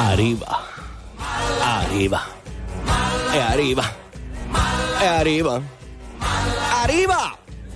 Arriva. Arriva. E arriva. E arriva. Arriva.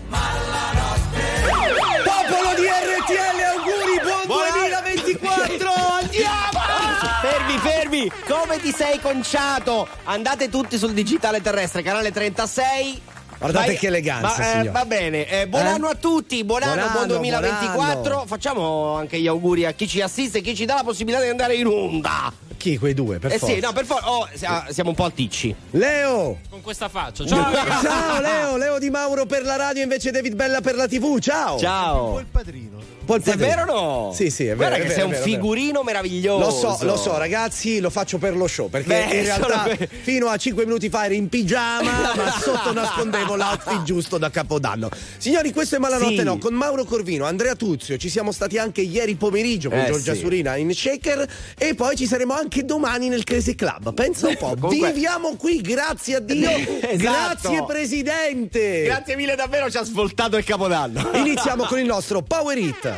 Popolo di RTL, auguri, buon 2024. Andiamo. Fermi. Come ti sei conciato? Andate tutti sul digitale terrestre, canale 36. Guardate che eleganza, signor. Va bene, buon anno a tutti, buon 2024. Buon anno. Facciamo anche gli auguri a chi ci assiste e chi ci dà la possibilità di andare in onda. Chi? Quei due, per forza. Sì, no, per forza. Siamo un po' alticci. Leo! Con questa faccia. Ciao, ragazzi. Ciao Leo Di Mauro per la radio, invece David Bella per la TV. Ciao! Ciao. Un po' il padrino. È vero o no? Sì, è vero. Guarda è che vero, sei un figurino meraviglioso. Lo so, ragazzi, lo faccio per lo show. Perché in realtà fino a 5 minuti fa eri in pigiama, ma sotto nascondevo l'outfit giusto da Capodanno. Signori, questo è Malanotte No, con Mauro Corvino, Andrea Tuzio. Ci siamo stati anche ieri pomeriggio con Giorgia Surina in Shaker. E poi ci saremo anche domani nel Crazy Club. Pensa un po'. Comunque... Viviamo qui, grazie a Dio. Esatto. Grazie, Presidente. Grazie mille, davvero ci ha svoltato il Capodanno. Iniziamo con il nostro Power Hit.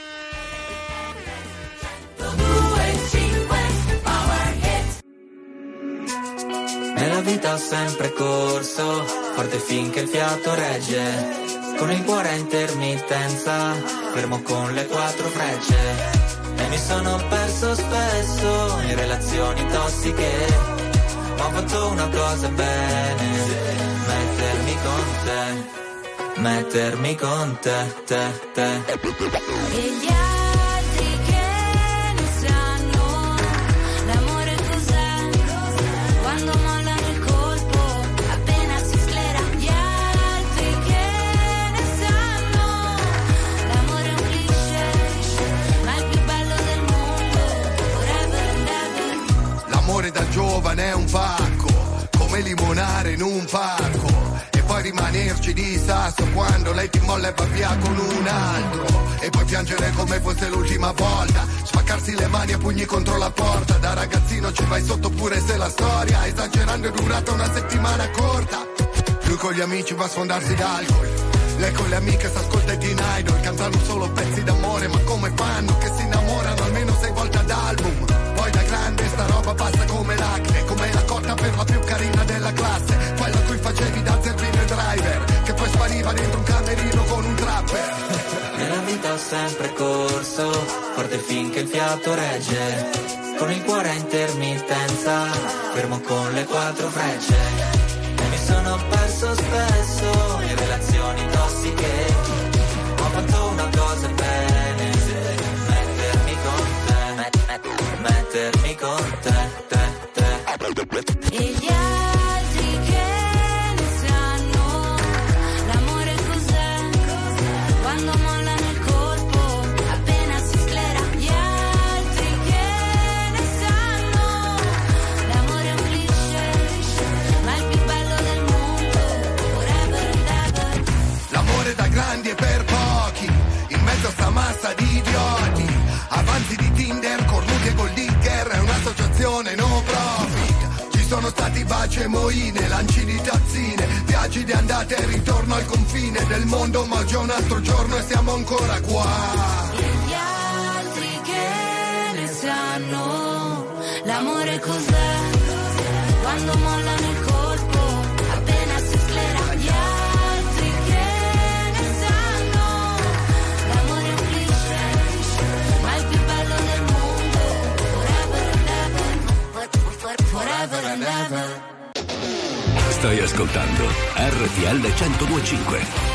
Nella vita ho sempre corso, forte finché il fiato regge. Con il cuore a intermittenza, fermo con le 4 frecce. E mi sono perso spesso in relazioni tossiche, ma ho fatto una cosa bene: mettermi con te. E gli altri che non sanno l'amore cos'è, quando mollano il colpo appena si sclera. Gli altri che ne sanno l'amore è un cliché, ma è il più bello del mondo, forever and ever. L'amore da giovane è un pacco, come limonare in un parco, poi rimanerci di sasso quando lei ti molla e va via con un altro, e poi piangere come fosse l'ultima volta, spaccarsi le mani a pugni contro la porta. Da ragazzino ci vai sotto pure se la storia esagerando è durata una settimana corta. Lui con gli amici va a sfondarsi d'alcol, lei con le amiche s'ascolta i Teen Idol, cantano solo pezzi d'amore, ma come fanno che si innamorano almeno 6 volte ad album. Poi da grande sta roba passa come l'acne, come la cotta per la più carina della classe, quella a cui facevi da zerbino e driver, che poi spariva dentro un camerino con un trapper. Nella vita ho sempre corso, forte finché il fiato regge. Con il cuore a intermittenza, fermo con le 4 frecce. E mi sono perso spesso in relazioni tossiche, ho fatto una cosa bene: mettermi con te. E gli altri che ne sanno l'amore cos'è, quando mollano il colpo appena si sclera. Gli altri che ne sanno l'amore è un cliché, ma è il più bello del mondo, forever and ever. L'amore da grandi e per pochi, in mezzo a sta massa di idioti, avanti di Tinder, cornuti e gold digger, è un'associazione no profit. Ci sono stati baci e moine, lanci di tazzine, viaggi di andata e ritorno al confine del mondo, ma oggi è un altro giorno e siamo ancora qua. E gli altri che ne sanno l'amore cos'è, quando mollano il colpo appena si sclera. Gli altri che ne sanno l'amore è un cliché, ma è il più bello del mondo, forever and ever, forever and ever. Stai ascoltando RTL 102.5.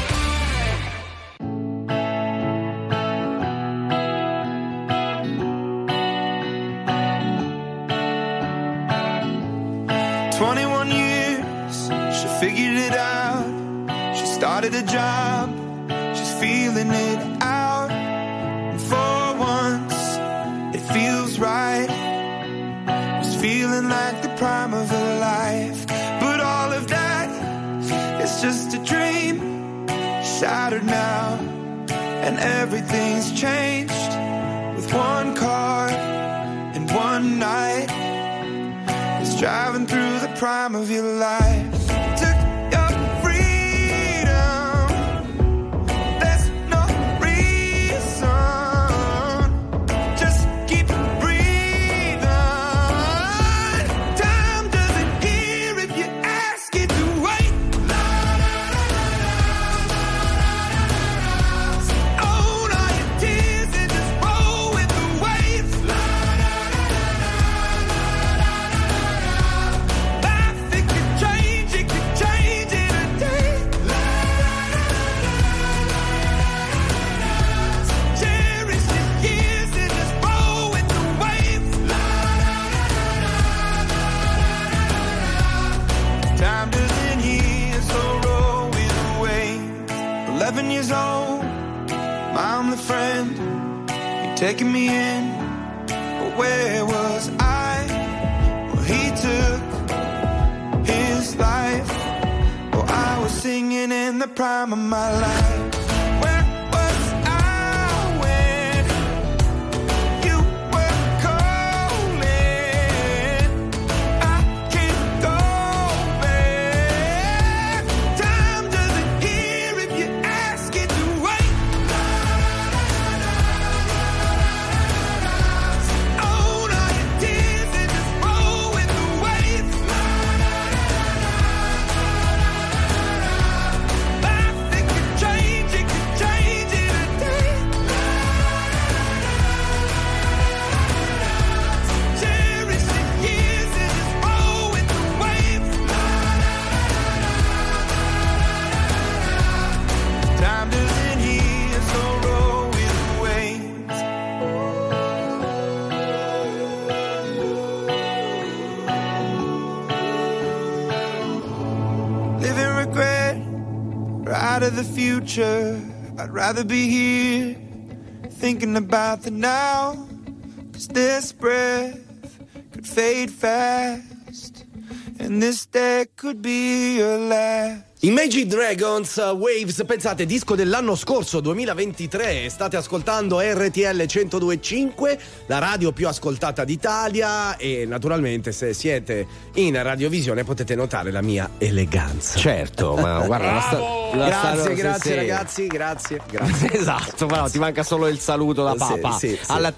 Started a job, she's feeling it out. And for once, it feels right. Was feeling like the prime of her life. But all of that is just a dream, shattered now. And everything's changed with one car and one night. It's driving through the prime of your life. Breathe. taking me in. But where was I? Well, he took his life. Oh, I was singing in the prime of my life. Where was I when you were calling? I can't go back. Time doesn't hear if you ask it to wait. Own all your tears and just roll with the waves. It could change it in a day. Cherish the years and just roll with the waves. Time doesn't heal, so roll with the waves. Live in regret, right of the future. I'd rather be here, thinking about the now. 'Cause this breath could fade fast, and this day could be your last. Imagine Dragons, Waves, pensate, disco dell'anno scorso, 2023, state ascoltando RTL 102.5, la radio più ascoltata d'Italia, e naturalmente se siete in radiovisione potete notare la mia eleganza. Certo, ma guarda, Grazie ragazzi, grazie. Esatto, però ti manca solo il saluto da Papa. Sì. Alla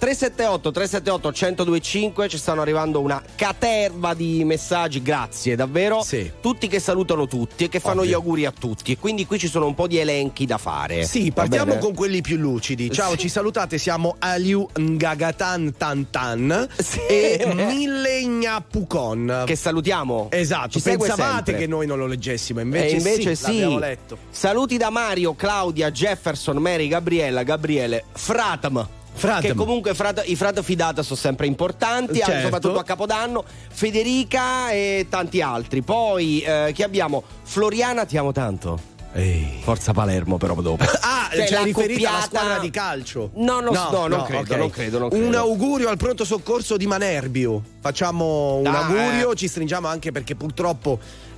378 1025 ci stanno arrivando una caterva di messaggi, grazie davvero. Sì. Tutti che salutano tutti e che fanno gli auguri a tutti, e quindi qui ci sono un po' di elenchi da fare. Sì, partiamo con quelli più lucidi. Ciao, ci salutate, siamo Aliu Ngagatan Tantan e Mille Gnapukon. Che salutiamo. Esatto, Ci segue pensavate sempre. che noi non lo leggessimo, invece sì, l'abbiamo letto. Saluti da Mario, Claudia, Jefferson, Mary, Gabriele, Fratam. Che comunque i frate fidata sono sempre importanti, certo. Soprattutto a Capodanno. Federica e tanti altri. Poi chi abbiamo? Floriana, ti amo tanto. Ehi. Forza Palermo, però dopo. Cioè riferita alla squadra di calcio? Non credo. Un augurio al pronto soccorso di Manerbio. Facciamo un augurio, ci stringiamo anche perché purtroppo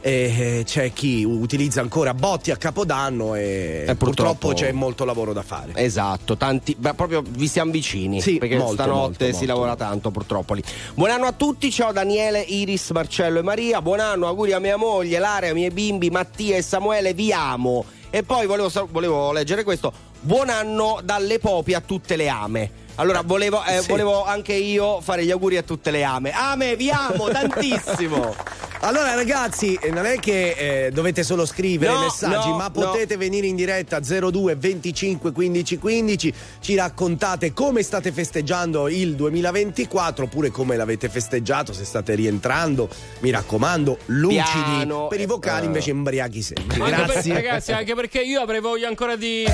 c'è chi utilizza ancora botti a Capodanno e purtroppo c'è molto lavoro da fare. Esatto, tanti, proprio vi siamo vicini, sì, perché stanotte molto. si lavora tanto purtroppo lì. Buon anno a tutti, ciao Daniele, Iris, Marcello e Maria, buon anno, auguri a mia moglie, Lara, ai miei bimbi Mattia e Samuele, vi amo. E poi volevo leggere questo: buon anno dalle Popi a tutte le ame. Allora volevo anche io fare gli auguri a tutte le ame. Vi amo tantissimo. Allora ragazzi, non è che dovete solo scrivere messaggi, ma potete venire in diretta 02 25 15 15, ci raccontate come state festeggiando il 2024 oppure come l'avete festeggiato, se state rientrando, mi raccomando, lucidi. Piano, per i vocali invece imbriachi sempre. Grazie ragazzi, anche perché io avrei voglia ancora di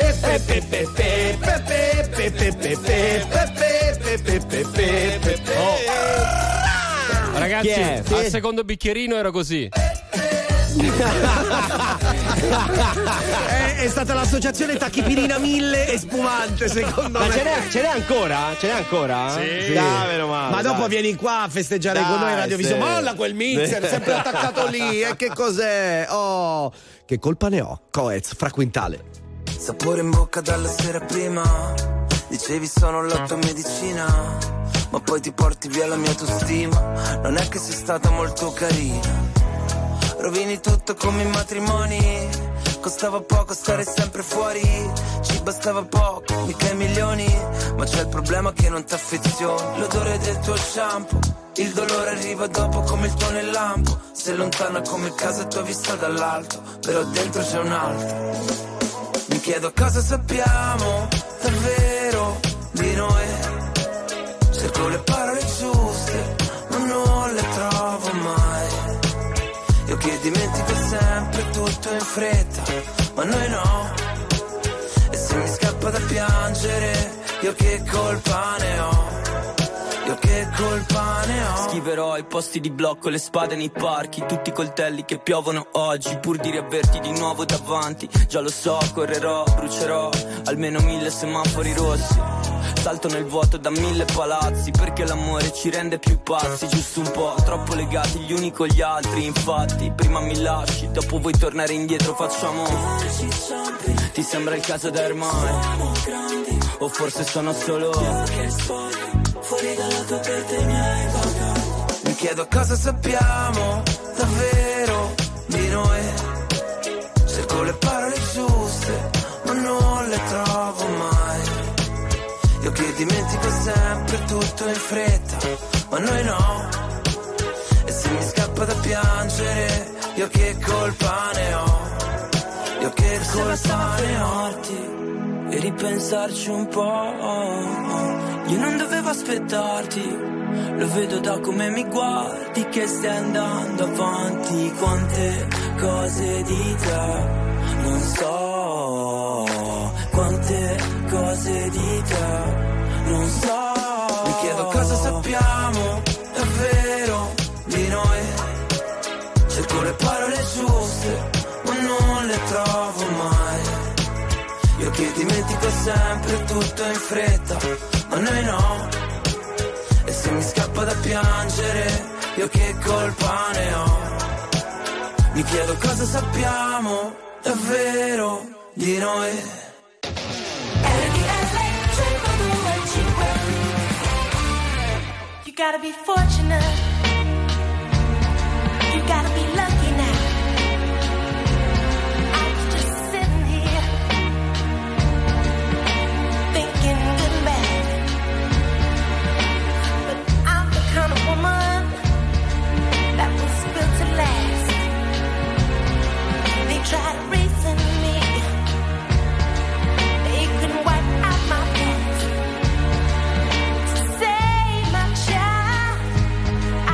Ragazzi, al secondo bicchierino ero così. È stata l'associazione Tachipirina 1000 e spumante, secondo me. Ce n'è ancora? Sì. Meno male, ma dopo vieni qua a festeggiare con noi in Radiovisione. Molla quel mixer, sempre attaccato lì. E che cos'è? Oh, che colpa ne ho? Coez, fra quintale. Sapore in bocca dalla sera prima. Dicevi sono la tua medicina, ma poi ti porti via la mia autostima. Non è che sei stata molto carina. Rovini tutto come i matrimoni. Costava poco stare sempre fuori. Ci bastava poco, mica i milioni. Ma c'è il problema che non t'affezioni. L'odore del tuo shampoo, il dolore arriva dopo come il tuo nel lampo. Sei lontana come casa tua vista dall'alto, però dentro c'è un altro. Mi chiedo cosa sappiamo davvero di noi. Cerco le parole giuste, ma non le trovo mai. Io che dimentico sempre tutto in fretta, ma noi no. E se mi scappa da piangere, io che colpa ne ho? Io che colpa ne ho? Scriverò i posti di blocco, le spade nei parchi, tutti i coltelli che piovono oggi, pur di riaverti di nuovo davanti. Già lo so, correrò, brucerò almeno 1000 semafori rossi. Salto nel vuoto da 1000 palazzi, perché l'amore ci rende più pazzi, giusto un po', troppo legati gli uni con gli altri. Infatti, prima mi lasci, dopo vuoi tornare indietro, facciamo. Ti sembra il caso da ormai? O forse sono solo fuori dalla tua mente i miei bagagli. Mi chiedo cosa sappiamo davvero di noi. Cerco le parole giuste, ma non le trovo mai. Io che dimentico sempre tutto in fretta, ma noi no. E se mi scappa da piangere, io che colpa ne ho? Io che colpa ne ho? E ripensarci un po'. Io non dovevo aspettarti, lo vedo da come mi guardi che stai andando avanti. Quante cose di te non so, quante cose di te non so. Mi chiedo cosa sappiamo davvero di noi. Cerco le parole giuste, ma non le trovo mai. Io che dimentico sempre tutto in fretta, ma noi no. E se mi scappa da piangere, io che colpa ne ho? Mi chiedo cosa sappiamo davvero di noi. You gotta be fortunate, you gotta be lucky now. I was just sitting here thinking good and bad, but I'm the kind of woman that was built to last. They try to reason me, they couldn't wipe out my past. To save my child, I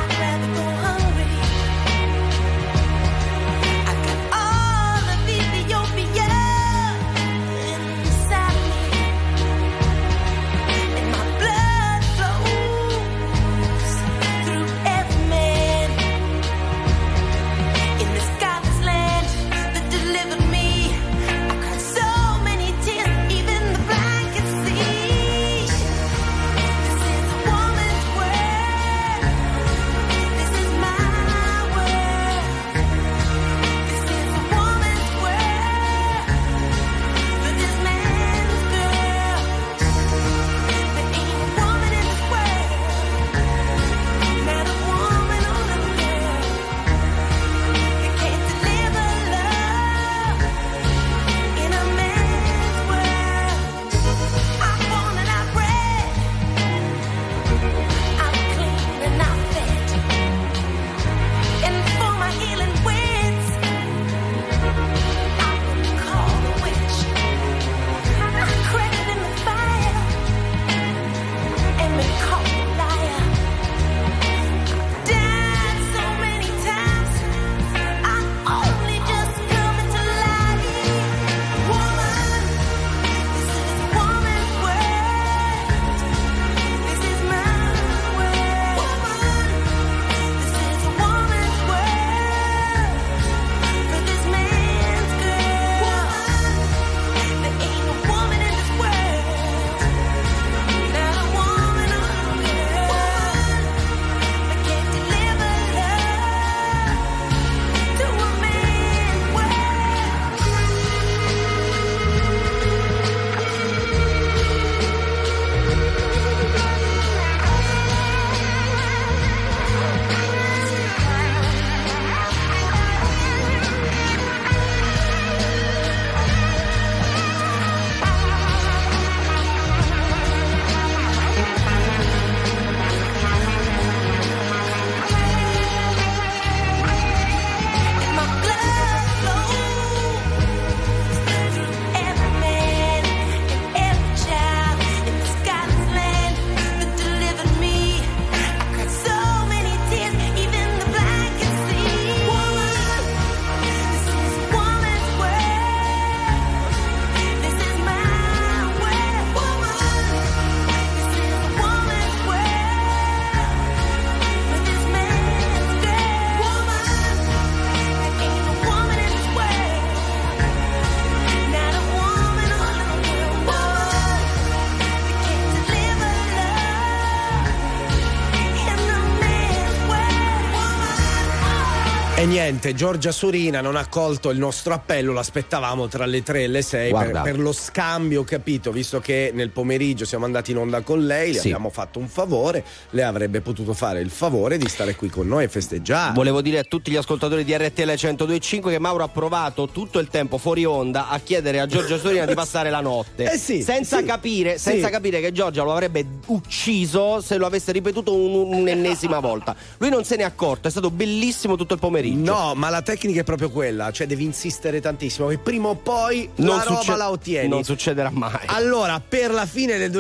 E niente, Giorgia Surina non ha accolto il nostro appello, l'aspettavamo tra le 3 e le 6 per lo scambio, capito? Visto che nel pomeriggio siamo andati in onda con lei, le abbiamo fatto un favore, lei avrebbe potuto fare il favore di stare qui con noi e festeggiare. Volevo dire a tutti gli ascoltatori di RTL 102.5 che Mauro ha provato tutto il tempo fuori onda a chiedere a Giorgia Surina di passare la notte, senza capire che Giorgia lo avrebbe ucciso se lo avesse ripetuto un'ennesima volta. Lui non se ne è accorto, è stato bellissimo tutto il pomeriggio. No, ma la tecnica è proprio quella, cioè devi insistere tantissimo che prima o poi la roba la ottieni. Non succederà mai. Allora, per la fine del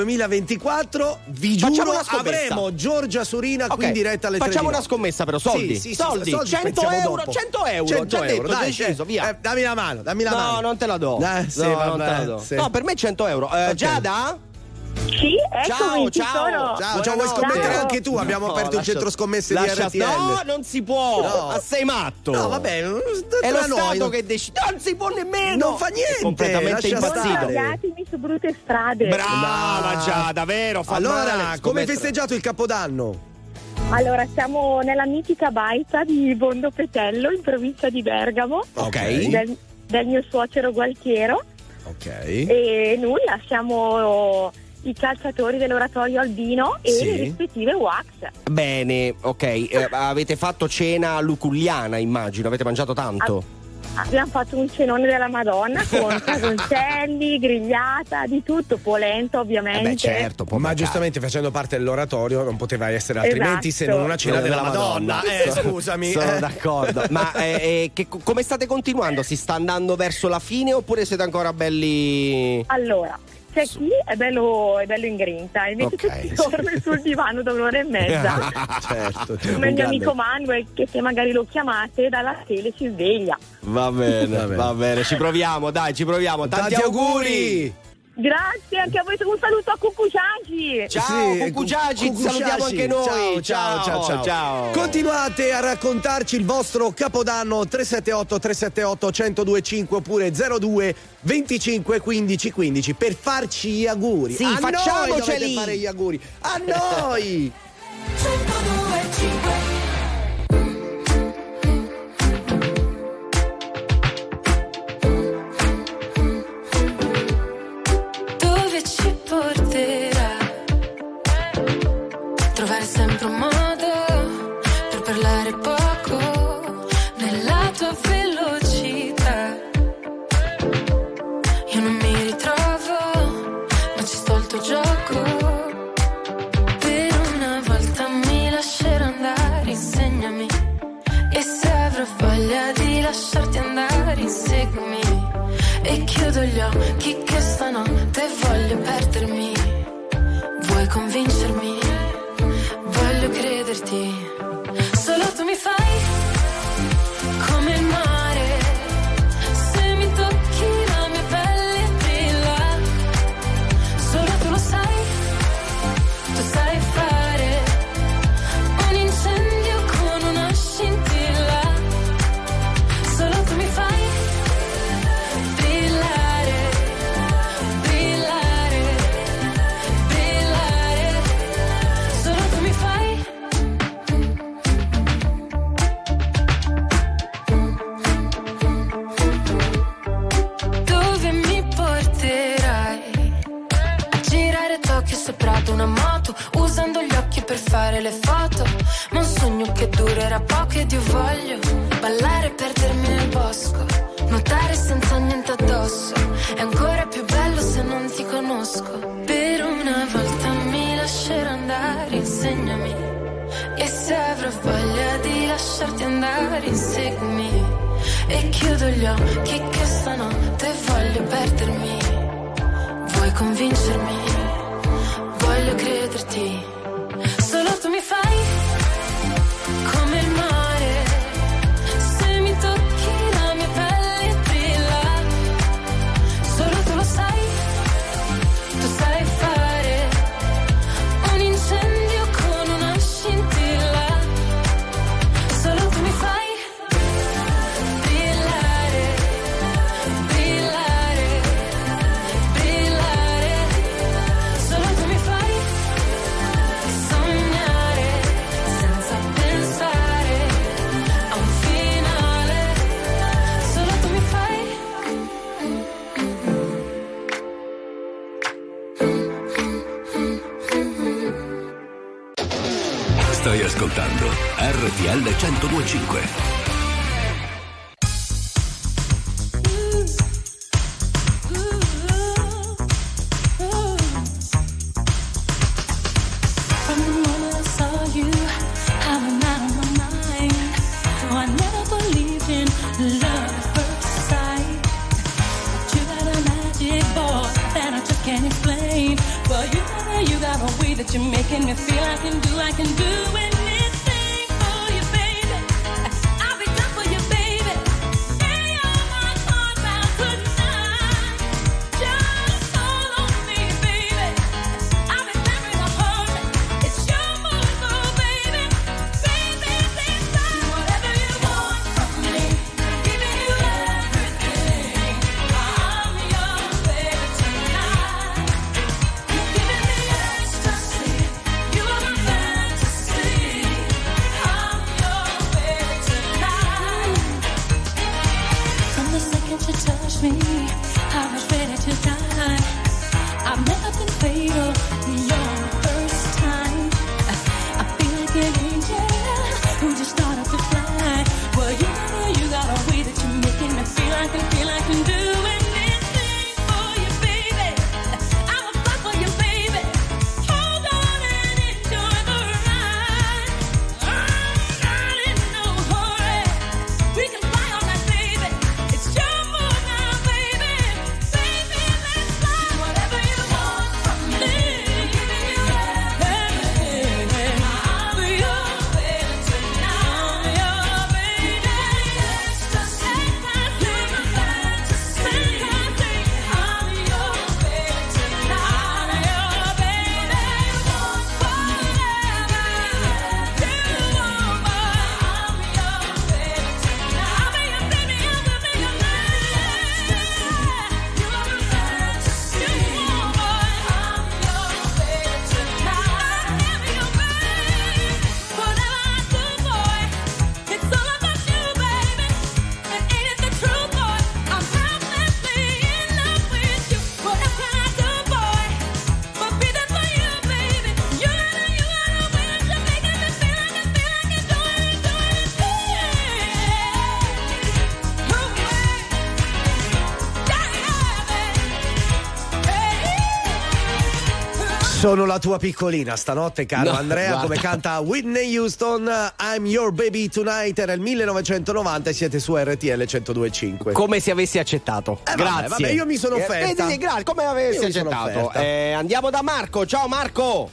2024 vi giuro avremo Giorgia Surina qui in diretta alle 3. Facciamo una scommessa però, soldi. Soldi 100 euro, dopo. 100 euro. 100 euro, dai, deciso, via. Dammi la mano. No, non te la do. Non te la do. No, per me 100 euro. Giada? Sì, eccomi, ciao, vuoi scommettere anche tu? Abbiamo aperto un centro scommesse di RTL. No, non si può. No. Sei matto. No, vabbè, è lo Stato che decide. Non si può nemmeno. Non fa niente. È completamente impazzito. Guardatemi su brutte strade. Brava Giada, vero? Allora, come hai festeggiato il Capodanno? Allora, siamo nella mitica baita di Bondo Petello, in provincia di Bergamo. Ok. Del mio suocero Gualtiero. Ok. E nulla, siamo i calciatori dell'Oratorio Albino e le rispettive wax. Bene, ok. Avete fatto cena luculliana, immagino, avete mangiato tanto? Abbiamo fatto un cenone della Madonna con casoncelli, grigliata, di tutto, polenta ovviamente. Certo, ma giustamente facendo parte dell'oratorio non poteva essere altrimenti se non una cena della Madonna. Scusami. Sono d'accordo. Ma come state continuando? Si sta andando verso la fine oppure siete ancora belli? Allora, c'è chi è bello in grinta, invece chi dorme sul divano da un'ora e mezza. Certo. Come il mio amico Manuel, che se magari lo chiamate dalla tele si sveglia. Va bene, ci proviamo. Tanti auguri! Grazie, anche a voi, un saluto a Cucuciagi. Ciao Cucuciagi, salutiamo anche noi. Ciao. Continuate a raccontarci il vostro Capodanno 378 1025 oppure 02 25 15 15 per farci gli auguri. Sì, a facciamoceli. Noi dovete fare gli auguri. A noi. 102.5 trovare sempre un modo per parlare poco nella tua velocità. Io non mi ritrovo, ma ci sto al tuo gioco. Per una volta mi lascerò andare, insegnami. E se avrò voglia di lasciarti andare, inseguimi. E chiudo gli occhi che stanotte voglio perdermi. Vuoi convincermi? Voglio crederti. Solo tu mi fai come il mare. Se mi tocchi la mia pelle brilla. Solo tu lo sai. Tu sai fare un incendio con una scintilla. Solo tu mi fai brillare, brillare, brillare. Solo tu mi fai. Dove mi porterai? A girare Tokyo sopra ad una moto, usando gli occhi per fare le foto. Ma un sogno che durerà poco ed io voglio ballare e perdermi nel bosco, nuotare senza niente addosso. È ancora più bello se non ti conosco. Per una volta mi lascerò andare, insegnami. E se avrò voglia di lasciarti andare, inseguimi. E chiudo gli occhi che stanotte voglio perdermi. Vuoi convincermi? Voglio crederti. Solo tu mi fai come il mare. Se mi tocchi la mia pelle brilla. Solo tu lo sai. Tu sai fare un incendio con una scintilla. Solo tu mi fai brillare, brillare, brillare. Solo tu mi fai Stai ascoltando RTL 102.5. That you're making me feel I can do anything for you, baby. I'll be done for you, baby. Lay all my cards out tonight. Just hold on me, baby. I'll be there in a hurry. It's your move, oh, baby. Baby, please do whatever you want from me. Giving you everything. I'm your baby tonight. You're giving me ecstasy. You are my fantasy. I'm your baby tonight. From the second you touched me, I was ready to die. I've never been fatal. You're the first time. I feel like an angel who just started to fly. Well, you got a way that you're making me feel I can do anything for you, baby. I will fight for you, baby. Hold on and enjoy the ride. I'm not in no hurry. We can fly all night, baby. It's your move now, baby. Baby, let's fly. Whatever you want from me. Giving you everything. I'll be your baby tonight. Your baby. Ecstasy. You're my fantasy. I'm your baby tonight. Your baby. Whatever you want, boy. I'm your baby tonight. I'll be your baby. I'll be your man. You're my fantasy. Boy, I'm your baby tonight. I'm your baby. Whatever I do, boy, it's all about you, baby. And ain't it the truth, boy? I'm helplessly in love with you. What else can I do, boy, but be there for you, baby? You gotta win. You're making me feel I can do anything. Sono la tua piccolina stanotte, caro Andrea, guarda. come canta Whitney Houston. I'm Your Baby Tonight. Era il 1990 e siete su RTL 102.5. Come se avessi accettato. Grazie. Vabbè, io mi sono offerta. Grazie, come avessi Io mi sono accettato. offerta. Andiamo da Marco. Ciao Marco.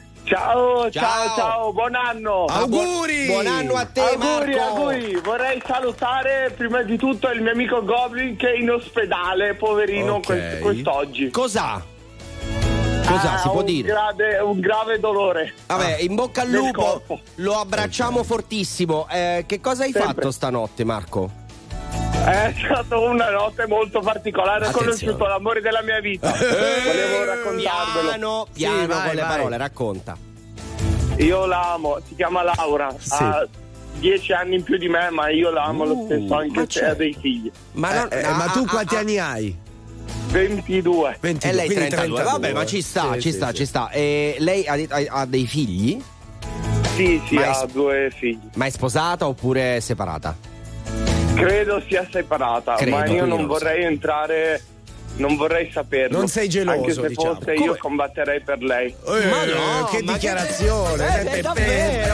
Ciao, buon anno. Auguri. Buon anno a te, Marco. Auguri. Vorrei salutare prima di tutto il mio amico Goblin che è in ospedale, poverino, Ok. quest'oggi. Cosa si può dire? Un grave dolore. Vabbè, in bocca al Nel lupo. corpo. Lo abbracciamo fortimo. Che cosa hai Sempre. fatto stanotte, Marco? È stata una notte molto particolare. Ho Attenzione. conosciuto l'amore della mia vita. Volevo raccontarvelo. Piano vai, con le vai. parole, racconta. Io la amo, si chiama Laura. Sì. Ha 10 anni in più di me, ma io la amo lo stesso, anche ma se ha dei figli. Ma tu quanti anni hai? 22. 22, E lei quindi 32. Vabbè, ma ci sta, Sì, ci sì, sta, sì. ci sta. E lei ha dei figli? Sì, Ma è ha 2 figli. Ma è sposata oppure è separata? Credo sia separata, Credo, ma io quindi non non lo so. vorrei entrare, non vorrei saperlo. Non sei geloso, anche se diciamo. fosse io combatterei per lei. Ma no, che ma dichiarazione! davvero,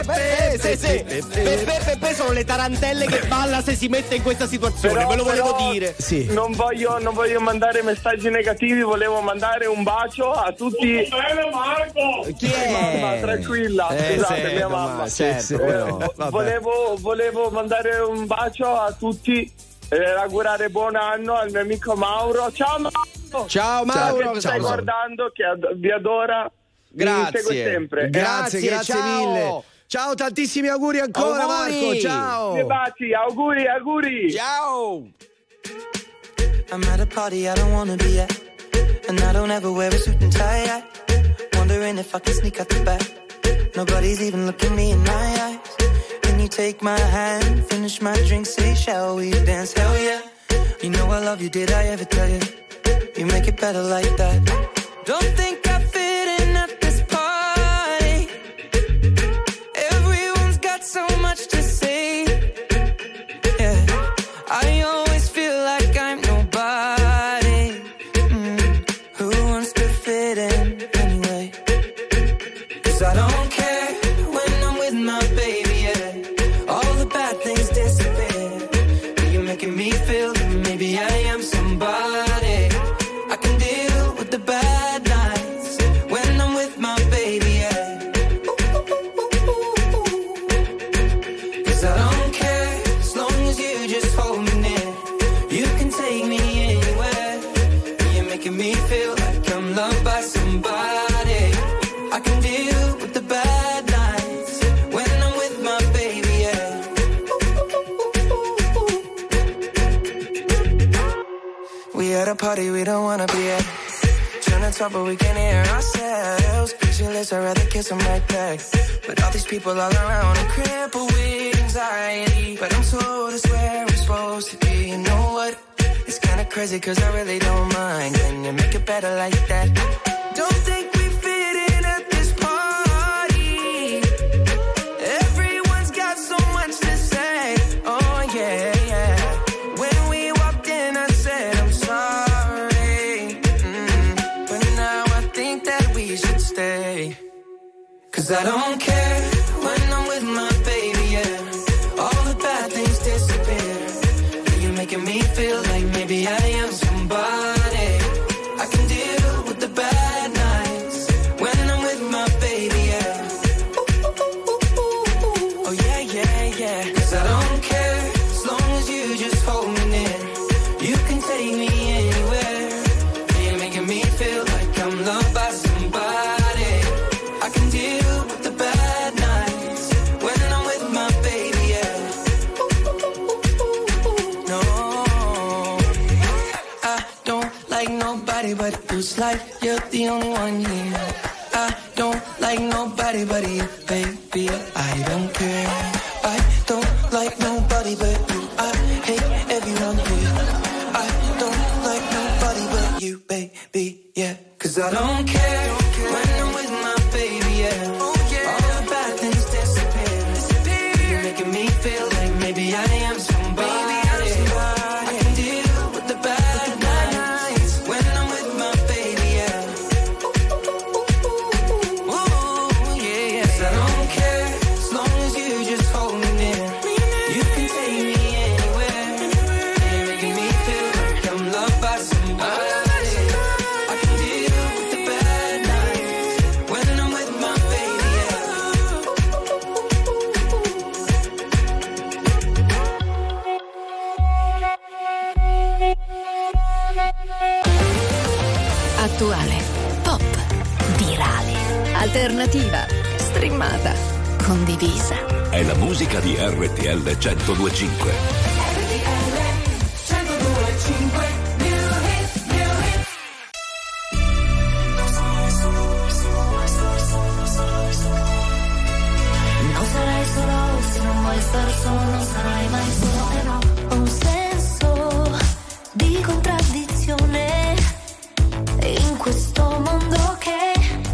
Peppe sono le tarantelle che balla se si mette in questa situazione, ve lo volevo dire. Sì. Non voglio mandare messaggi negativi, volevo mandare un bacio a tutti. Bene Marco! Chi è? Mamma, tranquilla, scusate, mia mamma. Certo, Vabbè. Volevo mandare un bacio a tutti. Augurare buon anno al mio amico Mauro. Ciao Mauro! Ciao Mauro, che stai guardando, che vi adora. Grazie. Mi segue sempre. Grazie ciao. mille. Ciao, tantissimi auguri ancora, Auguri. Marco. Ciao. Che baci, auguri. Ciao. I'm at a party I don't wanna be at, and I don't ever wear a suit and tie. Wondering if I can sneak out the back. Nobody's even looking me in my eyes. Can you take my hand, finish my drink, say shall we dance? Hell yeah. You know I love you, did I ever tell you? You make it better like that. Don't think I fit in at this party. Every 'Cause I don't care when I'm with my baby, yeah. All the bad things disappear. You're making me feel that maybe I am somebody. I can deal with the bad nights when I'm with my baby, yeah. 'Cause I don't care as long as you just hold me near. You can take me anywhere. You're making me feel like I'm loved by somebody. I can deal with the bad nights when I'm with my baby, yeah. We at a party we don't wanna be at. Trying to talk but we can't hear ourselves. Pictureless, I'd rather kiss them right back. But all these people all around, I'm crippled with anxiety. But I'm told it's where I'm supposed to be. You know what? It's kinda crazy 'cause I really don't mind. Can you make it better like that? Don't think we fit in at this party. Everyone's got so much to say. Oh yeah, yeah. When we walked in I said I'm sorry. But now I think that we should stay. 'Cause I don't care when I'm with my baby, yeah. All the bad things disappear. You're making me feel like maybe I am somebody. I can deal with the bad nights when I'm with my baby, yeah. Oh yeah, yeah, yeah. 'Cause I don't care as long as you just hold me near. You can take me anywhere. You're making me feel like I'm loved by somebody. I can deal with the bad nights when I'm with my baby, yeah. No, I don't like nobody but you. It's like you're the only one here. I don't like nobody but you, baby. I don't care. I don't like nobody but you. I hate everyone here. I don't like nobody but you, baby, yeah. 'Cause I don't care when I'm with my baby, yeah. All the bad things disappear. You're making me feel like maybe I am somebody. I can deal with the bad nights when I'm with my baby, yeah. Ooh, yeah, yeah. 'Cause I don't care as long as you just hold me near. You can take me anywhere. You're making me feel like I'm loved by somebody. I can deal with the bad nights when I'm with my baby, Attuale, pop, virale, alternativa, streamata, condivisa. È la musica di RTL 102.5. Non sarai solo se non vuoi stare solo, non sarai mai solo e no. Ho un senso di contraddizione in questo mondo che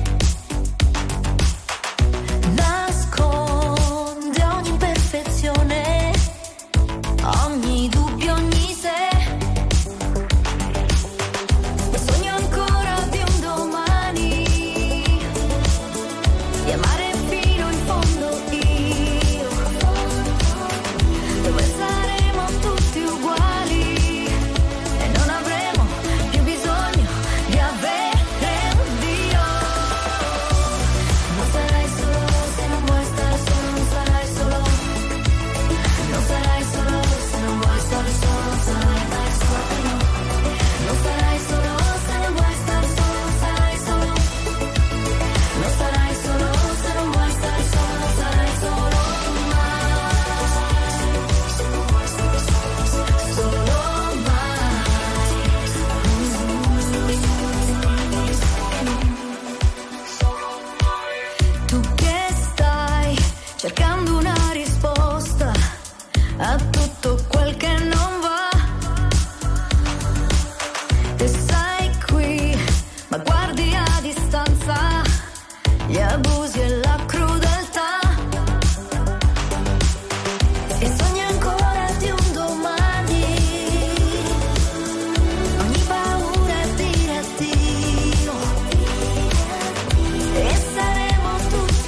nasconde ogni imperfezione, ogni dubbio, ogni se. E sogno ancora di un domani, di amare fino in fondo io, dove saremo tutti uguali e non avremo più bisogno di avere un Dio. Non sarai solo se non vuoi stare solo, non sarai solo. Non sarai solo se non vuoi stare solo, non sarai mai solo e no. Non sarai solo se non vuoi stare solo, non sarai solo. Non sarai solo se non vuoi stare solo, non sarai solo mai. Solo mai. Tu che stai cercando una risposta a tutto quel che non va, e sei qui ma guardi a distanza gli abusi e la crudeltà, e sogni ancora di un domani, ogni paura è dire addio, e saremo tutti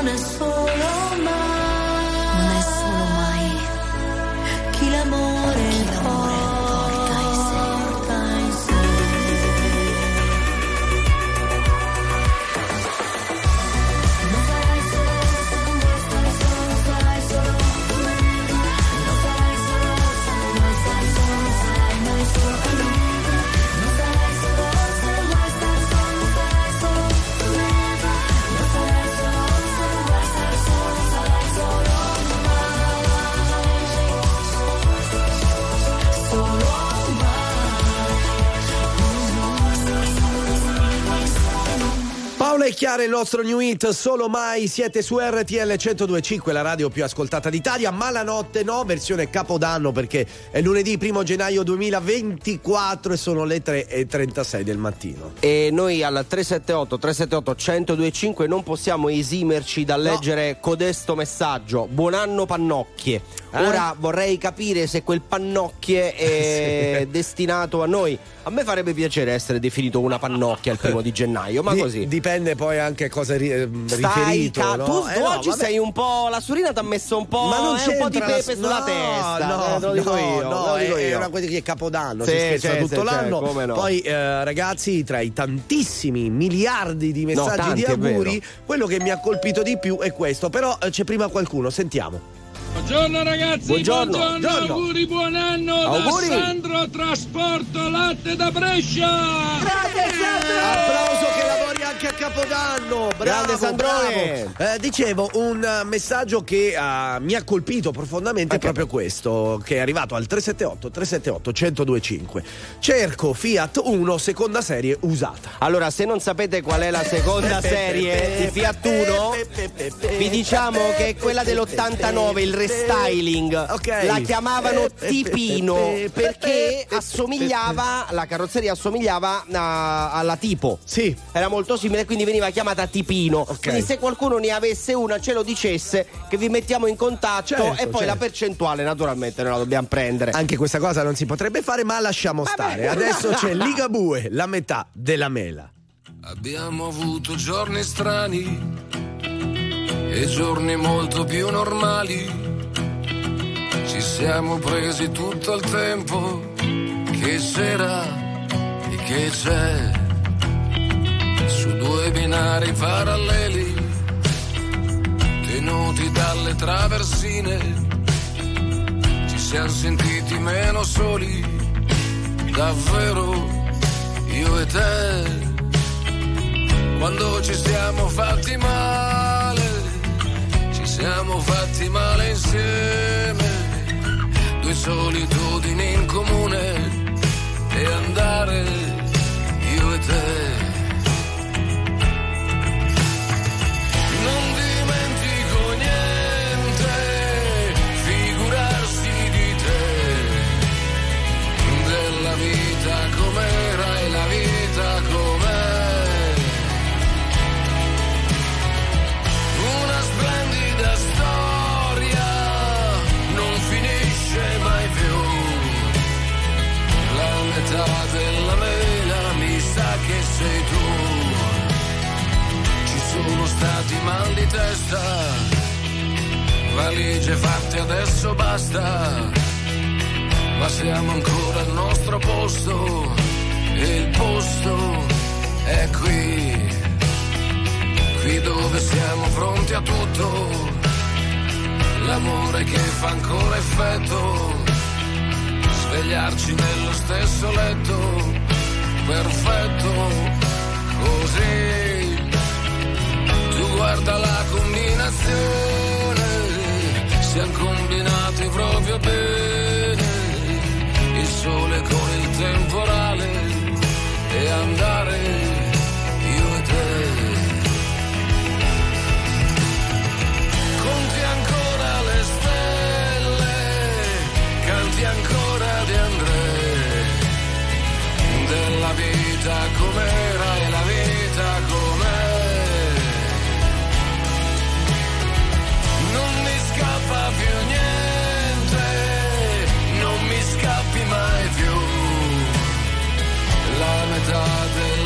è solo mai, non è solo mai chi l'amore porta in sé. Non sarai solo se non vuoi stare solo, sarai solo con me. Non sarai solo se non vuoi stare solo, sarai mai solo con me. Non sarai solo se non vuoi stare solo, sarai solo con me. Non sarai solo se non vuoi stare solo, sarai solo con me. Solo Paola e Chiara, il nostro new hit Solo Mai. Siete su RTL 102.5, la radio più ascoltata d'Italia. Ma la notte no, versione Capodanno, perché è lunedì 1 gennaio 2024 e sono le 3:36 del mattino. E noi al 378-378-1025 non possiamo esimerci dal leggere codesto messaggio. Buon anno Pannocchie. Ora vorrei capire se quel Pannocchie è destinato a noi. A me farebbe piacere essere definito una pannocchia il 1 di gennaio, ma così. Dipende poi anche a cosa riferito. No? Tu oggi sei un po'. La Surina ti ha messo un po'. Ma non un po' di pepe sulla testa. No, te lo dico io. È una cosa che è Capodanno, Sì, si scherza sì, tutto sì, l'anno. come no. Poi ragazzi, tra i tantissimi miliardi di messaggi tanti, di è auguri, vero. quello che mi ha colpito di più è questo. Però c'è prima qualcuno, sentiamo. Buongiorno ragazzi, Buongiorno. auguri, buon anno Auguri. da Sandro Trasporto Latte da Brescia. Applauso che lavori anche a Capodanno. Bravo, Grande Sandrone. bravo. Dicevo, un messaggio che mi ha colpito profondamente è proprio questo, che è arrivato al 378-378-1025. Cerco Fiat Uno seconda serie usata. Allora, se non sapete qual è la seconda serie di Fiat Uno, vi diciamo che è quella dell'89, il restyling. Ok. La chiamavano Tipino perché assomigliava, la carrozzeria assomigliava alla Tipo. Sì. Era molto simile, quindi veniva chiamata Tipino. Quindi se qualcuno ne avesse una ce lo dicesse, che vi mettiamo in contatto, e poi la percentuale naturalmente noi la dobbiamo prendere. Anche questa cosa non si potrebbe fare, ma lasciamo stare. Adesso c'è Ligabue, la metà della mela. Abbiamo avuto giorni strani e giorni molto più normali. Ci siamo presi tutto il tempo che c'era e che c'è, su due binari paralleli, tenuti dalle traversine. Ci siamo sentiti meno soli, davvero, io e te. Quando ci siamo fatti male, ci siamo fatti male insieme. Due solitudini in comune e andare io e te. Non dimentico niente, figurarsi di te, della vita com'era e la vita com'è. Una splendida storia, non finisce mai più. La metà della mela mi sa che sei tu. Ci sono stati mal di testa, valigie fatte adesso basta, ma siamo ancora al nostro posto e il posto è qui. Qui dove siamo pronti a tutto, l'amore che fa ancora effetto, svegliarci nello stesso letto, perfetto, così. Tu guarda la combinazione, siamo combinati proprio bene, il sole con il temporale e andare io e te. Conti ancora le stelle, canti ancora di André, della vita com'era e la vita com'è. Non mi scappa più niente, non mi scappi mai più, la metà del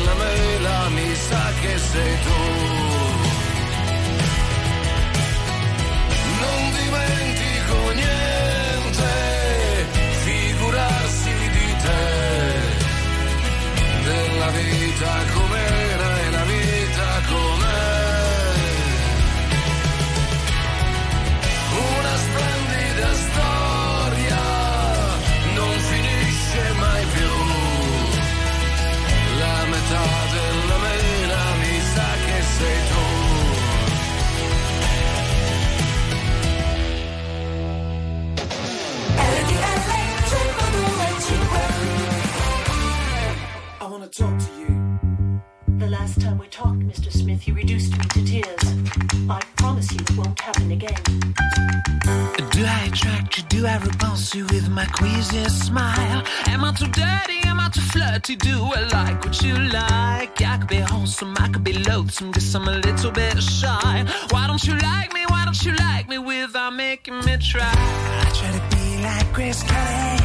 me to tears. I promise you it won't happen again. Do I attract you? Do I repulse you with my queasy smile? Am I too dirty? Am I too flirty? Do I like what you like? I could be wholesome, I could be loathsome, guess I'm a little bit shy. Why don't you like me? Why don't you like me without making me try? I try to be like Grace Kelly,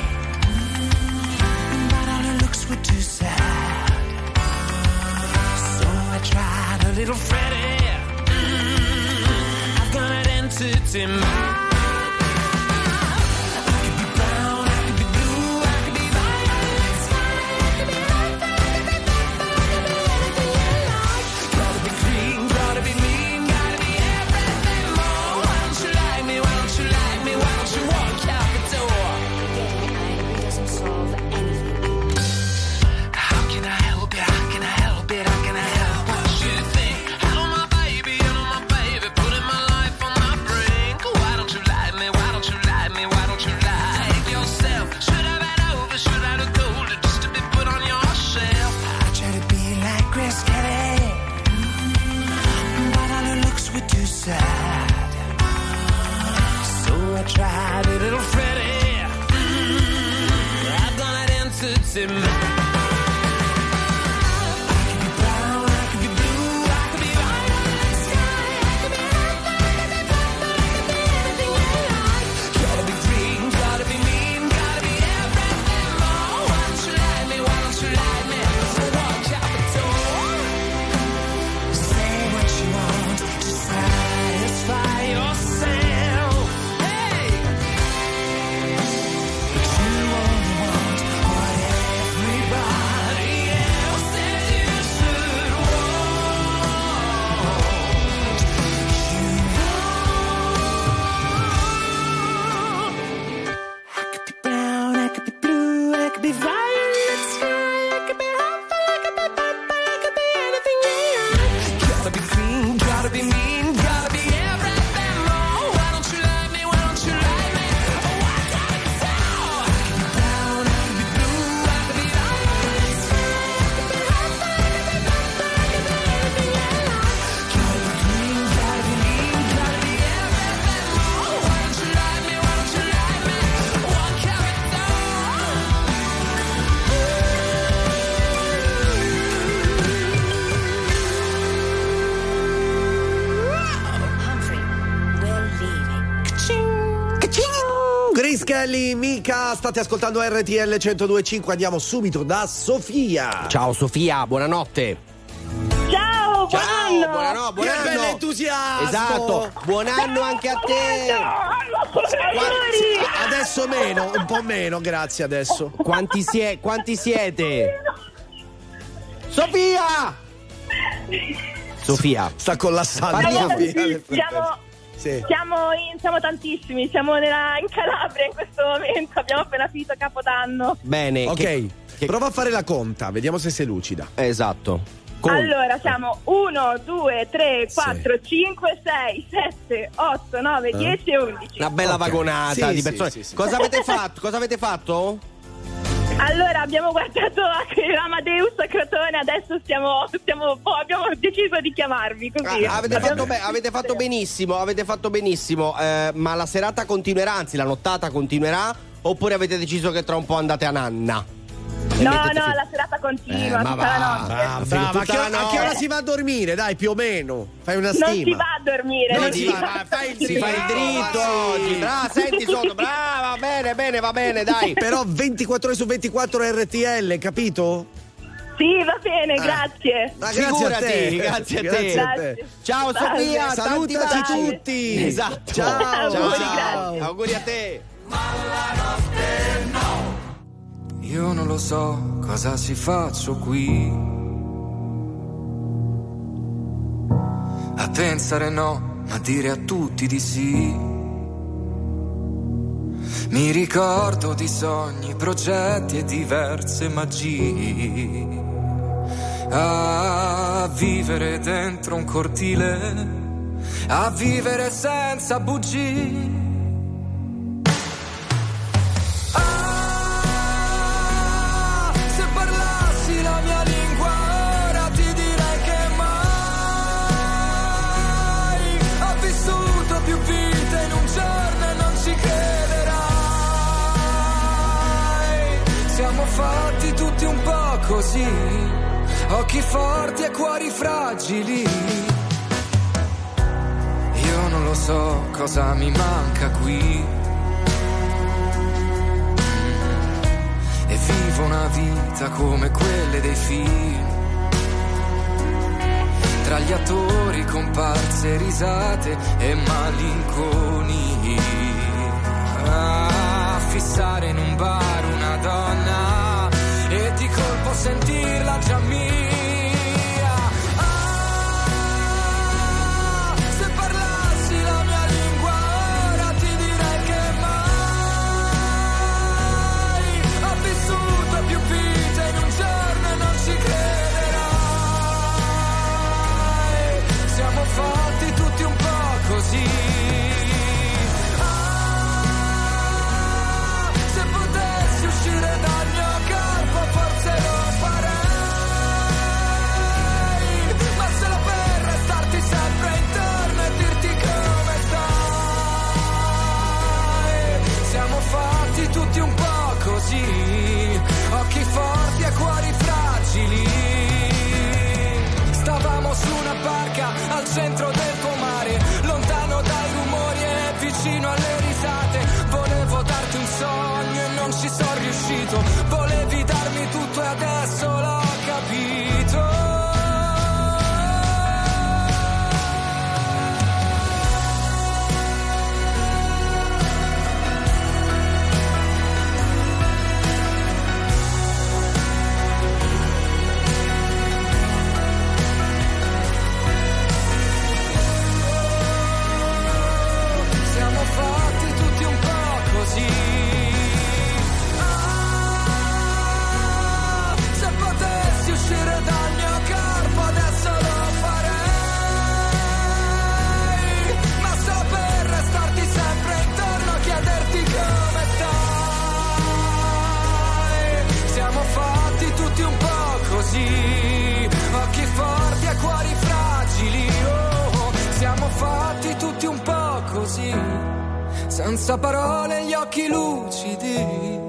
but all her looks were too sad. So I tried a little Freddie. I've got an entity mind. Tried a little Freddie. I've done it into me. Kelly, Mika, state ascoltando RTL 102.5, andiamo subito da Sofia. Ciao Sofia, buonanotte. Ciao, buon anno. Buon Che anno. bell'entusiasmo. Esatto, buon anno anche a te. Adesso meno, un po' meno, grazie adesso. Quanti siete? Sofia! Sofia. Sta collassando. Parliamo. Siamo tantissimi, siamo in Calabria in questo momento, abbiamo appena finito Capodanno. Bene. Ok, prova a fare la conta, vediamo se sei lucida. Esatto. Allora siamo 1, 2, 3, 4, 5, 6, 7, 8, 9, 10 e 11. Una bella vagonata di persone. Sì. Cosa avete fatto? Allora abbiamo guardato Amadeus a Crotone, adesso abbiamo deciso di chiamarvi così. Avete fatto benissimo, ma la serata continuerà, anzi la nottata continuerà, oppure avete deciso che tra un po' andate a nanna? No, la serata continua, tutta la notte. Brava, a che ora si va a dormire? Dai, più o meno. Fai una stima. Non si va a dormire. Fai il si fa il dritto oggi. Senti sotto, brava, va bene, dai. Però 24 ore su 24 RTL, capito? Sì, va bene, grazie. Figurati, grazie a te. Grazie. Ciao Sofia, salutaci tutti. Esatto. Ciao. Auguri a te. Ma la notte no. Io non lo so cosa si faccio qui a pensare no, ma dire a tutti di sì. Mi ricordo di sogni, progetti e diverse magie, a vivere dentro un cortile, a vivere senza bugie. La mia lingua ora ti direi che mai così, occhi forti e cuori fragili. Io non lo so cosa mi manca qui, e vivo una vita come quelle dei film, tra gli attori, comparse, risate e malinconia. Fissare in un bar una donna e di colpo sentirla già mia. Se parlassi la mia lingua ora ti direi che mai ho vissuto più vite in un giorno e non ci crederai. Siamo fatti tutti un po' così. Uscire dal mio corpo forse lo farei, ma solo per restarti sempre intorno e dirti come stai. Siamo fatti tutti un po' così, occhi forti e cuori fragili. Stavamo su una barca al centro del pomare, lontano dai rumori e vicino alle risate. Volevo darti un sogno e non ci sono riuscito, volevi darmi tutto e adesso l'ho capito. Siamo fatti tutti un po' così. Uscire dal mio corpo adesso lo farei, ma solo per restarti sempre intorno, chiederti come stai. Siamo fatti tutti un po' così, occhi forti e cuori fragili. Oh, siamo fatti tutti un po' così, senza parole gli occhi lucidi.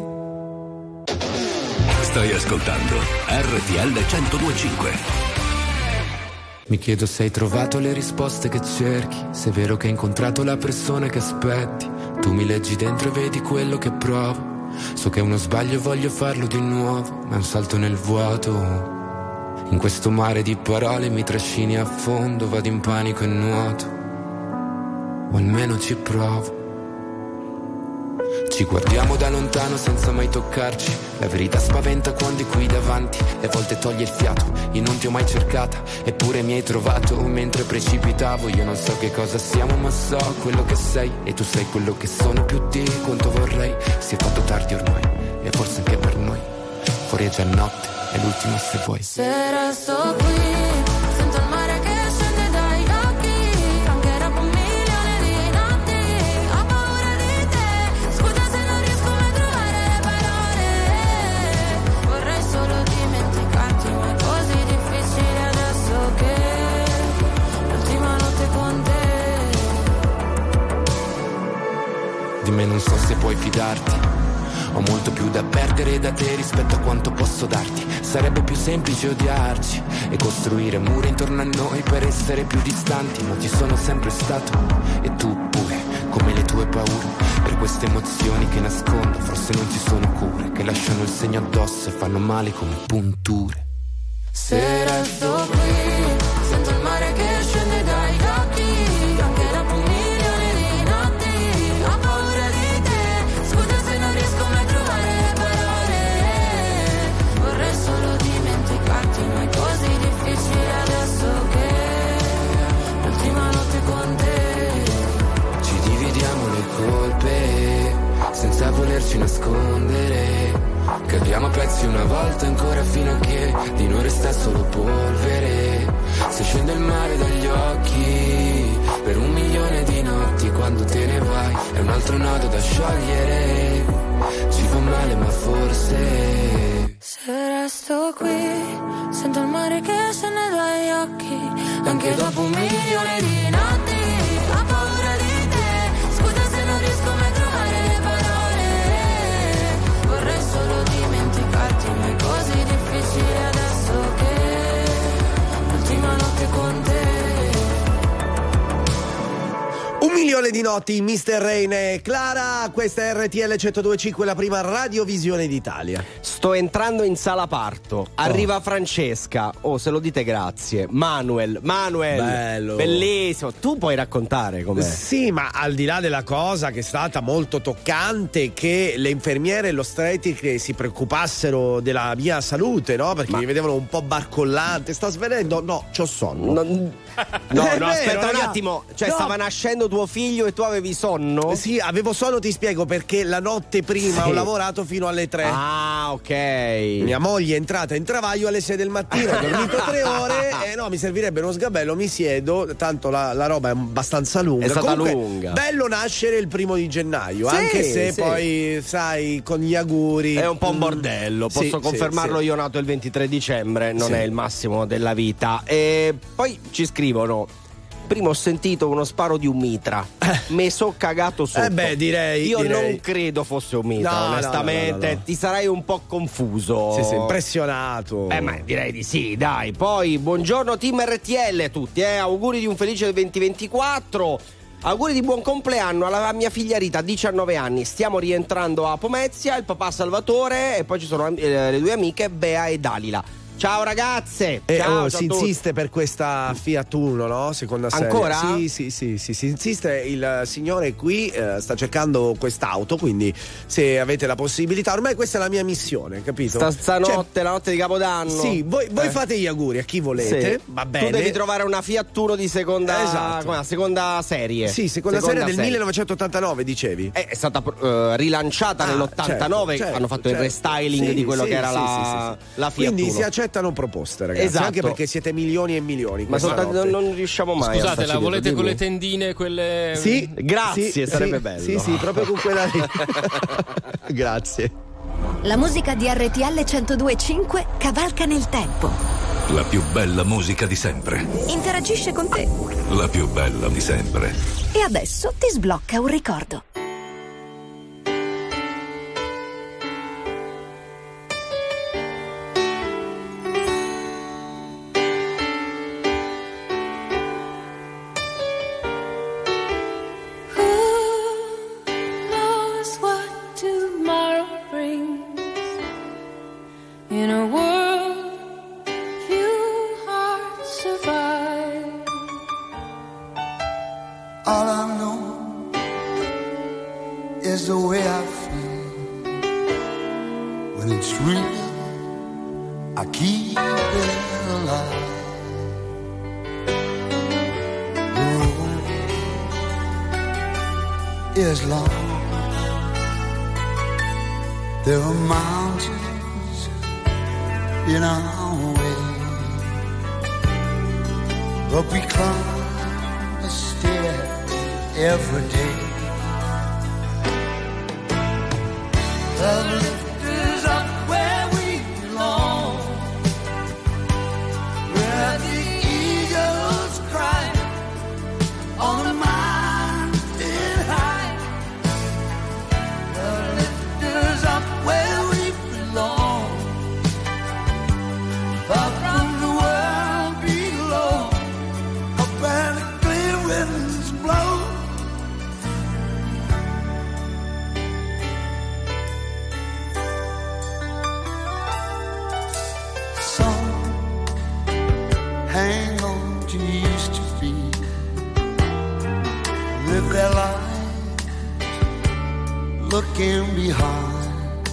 Stai ascoltando RTL 102.5. Mi chiedo se hai trovato le risposte che cerchi, se è vero che hai incontrato la persona che aspetti. Tu mi leggi dentro e vedi quello che provo. So che è uno sbaglio e voglio farlo di nuovo, ma è un salto nel vuoto. In questo mare di parole mi trascini a fondo, vado in panico e nuoto, o almeno ci provo. Ci guardiamo da lontano senza mai toccarci, la verità spaventa quando è qui davanti, e a volte toglie il fiato. Io non ti ho mai cercata, eppure mi hai trovato mentre precipitavo. Io non so che cosa siamo, ma so quello che sei, e tu sei quello che sono più di quanto vorrei. Si è fatto tardi ormai, e forse anche per noi. Fuori è già notte, è l'ultima se vuoi. Se resto qui, sento il mare che scende dai occhi, anche dopo un milione di notti. Ho paura di te, scusa se non riesco mai a trovare le parole. Vorrei solo dimenticarti, ma è così difficile adesso che l'ultima notte con te. Di me non so se puoi fidarti, ho molto più da perdere da te rispetto a quanto posso darti. Sarebbe più semplice odiarci e costruire mura intorno a noi per essere più distanti, ma ci sono sempre stato, e tu pure, come le tue paure. Per queste emozioni che nascondo forse non ci sono cure, che lasciano il segno addosso e fanno male come punture. Se resto qui, sento il mare che scende dai occhi, anche dopo un milione di notti. Ho paura di te, scusa se non riesco mai a trovare le parole. Vorrei solo dimenticarti, ma è così difficile adesso che l'ultima notte con te. Ci dividiamo le colpe senza volerci nascondere. Cadiamo a pezzi una volta ancora fino a che di noi resta solo polvere. Se scende il mare dagli occhi per un milione di notti, quando te ne vai è un altro nodo da sciogliere. Ci fa male ma forse se resto qui, sento il mare che scende dagli occhi, anche dopo un milione di notti. Ho paura di te, scusa se non riesco mai a trovare le parole. Vorrei solo dimenticarti, ma è così difficile Viole di Notti, Mr. Rain e Clara. Questa è RTL 102.5, la prima radiovisione d'Italia. Sto entrando in sala parto. Arriva Francesca. Oh, se lo dite grazie. Manuel. Bello. Bellissimo. Tu puoi raccontare com'è? Sì, ma al di là della cosa che è stata molto toccante, che le infermiere e l'ostetrica si preoccupassero della mia salute, no? Perché mi vedevano un po' barcollante. Sta svenendo? No, c'ho sonno. No, aspetta un attimo. Cioè, no. Stava nascendo tuo figlio e tu avevi sonno? Sì, avevo sonno, ti spiego, perché la notte prima ho lavorato fino alle 3. Ah, ok. Mia moglie è entrata in travaglio alle 6 del mattino, ho dormito 3 ore e no, mi servirebbe uno sgabello, mi siedo, tanto la roba è abbastanza lunga. È stata Comunque, lunga. Bello nascere il 1° gennaio, Sì, anche se sì. poi, sai, con gli auguri. È un po' un bordello, posso Sì, confermarlo. sì. Io nato il 23 dicembre, non Sì. è il massimo della vita. E poi ci scrivono: prima ho sentito uno sparo di un mitra, me so cagato sotto. Direi. Io non credo fosse un mitra, No, onestamente. no. Ti sarai un po' confuso. Sì, impressionato. Ma direi di sì, dai. Poi, buongiorno team RTL a tutti, auguri di un felice 2024. Auguri di buon compleanno alla mia figlia Rita, 19 anni. Stiamo rientrando a Pomezia, il papà Salvatore e poi ci sono le due amiche Bea e Dalila. Ciao ragazze! Ciao, si insiste per questa Fiat Uno, no? Seconda serie. Ancora? Sì, si insiste. Il signore qui sta cercando quest'auto, quindi se avete la possibilità, ormai questa è la mia missione, capito? Stanotte, la notte di Capodanno. Sì, voi fate gli auguri a chi volete, Sì. va bene. Tu devi trovare una Fiat Uno di seconda, Esatto. Seconda serie. Sì, seconda serie del 1989, dicevi. È stata rilanciata nell'89, certo, hanno fatto il certo. restyling Sì, di quello sì, che era sì, la Fiat Quindi Uno. si accettano proposte, ragazzi, Esatto. anche perché siete milioni e milioni. Ma non riusciamo mai. Scusate, la volete dimmi. con le tendine, quelle. Sì, grazie, sì, sarebbe sì, bello. Sì, proprio con quella lì. Grazie. La musica di RTL 102.5 cavalca nel tempo. La più bella musica di sempre. Interagisce con te. La più bella di sempre. E adesso ti sblocca un ricordo. knows what tomorrow brings in a world few hearts survive. All I know is the way I feel when it's real. I keep it alive. The road is long. There are mountains in our way, but we climb a stair every day. The lift is up where we belong, where the eagles cry on the mountain high. The lift is up where we belong, far from the world below, up where the clear winds blow. Some hang on to used to be, live their lives looking behind.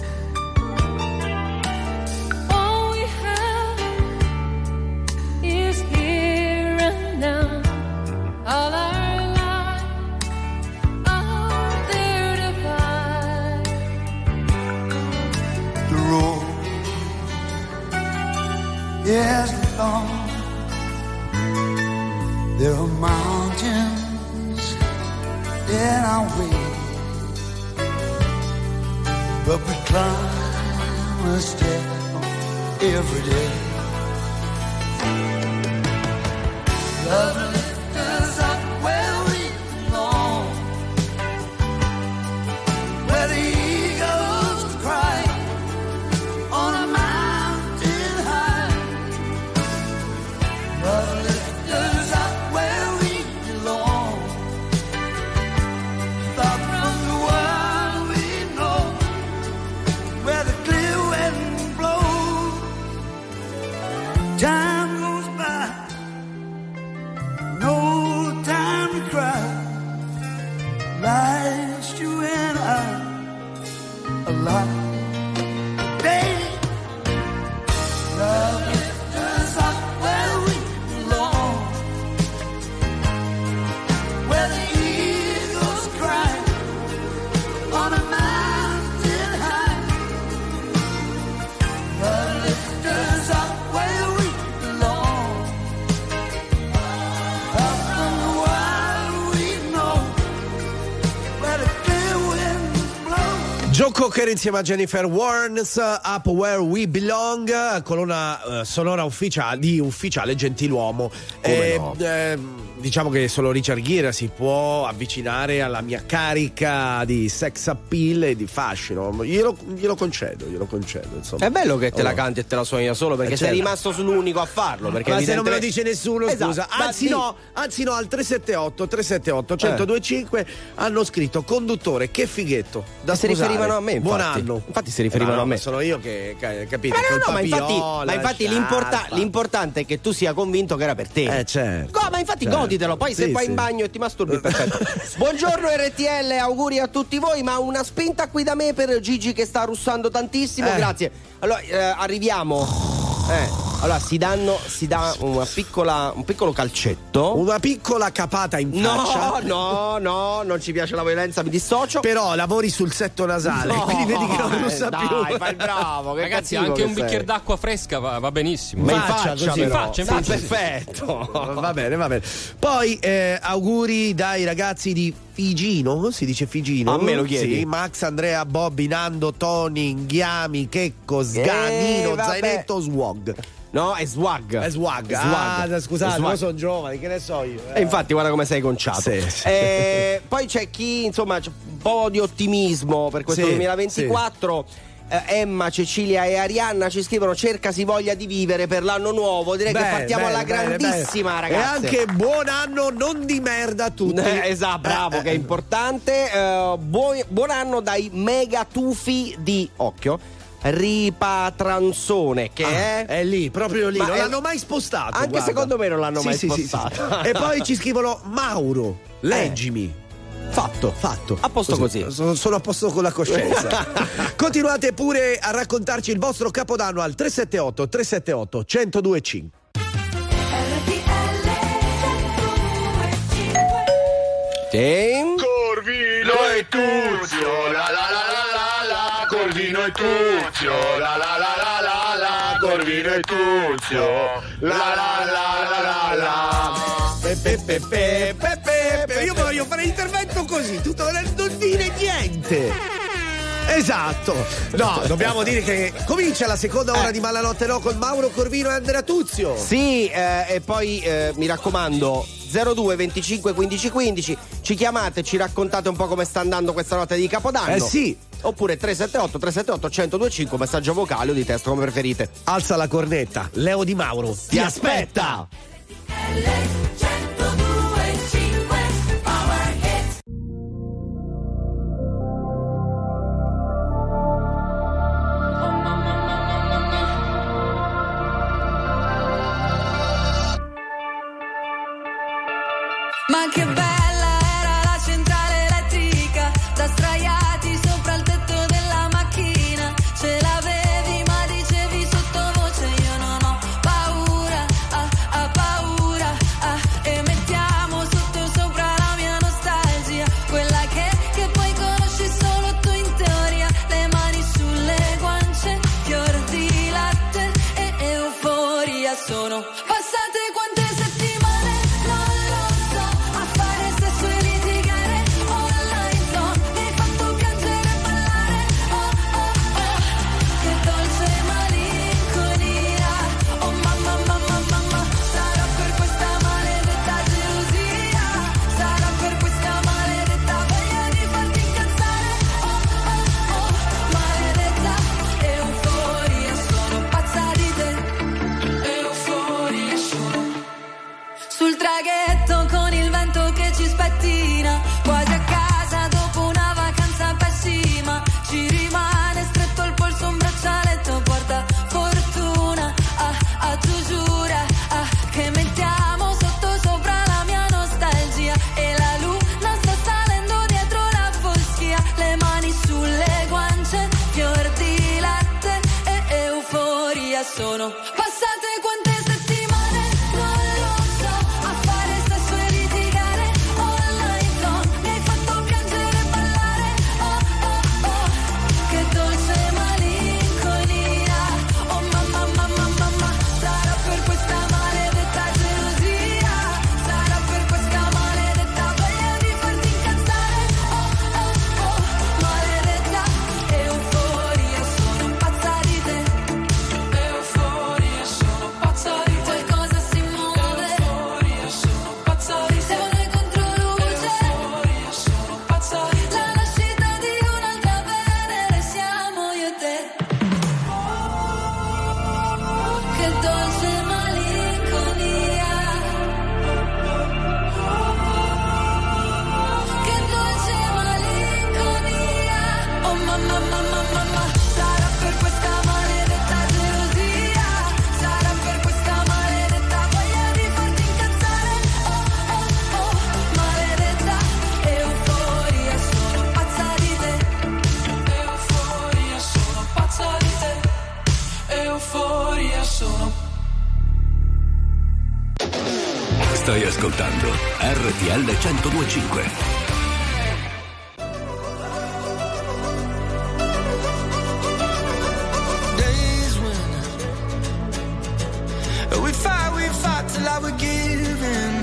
All we have is here and now. All our lives are there to find. The road is long. There are mountains in our way, but we climb a step every day. Love lift us up where we belong, where the eagles cry on a mountain high. Love lift us up where we belong, Joe Cocker insieme a Jennifer Warnes, Up Where We Belong, colonna sonora ufficiale Gentiluomo. Diciamo che solo Richard Gere si può avvicinare alla mia carica di sex appeal e di fascino. Glielo concedo, insomma. È bello che te la canti e te la suoni da solo, perché sei rimasto l'unico a farlo. Perché ma se non me lo dice nessuno, esatto, scusa. Anzi no, al 378-378-1025 hanno scritto: conduttore, che fighetto da si sposare. riferivano a me, infatti. Buon anno. Infatti si riferivano a me. Sono io che capito. Ma infatti l'importante è che tu sia convinto che era per te. Certo. Ma infatti goditelo, poi se vai in bagno e ti masturbi, perfetto. Buongiorno RTL, auguri a tutti voi, ma una spinta qui da me per Gigi che sta russando tantissimo, grazie. Allora arriviamo. Allora si dà un piccolo calcetto, una piccola capata in faccia. No, non ci piace la violenza, mi dissocio. Però lavori sul setto nasale, quindi vedi che non russa più. Dai, fai il bravo. Ragazzi, anche un bicchiere d'acqua fresca va benissimo. Ma in faccia, così, in faccia. Perfetto. Va bene. Poi auguri dai ragazzi di Figino, si dice Figino? A me lo chiedi? Sì, Max, Andrea, Bobby, Nando, Tony, Inghiami, Checco, Sganino, Zainetto, Swag. No, è swag. È swag. Scusate, io sono giovane, che ne so io. E infatti guarda come sei conciato. Sì. Poi c'è chi, insomma, c'è un po' di ottimismo per questo 2024. Sì. Emma, Cecilia e Arianna ci scrivono: cercasi voglia di vivere per l'anno nuovo. Direi che partiamo alla grandissima, ragazzi. E anche buon anno, non di merda a tutti. Esatto, bravo, che è importante. Buon anno dai mega tufi di occhio Ripatranzone, che è lì, proprio lì. Non l'hanno mai spostato. Anche guarda. secondo me non l'hanno mai spostato. E poi ci scrivono: Mauro, leggimi. Fatto. A posto così. Sono a posto con la coscienza. Continuate pure a raccontarci il vostro capodanno al 378-378-1025. Corvino e Tuzio, la la la la la, Corvino e Tuzio, la la la la la, Corvino e Tuzio, la la la la la. Io voglio fare l'intervento così, tutto non dire niente. Esatto. No, dobbiamo dire che comincia la seconda ora di Malanotte No con Mauro Corvino e Andrea Tuzio. Sì, e poi mi raccomando 02 25 15 15 ci chiamate, ci raccontate un po' come sta andando questa notte di Capodanno. Sì. Oppure 378 1025, messaggio vocale o di testo, come preferite. Alza la cornetta, Leo Di Mauro ti aspetta. Ma che bella era la centrale elettrica, da sdraiati sopra il tetto della macchina. Ce l'avevi ma dicevi sottovoce: io non ho paura, paura, e mettiamo sotto sopra la mia nostalgia, quella che poi conosci solo tu in teoria. Le mani sulle guance, fior di latte e euforia. Sono passate quante settimane, non lo so, a fare ascoltando RTL 102.5. We fight till I would give in.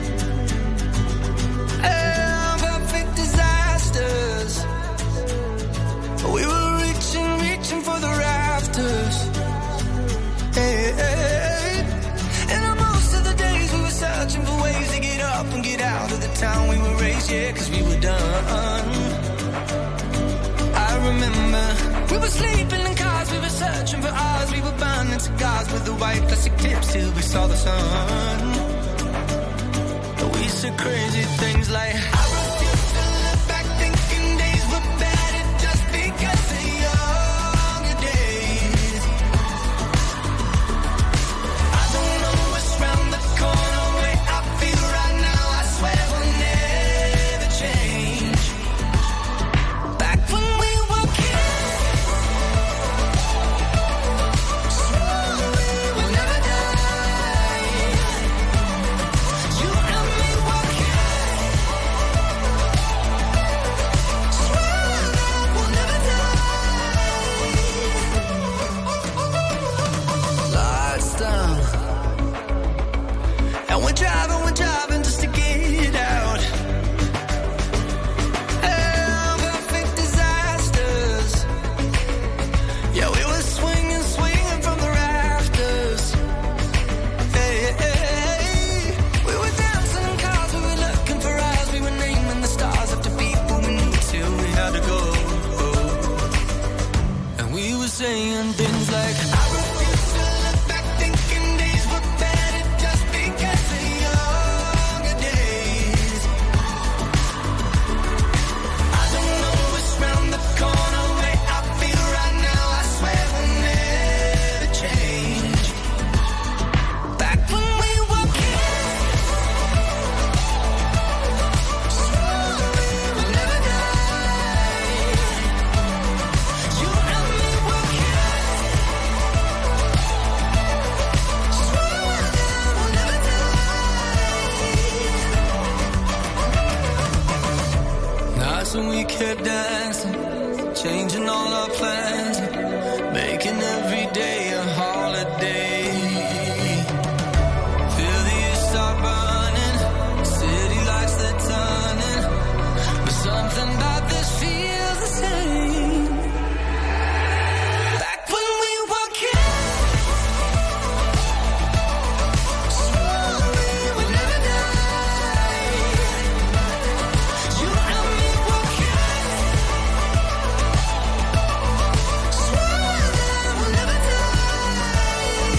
Perfect disasters. We were reaching for the rafters. Hey. And most of the days we were searching for ways to get up and get out of the town we were raised, yeah, 'cause we were done. I remember we were sleeping in cars, we were searching for ours, we were burning cigars with the white plastic tips till we saw the sun. We said crazy things like, I refuse to look back thinking days were better just because of younger days. I don't know what's round the corner, way I feel right now, I swear we'll never change. Back when we were kids, swore we would never die. You and me were kids, swore that we'll never die. Lights down, and we're driving just to get out. Perfect disasters. Yeah, we were swinging from the rafters. Hey. We were dancing in cars, we were looking for eyes, we were naming the stars after people we knew till we had to go. And we were saying things like, I refuse to look back thinking days were better just because of younger days. I don't know what's round the corner, way I feel right now, I swear we'll never change. Back when we were kids, swore we would never die. You and me were kids, swore that we'll never die. Nights when we kept dancing, changing all our plans, making every day a holiday. Feel the years start burning, city lights they're turning, but something about this feels the same. Back when we were kids, swore we would never die. You and me were kids, swore that we'll never die.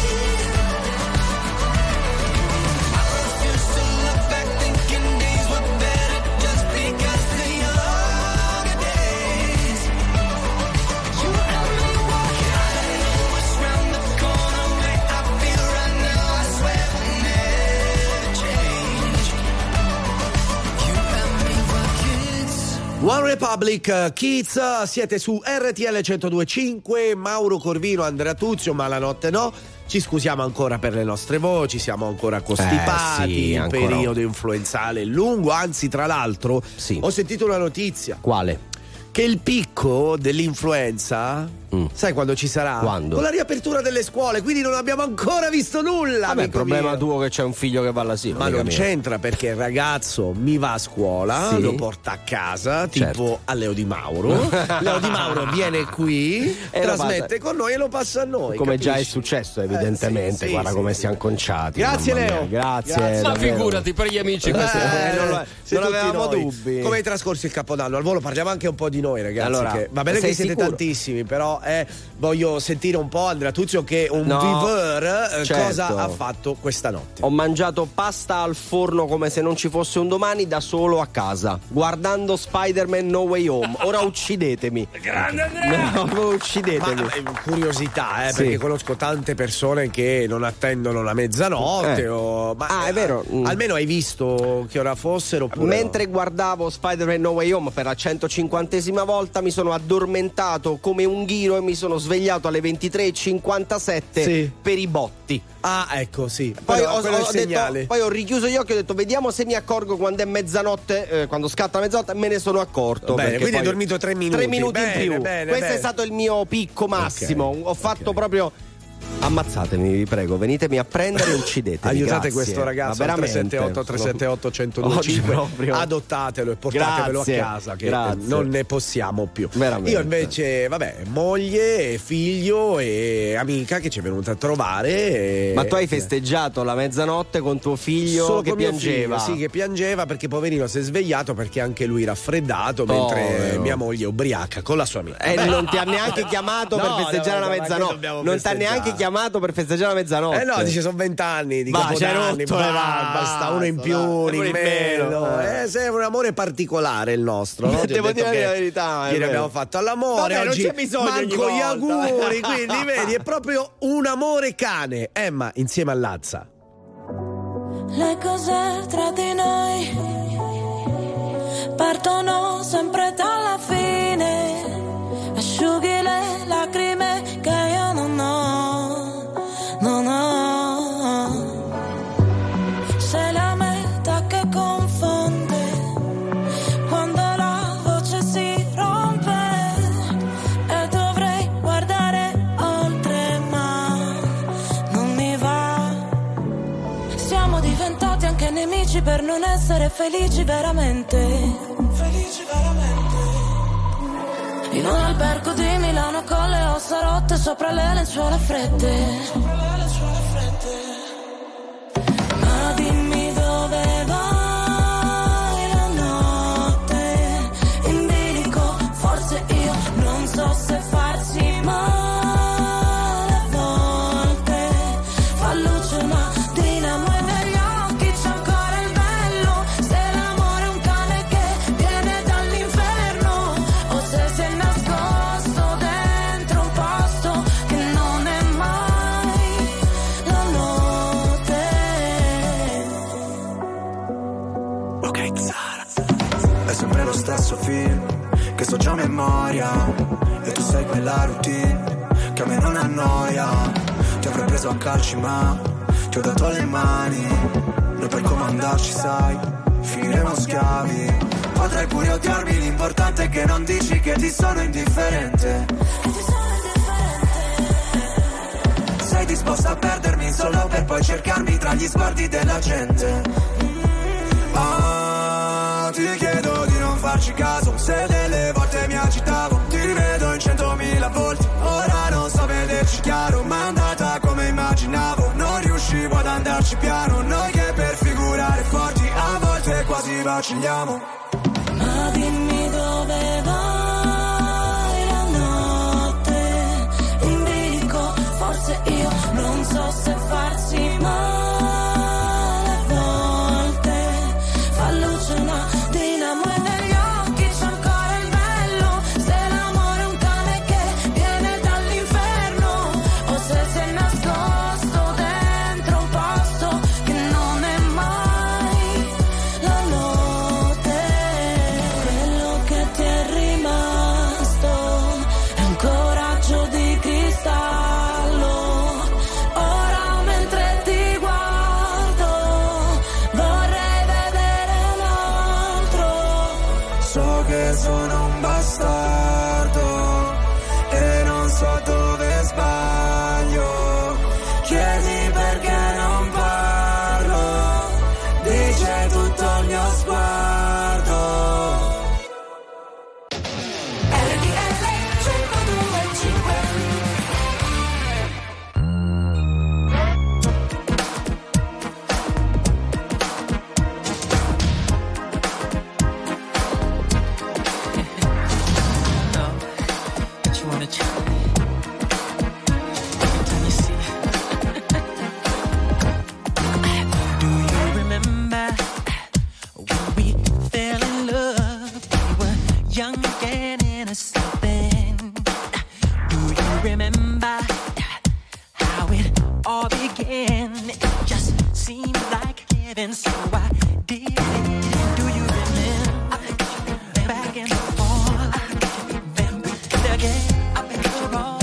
I refuse to look back thinking days were better just because of younger days. You and me were kids, what's round the corner, way I feel right now, I swear we'll never change. You and me were kids. One Republic, Kids, siete su RTL 102.5, Mauro Corvino, Andrea Tuzio, ma la notte no. Ci scusiamo ancora per le nostre voci, siamo ancora costipati, sì, il ancora. periodo influenzale è lungo, anzi tra l'altro ho sentito una notizia. Quale? Che il picco dell'influenza, sai quando ci sarà? Quando? Con la riapertura delle scuole, quindi non abbiamo ancora visto nulla. Vabbè, il amico problema mio. tuo che c'è un figlio che va all'asilo. Ma amica non mia. c'entra, perché il ragazzo mi va a scuola, Sì. lo porta a casa, tipo Certo. a Leo Di Mauro. Leo Di Mauro viene qui, E lo trasmette con noi e lo passa a noi. Come già è capisci? successo, evidentemente. sì, Guarda sì, come sì. siamo conciati. Grazie, mamma mia. Leo. Grazie. Grazie. Ma davvero. figurati, per gli amici questo Se non tutti avevamo noi. dubbi. Come hai trascorso il Capodanno? Al volo parliamo anche un po' di noi, ragazzi. Allora, che va bene sei che siete sicuro? tantissimi, però voglio sentire un po' Andrea Tuzio, che è un No, viveur, certo. cosa ha fatto questa notte. Ho mangiato pasta al forno come se non ci fosse un domani, da solo a casa, guardando Spider-Man No Way Home. Ora uccidetemi. Grande Andrea! No, uccidetemi. Ma curiosità, Sì. perché conosco tante persone che non attendono la mezzanotte. È vero. Almeno hai visto che ora fossero? Oppure Mentre guardavo Spider-Man No Way Home per la 150esima volta mi sono addormentato come un ghiro figlio e mi sono svegliato alle 23:57 per i botti. Ah, ecco, sì. Poi Però ho quello è il detto, poi ho richiuso gli occhi e ho detto vediamo se mi accorgo quando è mezzanotte, quando scatta mezzanotte, me ne sono accorto. Bene, quindi poi hai dormito 3 minuti. 3 minuti Bene, in più. bene, Questo bene. è stato il mio picco massimo. Ho fatto proprio. Ammazzatemi, vi prego, venitemi a prendere e uccidetemi. Aiutate grazie. questo ragazzo al 378-378-1025. Adottatelo e portatevelo a casa, che non ne possiamo più. Veramente. Io invece, moglie, figlio e amica che ci è venuta a trovare. Ma tu hai festeggiato la mezzanotte con tuo figlio solo che con mio piangeva? figlio, sì, che piangeva perché poverino si è svegliato perché anche lui raffreddato, mentre mia moglie è ubriaca con la sua amica. Non ti ha neanche chiamato per festeggiare la mezzanotte. Non ti ha neanche chiamato per festeggiare la mezzanotte. No, dice sono 20 anni di c'hai Capodanni, rotto, basta, uno in più, uno in meno. È un amore particolare il nostro, no? Devo dire la verità. Ieri abbiamo fatto all'amore, vabbè, oggi non c'è bisogno manco ogni gli volta. auguri, quindi vedi, è proprio un amore cane. Emma insieme a Lazza. Le cose tra di noi partono sempre dalla fine. Asciughi le lacrime che io non ho, non ho. Sei la metà che confonde quando la voce si rompe e dovrei guardare oltre ma non mi va. Siamo diventati anche nemici per non essere felici veramente. Felici veramente. In un albergo di Milano con le ossa rotte sopra le lenzuola fredde. Ma dimmi dove vai la notte in bilico, forse io non so se farsi male a volte. Fa luce una dinamo e negli occhi c'è ancora il bello. Se l'amore è un cane che viene dall'inferno o se sei nascosto dentro un posto che non è mai la notte. Ok, Zara. È sempre lo stesso film che so già a memoria e tu sei quella routine che a me non annoia. Ti avrei preso a calci ma ti ho dato le mani. Noi per comandarci sai finiremo schiavi. Potrai pure odiarmi, l'importante è che non dici che ti sono indifferente. Sei disposta a perdermi solo per poi cercarmi tra gli sguardi della gente. Ti chiedo di non farci caso, se delle volte mi agitavo. Ti rivedo in 100.000 volti, ora non so vederci chiaro. Ma è andata come immaginavo, non riuscivo ad andarci piano. Noi che per figurare forti a volte quasi vacilliamo. Ma dimmi dove vai la notte in bilico, forse io non so se farsi male a volte. Fa luce una dinamo e negli occhi c'è ancora il bello. Se l'amore è un cane che viene dall'inferno o se sei nascosto dentro un posto che non è mai la notte. Quello che ti è rimasto è un coraggio di cristallo. Ora mentre ti guardo vorrei vedere un altro. So che sono un bastardo e non so dove sbaglio. Chiedi perché non parlo, dice tutto il mio sguardo. RTL 102.5. But you wanna try every time you see. Do you remember when we fell in love? We were young and innocent then. Do you remember how it all began? It just seemed like heaven, so I did it. Do you remember back and forth? Then we did again. I bet you're wrong.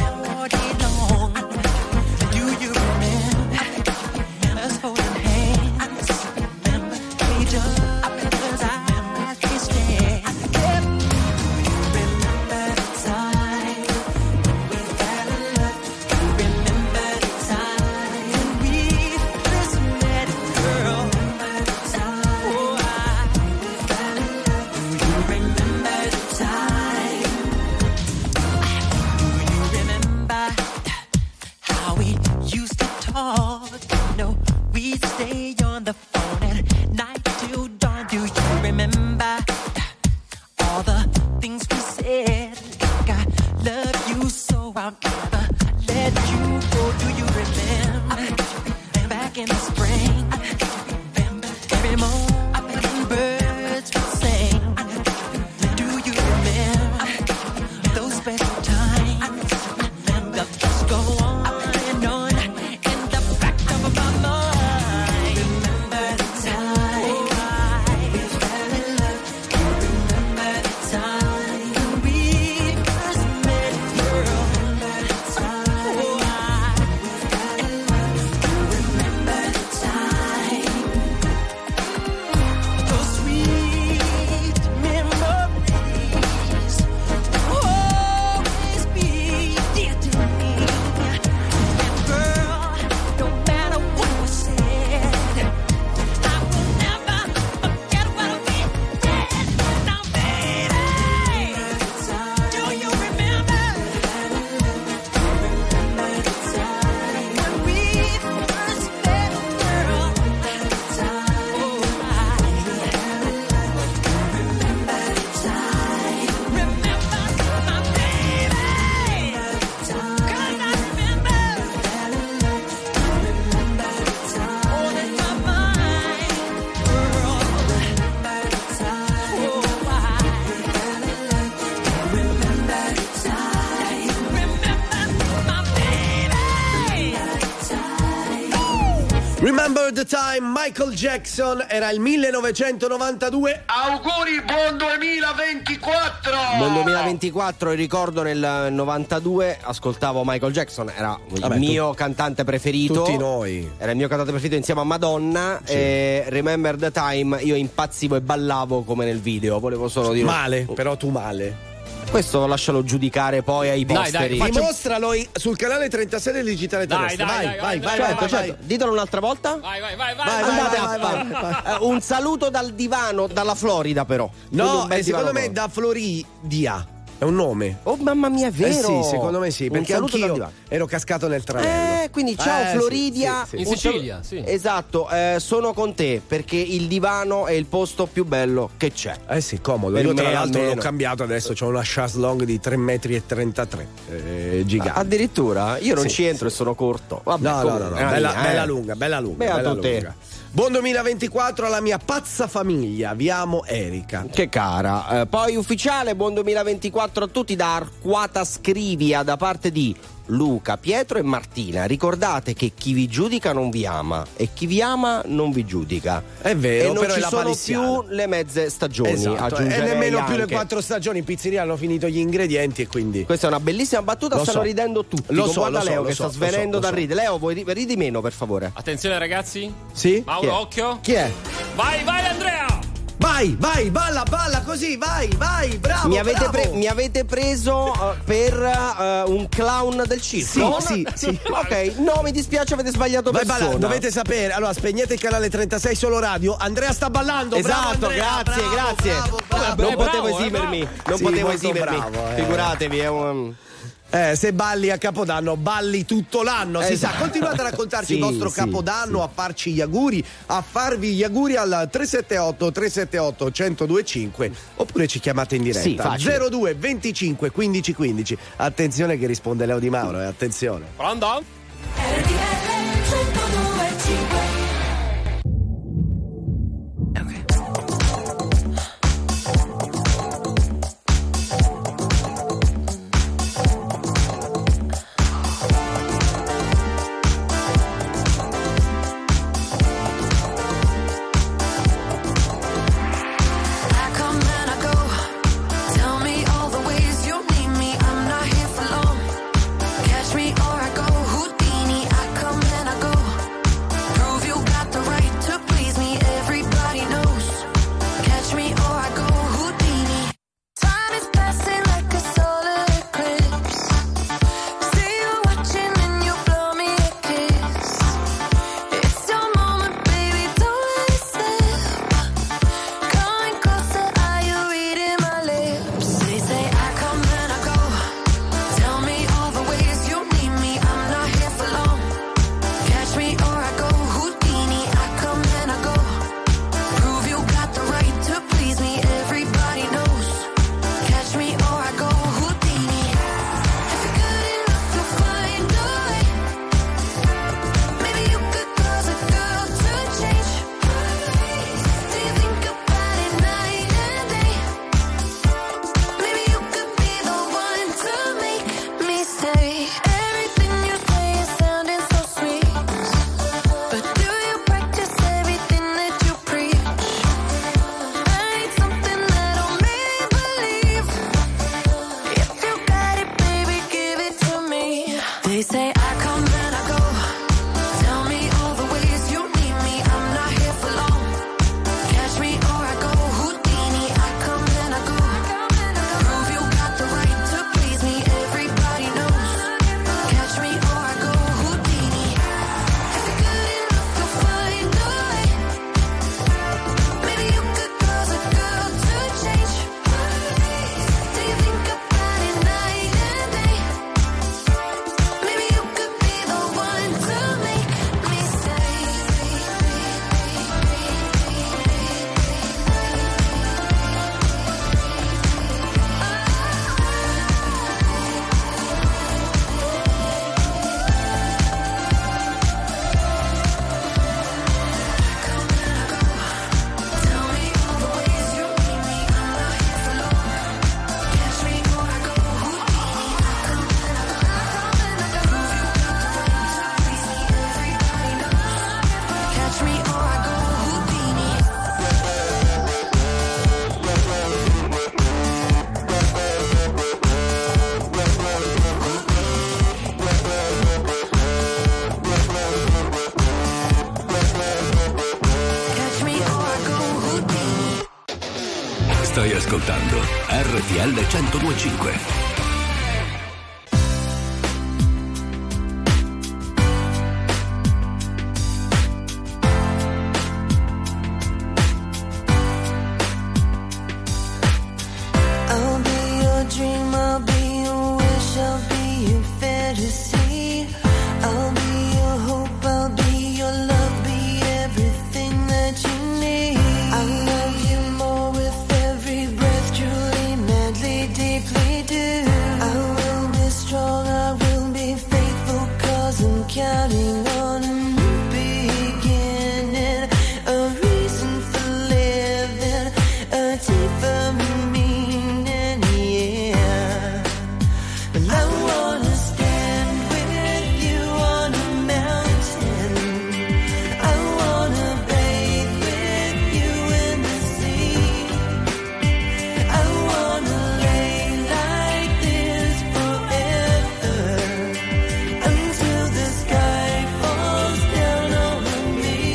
remember all the things we said? Like I love you so I'll never let you go. Do you remember back in the spring? Every morning birds would sing. Do you remember those special times? They'll just go on and on in the back of my mind. Remember the time we fell in love. You remember the time when we first met, girl. Remember the time we fell in love. You remember the time. Those sweet memories will always be dear to me. And girl, no matter what was said, I will never forget what we did. Now, baby, do you remember when we first met, girl? Remember the time, Michael Jackson, era il 1992. Auguri, buon 2024! Buon 2024, ricordo nel 92 ascoltavo Michael Jackson, era il mio cantante preferito. Tutti noi. Era il mio cantante preferito insieme a Madonna. Sì. E Remember the Time, io impazzivo e ballavo come nel video. Volevo solo dire Male, però tu male. Questo lascialo giudicare poi ai posteri. Dimostralo sul canale 36 del Digitale Terrestre. Vai. Certo. Ditelo un'altra volta. Vai. Andate a fare. Un saluto dal divano, dalla Florida però. No, secondo me da Floridia. È un nome. Oh mamma mia, è vero. Sì, secondo me sì, perché anch'io ero cascato nel tranello. Quindi ciao Floridia. In Sicilia, sì. Esatto, sono con te perché il divano è il posto più bello che c'è. Sì, comodo. Per Io tra me, l'altro almeno. l'ho cambiato, adesso c'ho una chaise longue di 3,33 m. Gigante. Addirittura? Io non ci entro e sono corto. Vabbè, No. Bella lunga. Beato te. Buon 2024 alla mia pazza famiglia. Vi amo, Erika. Che cara. Poi ufficiale, buon 2024 a tutti da Arquata Scrivia da parte di Luca, Pietro e Martina. Ricordate che chi vi giudica non vi ama e chi vi ama non vi giudica. È vero, e non però ci è la sono palissiana. più le mezze stagioni. Esatto. E Aggiungerei nemmeno più le anche. 4 stagioni. In pizzeria hanno finito gli ingredienti e quindi. Questa è una bellissima battuta, Lo stanno so. ridendo tutti. Lo so, Guarda lo so, Leo lo che so, sta svenendo lo so. dal ridere. Leo, ridi meno per favore. Attenzione ragazzi. Sì? Mauro, occhio. Chi è? Vai Andrea. Vai, balla così, vai, bravo. Mi avete, bravo. mi avete preso per un clown del circo? Sì. Ok, no, mi dispiace, avete sbagliato Vai, persona. balla, dovete sapere. Allora, spegnete il canale 36 solo radio. Andrea sta ballando. Esatto, bravo, Andrea, grazie. bravo. Non potevo esimermi. Non Sì, potevo molto esimermi. bravo, Figuratevi, è un. Se balli a Capodanno, balli tutto l'anno. Si sa, continuate a raccontarci il vostro Capodanno, a farci gli auguri, a farvi gli auguri al 378 1025 oppure ci chiamate in diretta. 02 25 15 15. Attenzione che risponde Leo Di Mauro, attenzione. Pronto? Catch me or I go Houdini. I come Stai ascoltando RTL 102.5. I'll be your dream, I'll be your wish, I'll be your fantasy. I'll be your hope, I'll be your love, be everything that you need. I love you more with every breath, truly, madly, deeply do. I will be strong, I will be faithful, 'cause I'm counting on a new beginning, a reason for living, a deeper meaning, yeah. And I wanna stand with you on a mountain. I wanna bathe with you in the sea. I wanna lay like this forever, until the sky falls down over me.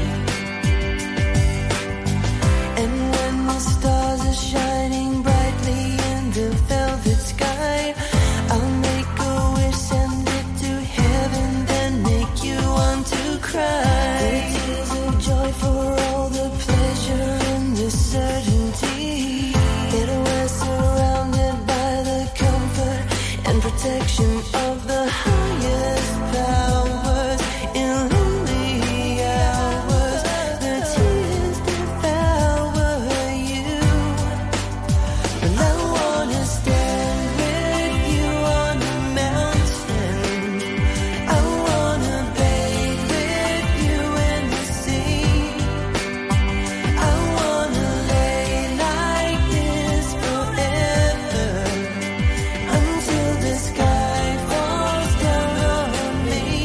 And when the stars are shining brightly in the velvet sky, I'll make a wish, send it to heaven, then make you want to cry. The tears of joy for all the pleasure and the certainty that we're surrounded by the comfort and protection of the highest powers. In lonely hours, the tears devour you. And I wanna stand with you on a mountain. I wanna bathe with you in the sea. I wanna lay like this forever, until the sky falls down on me.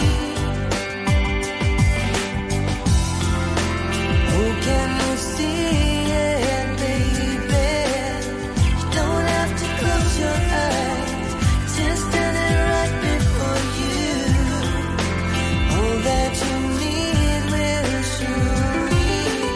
Oh, can you see it, baby? You don't have to close your eyes, just stand it right before you. All that you need will surely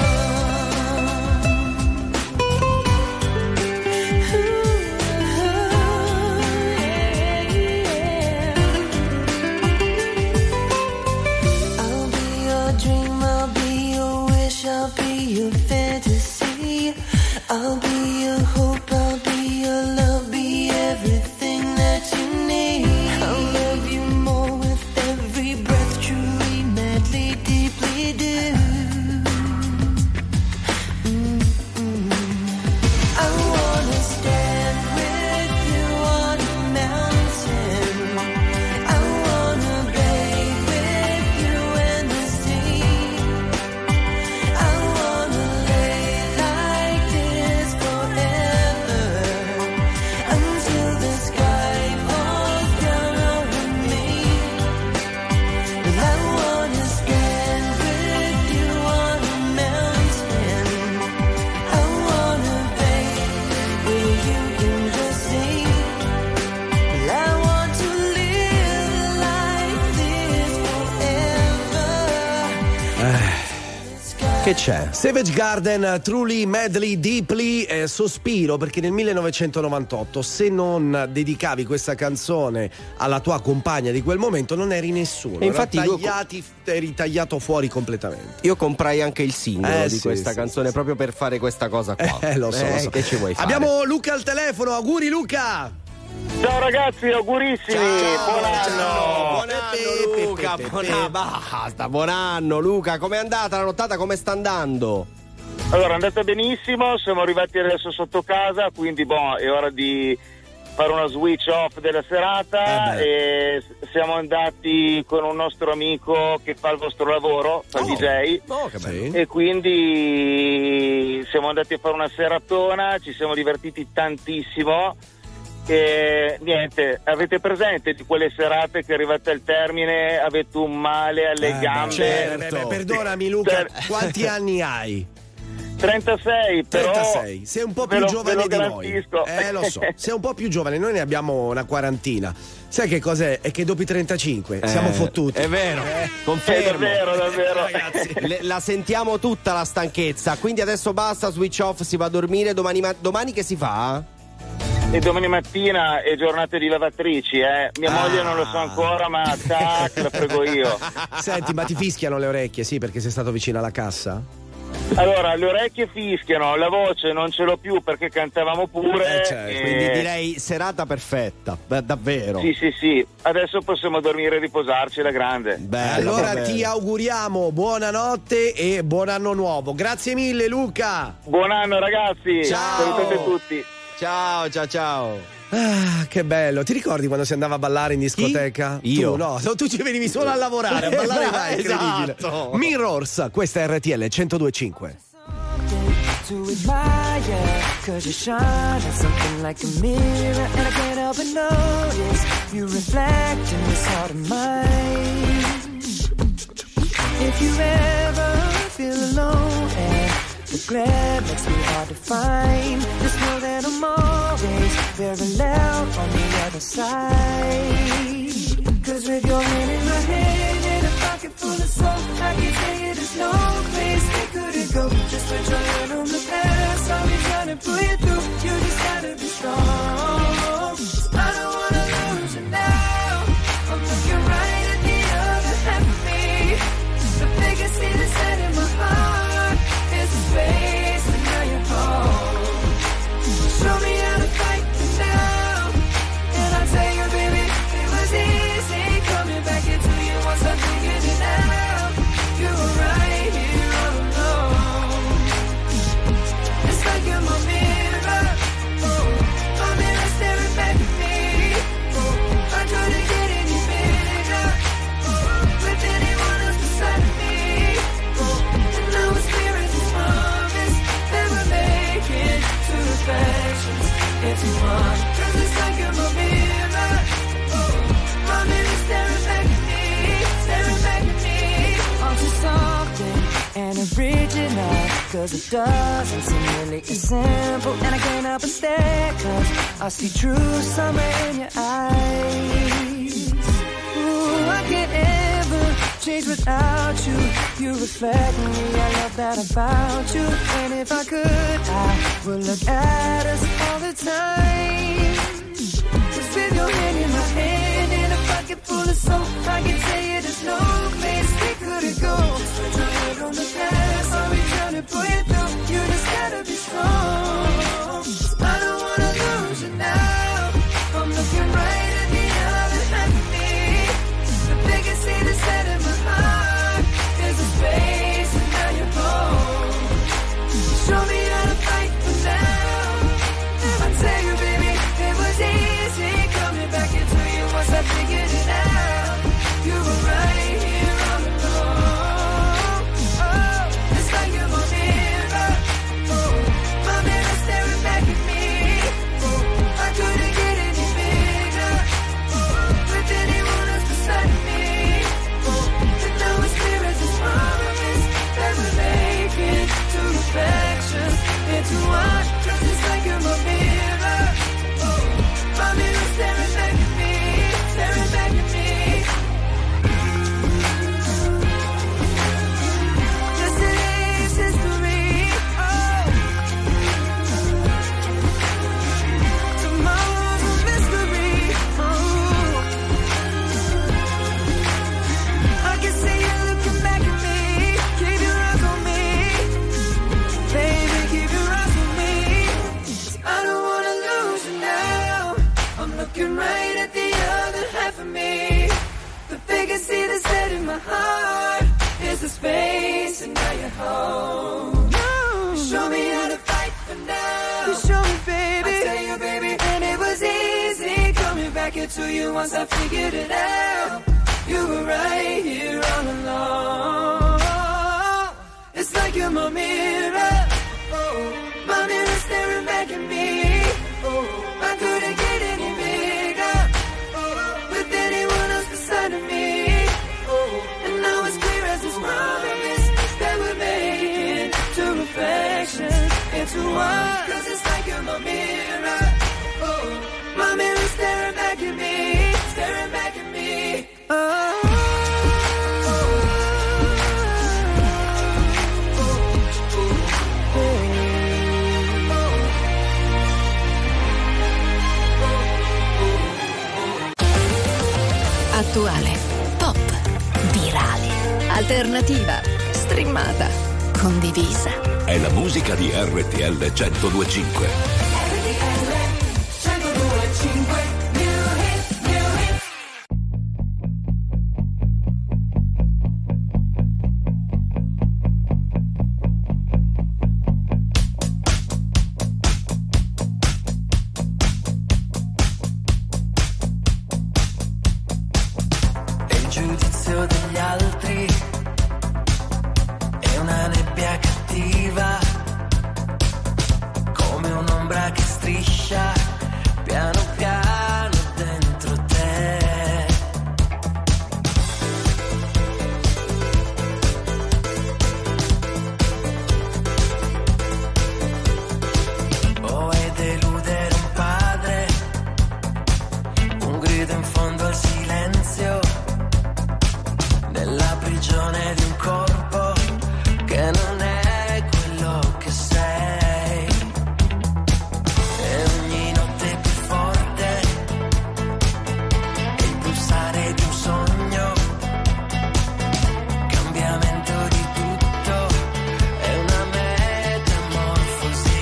I'll be your dream, I'll be your wish, I'll be your fantasy. I'll be your hope, I'll be your love, be everything that you need. I'll love you more with every breath, truly, madly, deeply do. I wanna stand with you on a mountain. I wanna bathe with you in the sea. I wanna lay like this forever, until the sky falls down over me. And I wanna stand with you on a mountain. I wanna bathe with you in the sea. And I want to live like this forever. Che c'è? Savage Garden, Truly, Madly, Deeply, sospiro perché nel 1998 se non dedicavi questa canzone alla tua compagna di quel momento non eri nessuno. E infatti eri tagliato fuori completamente. Io comprai anche il singolo di sì, questa sì, canzone proprio per fare questa cosa qua. Lo so. Che ci vuoi fare? Abbiamo Luca al telefono, auguri Luca! Ciao ragazzi, augurissimi, buon anno. Buon anno Luca, basta, buon anno Luca, com'è andata la nottata, come sta andando? Allora, è andata benissimo, siamo arrivati adesso sotto casa, quindi è ora di fare una switch off della serata e siamo andati con un nostro amico che fa il vostro lavoro, fa il DJ, che bello. e quindi siamo andati a fare una seratona, ci siamo divertiti tantissimo. E niente, avete presente di quelle serate che arrivate al termine avete un male alle gambe? Perdonami Luca, quanti anni hai? 36, però 36, sei un po' più giovane di noi. Lo so, sei un po' più giovane, noi ne abbiamo una quarantina. Sai che cos'è? È che dopo i 35 siamo fottuti. È vero, confermo. Davvero. Ragazzi, la sentiamo tutta la stanchezza, quindi adesso basta, switch off, si va a dormire. Domani che si fa? E domani mattina è giornata di lavatrici, Mia moglie non lo so ancora, ma tac, la prego io. Senti, ma ti fischiano le orecchie, sì, perché sei stato vicino alla cassa? Allora, le orecchie fischiano, la voce non ce l'ho più perché cantavamo pure. Quindi direi serata perfetta, davvero. Sì. Adesso possiamo dormire e riposarci alla grande. Allora ti auguriamo buonanotte e buon anno nuovo. Grazie mille, Luca. Buon anno, ragazzi. Ciao. Salutate tutti. Ciao. Ah, che bello. Ti ricordi quando si andava a ballare in discoteca? Chi? Io? Tu, no, tu ci venivi solo a lavorare, a ballare vai, incredibile. Esatto. Mirrors, questa è RTL 102.5. To admire, 'cause you shine at something like a mirror, and I can't help but notice you reflect in this heart of mine. If you ever feel alone and the glare makes me hard to find, just know that I'm always very loud on the other side. 'Cause with your hand in my hand and a pocket full of soap, I can tell you there's no place we couldn't go. Just put your hand on the past, I'll be trying to pull you through. You just gotta be strong. I don't wanna lose you now. I'm looking right at the other half of me. The biggest thing that's set in my heart is the space, and now you're home. Show me how to fight for now, and I'll tell you, baby, it was easy coming back into you once I figured it out. You were right here all alone. It's like you're my mirror, my mirror staring back at me. I couldn't get any bigger with anyone else beside me. And now it's clear as a promise that we're making two reflections into one. 'Cause it's like you're my mirror, my mirror staring back at me, onto something and original. 'Cause it doesn't seem really as simple, and I can't help but stare, 'cause I see true summer in your eyes. Ooh, I can't ever change without you. You reflect me, I love that about you. And if I could, I would look at us all the time. Just with your hand in my hand and a pocket full of soap, I can tell you there's no place we couldn't go. Just put your head on the past, I'll be trying to pull you through. You just gotta be strong. I don't wanna lose you now. I'm looking right at the other half of me. The biggest thing that's set in my heart is the space, and now you're home. Show me how to fight for now. I tell you, baby, it was easy coming back into you once I figured it out. You were right here all alone. Oh, it's like you're my mirror, my mirror staring back at me. I couldn't get any bigger with anyone else beside me. And now it's clear as a promise that we're making two reflections into one. 'Cause it's like you're my mirror, my mirror staring back at me, staring back at me. Yesterday's history, tomorrow's a mystery. I can see you looking back at me. Keep your eyes on me, baby, keep your eyes on me. I don't wanna lose you now. I'm looking right at the other half of me. The biggest thing that's set in my heart is the space, and now you're home. You show me how to fight for now. You show me, baby. I tell you, baby, and it was easy coming back into you once I figured it out. You were right here all along. It's like you're my mirror, my mirror staring back at me. I couldn't get any bigger with anyone else beside of me. And now it's clear as this promise that we're making two reflections anyone, 'cause it's like you're my mirror. Oh, my mirror staring back at me, staring back at me. Oh. Attuale, pop, virale, alternativa, streamata, condivisa. È la musica di RTL 102.5. RTL 102.5. Degli altri è una nebbia cattiva, come un'ombra che striscia piano piano dentro te. Vuoi deludere un padre, un grido in fondo al silenzio, nella prigione di un corpo che non è quello che sei, e ogni notte più forte è il pulsare di un sogno, cambiamento di tutto, è una metamorfosi,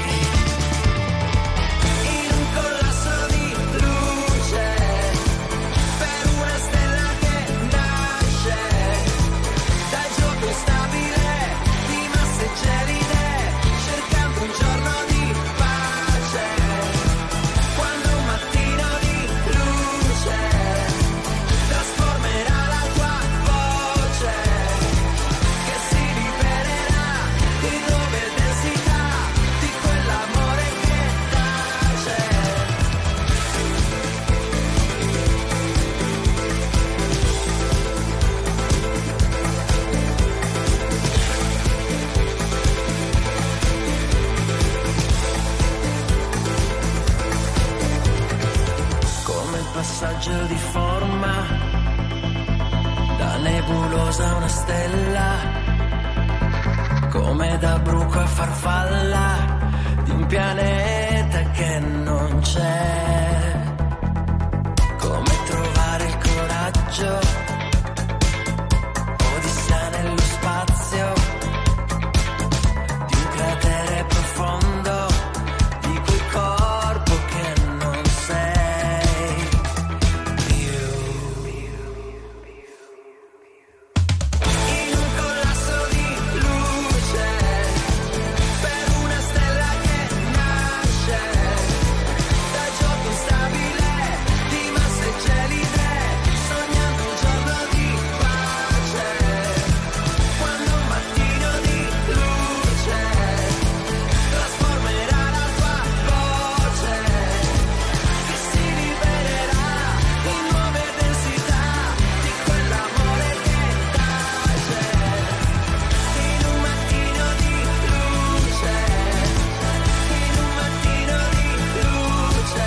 in un collasso di luce, per una stella che nasce dal gioco instabile di masse gelide, cercando un giorno di pace, quando un mattino di luce trasformerà la tua voce, che si libererà di nuove densità, di quell'amore che tace. Come il passaggio di forma da nebulosa a una stella, come da bruco a farfalla di un pianeta che non c'è, come trovare il coraggio, odissea nello spazio di un cratere profondo, di quel corpo che non sei più. In un collasso di luce, per una stella che nasce dal gioco instabile di masse gelide, sognando un giorno di pace, quando un mattino di luce trasformerà la tua voce, che si libererà in nuove densità, di quell'amore che tace, in un mattino di luce, in un mattino di luce.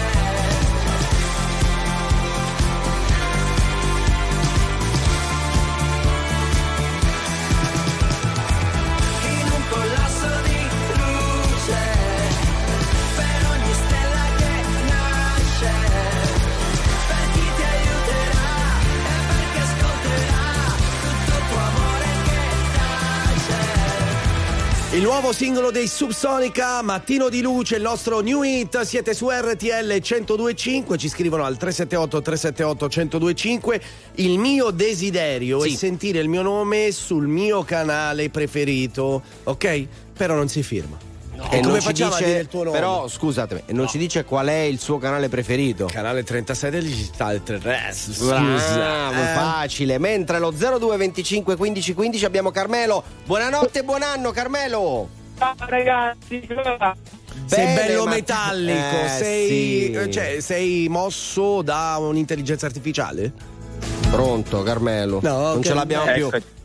In un collasso di luce, per ogni stella che nasce, per chi ti aiuterà e perché ascolterà tutto tuo amore che tace. Il nuovo singolo dei Subsonica, Mattino di luce, il nostro new hit. Siete su RTL 102.5, ci scrivono al 378 378 1025. Il mio desiderio è sentire il mio nome sul mio canale preferito, ok? Però non si firma. E come non ci facciamo a dice, dire il tuo nome? però scusatemi, non ci dice qual è il suo canale preferito. Canale 36 del digitale terrestre. Bravo, facile. Mentre lo 02 25 15 15 abbiamo Carmelo. Buonanotte e buon anno, Carmelo. Ciao ragazzi, come va? Sei Bene, bello ma- metallico, sei mosso da un'intelligenza artificiale? Pronto, Carmelo? No, non ce l'abbiamo più.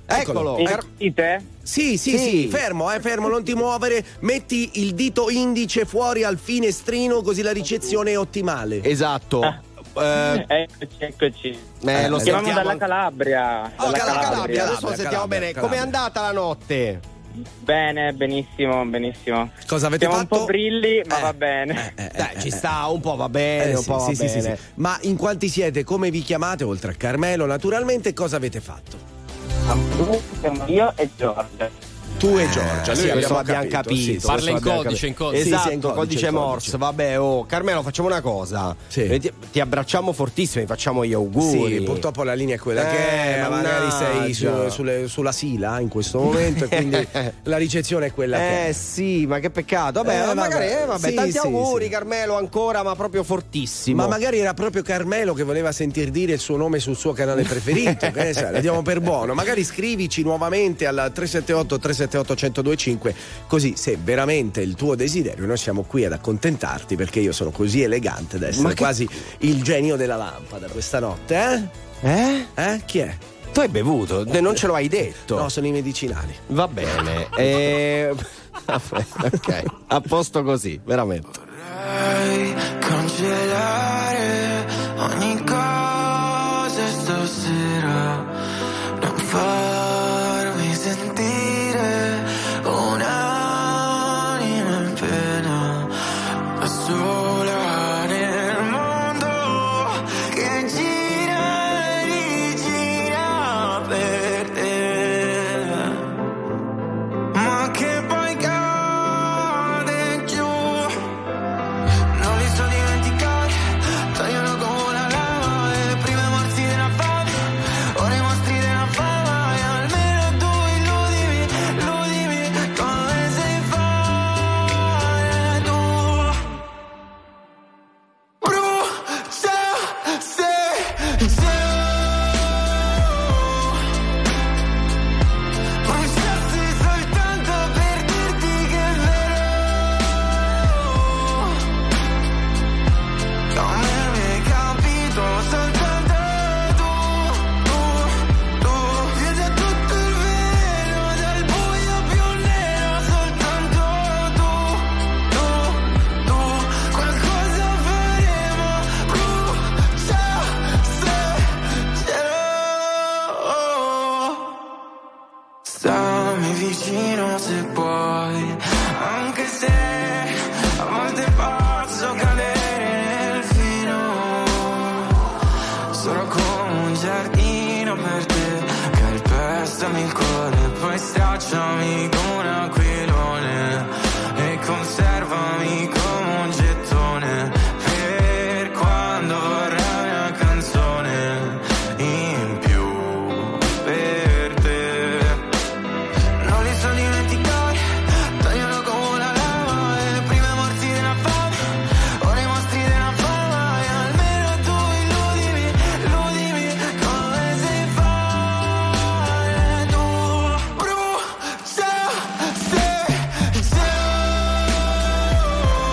Eccolo. Sì, fermo, non ti muovere, metti il dito indice fuori al finestrino così la ricezione è ottimale. Esatto. Eccoci. Lo chiamiamo dalla Calabria. Dalla Calabria. Adesso lo sentiamo bene. Com'è andata la notte? Bene, benissimo. Cosa avete Siamo fatto? un po' brilli, ma va bene. Dai, ci sta, un po' va bene, un po' va bene. Sì. Ma in quanti siete? Come vi chiamate? Oltre a Carmelo, naturalmente, cosa avete fatto? Siamo io e Giorgia. Tu e Giorgia, sì, abbiamo capito. Sì, parla in codice. Esatto, sì, in codice Morse. Vabbè, Carmelo, facciamo una cosa. Sì. Ti abbracciamo fortissimo, ti facciamo gli auguri. Sì, purtroppo la linea è quella che è, magari sei sulla Sila in questo momento e quindi la ricezione è quella che è. Sì, ma che peccato. Vabbè, sì, tanti sì, auguri, sì. Carmelo, ancora, ma proprio fortissimo. Ma magari era proprio Carmelo che voleva sentir dire il suo nome sul suo canale preferito. Che ne sai, la diamo per buono. Magari scrivici nuovamente al 378-378-1025, così se veramente il tuo desiderio noi siamo qui ad accontentarti, perché io sono così elegante da essere quasi il genio della lampada questa notte, Chi è? Tu hai bevuto? Non ce lo hai detto. No, sono i medicinali. Va bene. Ok, a posto così, veramente. Vorrei cancellare ogni cosa stasera, non farmi sentire un'anima in pena, da sola nel mondo che gira e rigira per te, ma che poi cade giù. Non li so dimenticare, tagliano come la lava, le prime morsi della fame, ora i mostri della fama, e almeno tu illudimi come sai fare tu. Brucia se bruciassi soltanto per dirti che è vero, come mi hai capito soltanto tu, vedi tutto il vero del buio più nero, soltanto tu, qualcosa faremo, brucia se stammi vicino se puoi, anche se a volte posso cadere nel filo, sono come un giardino per te, calpestami il cuore, poi stracciami come un aquilone e conservami come un gettone per quando vorrai una canzone in più per te. Non li so dimenticare, tagliano come la lava, e le prime morsi della fame, ora i mostri della fama, e almeno tu illudimi come sai fare tu. Brucia se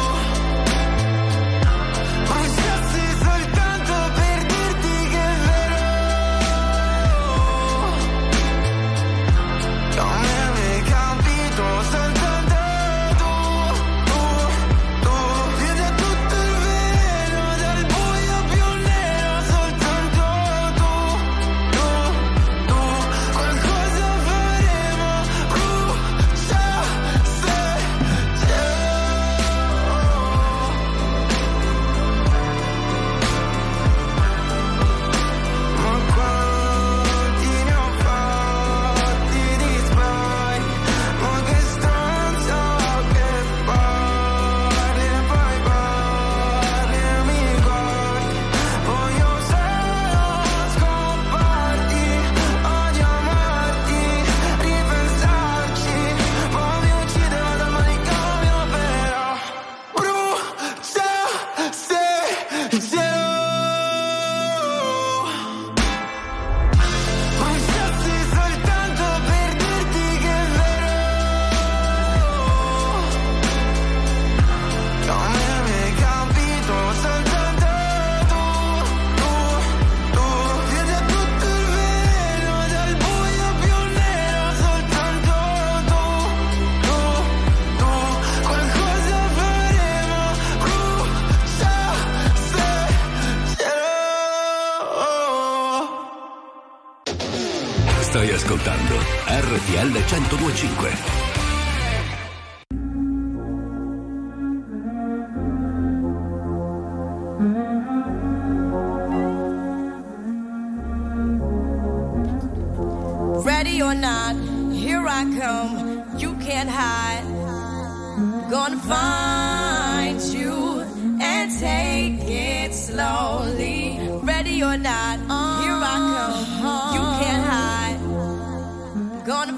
ascoltando RTL 102.5. Ready or not, here I come. You can't hide. Gonna find you and take it slowly. Ready or not, here I come. You can't hide. Gonna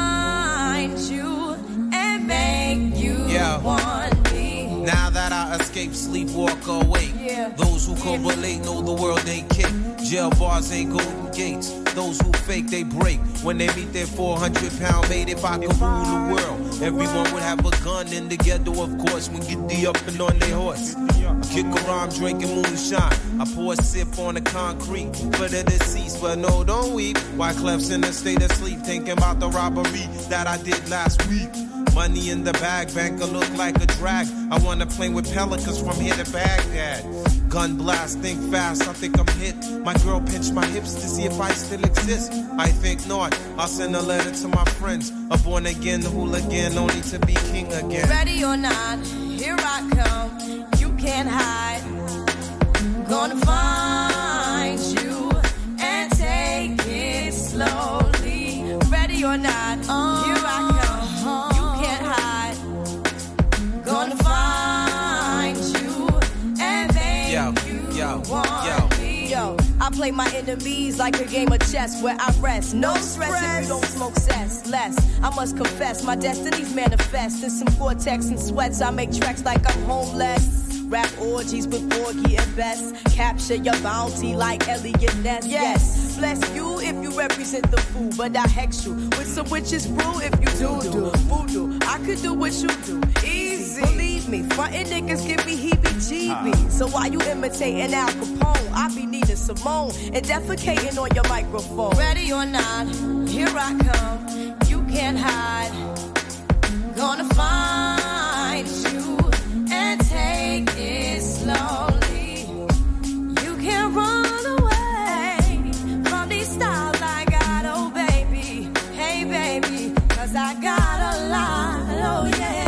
find you and make you want me. Now that I escape, sleep, walk awake. Those who correlate know the world ain't kick. Jail bars ain't golden gates. Those who fake, they break. When they meet their 400-pound mate, if I could rule the world, everyone would have a gun in the ghetto, of course, when get the up and on their horse. Kick around drinking moonshine. I pour a sip on the concrete for the deceased, but no, don't weep. Wyclef's in a state of sleep, thinking about the robbery that I did last week. Money in the bag, banker look like a drag. I wanna play with pelicans from here to Baghdad. Gun blast, think fast, I think I'm hit. My girl pinched my hips to see if I still exist. I think not, I'll send a letter to my friends. A born again hooligan, only to be king again. Ready or not, here I come. You can't hide. Gonna find you and take it slowly. Ready or not, here I come. You can't hide. Gonna find you and make you want me. Yo, I play my enemies like a game of chess where I rest. No stress if you don't smoke cess. Less, I must confess, my destinies manifest. In some Gore-Tex and sweats, I make tracks like I'm homeless. Rap orgies with Porgy and Bess. Capture your bounty like Elliot Ness. Yes, bless you if you represent the fool, but I hex you with some witches brew if you do voodoo. I could do what you do, easy. Believe me, frontin' niggas give me heebie-jeebies. So why you imitating Al Capone? I be needing Simone and defecating on your microphone. Ready or not, here I come. You can't hide. Gonna find you and take it slowly. You can't run away from these styles I got, oh baby. Hey baby, 'cause I got a lot, oh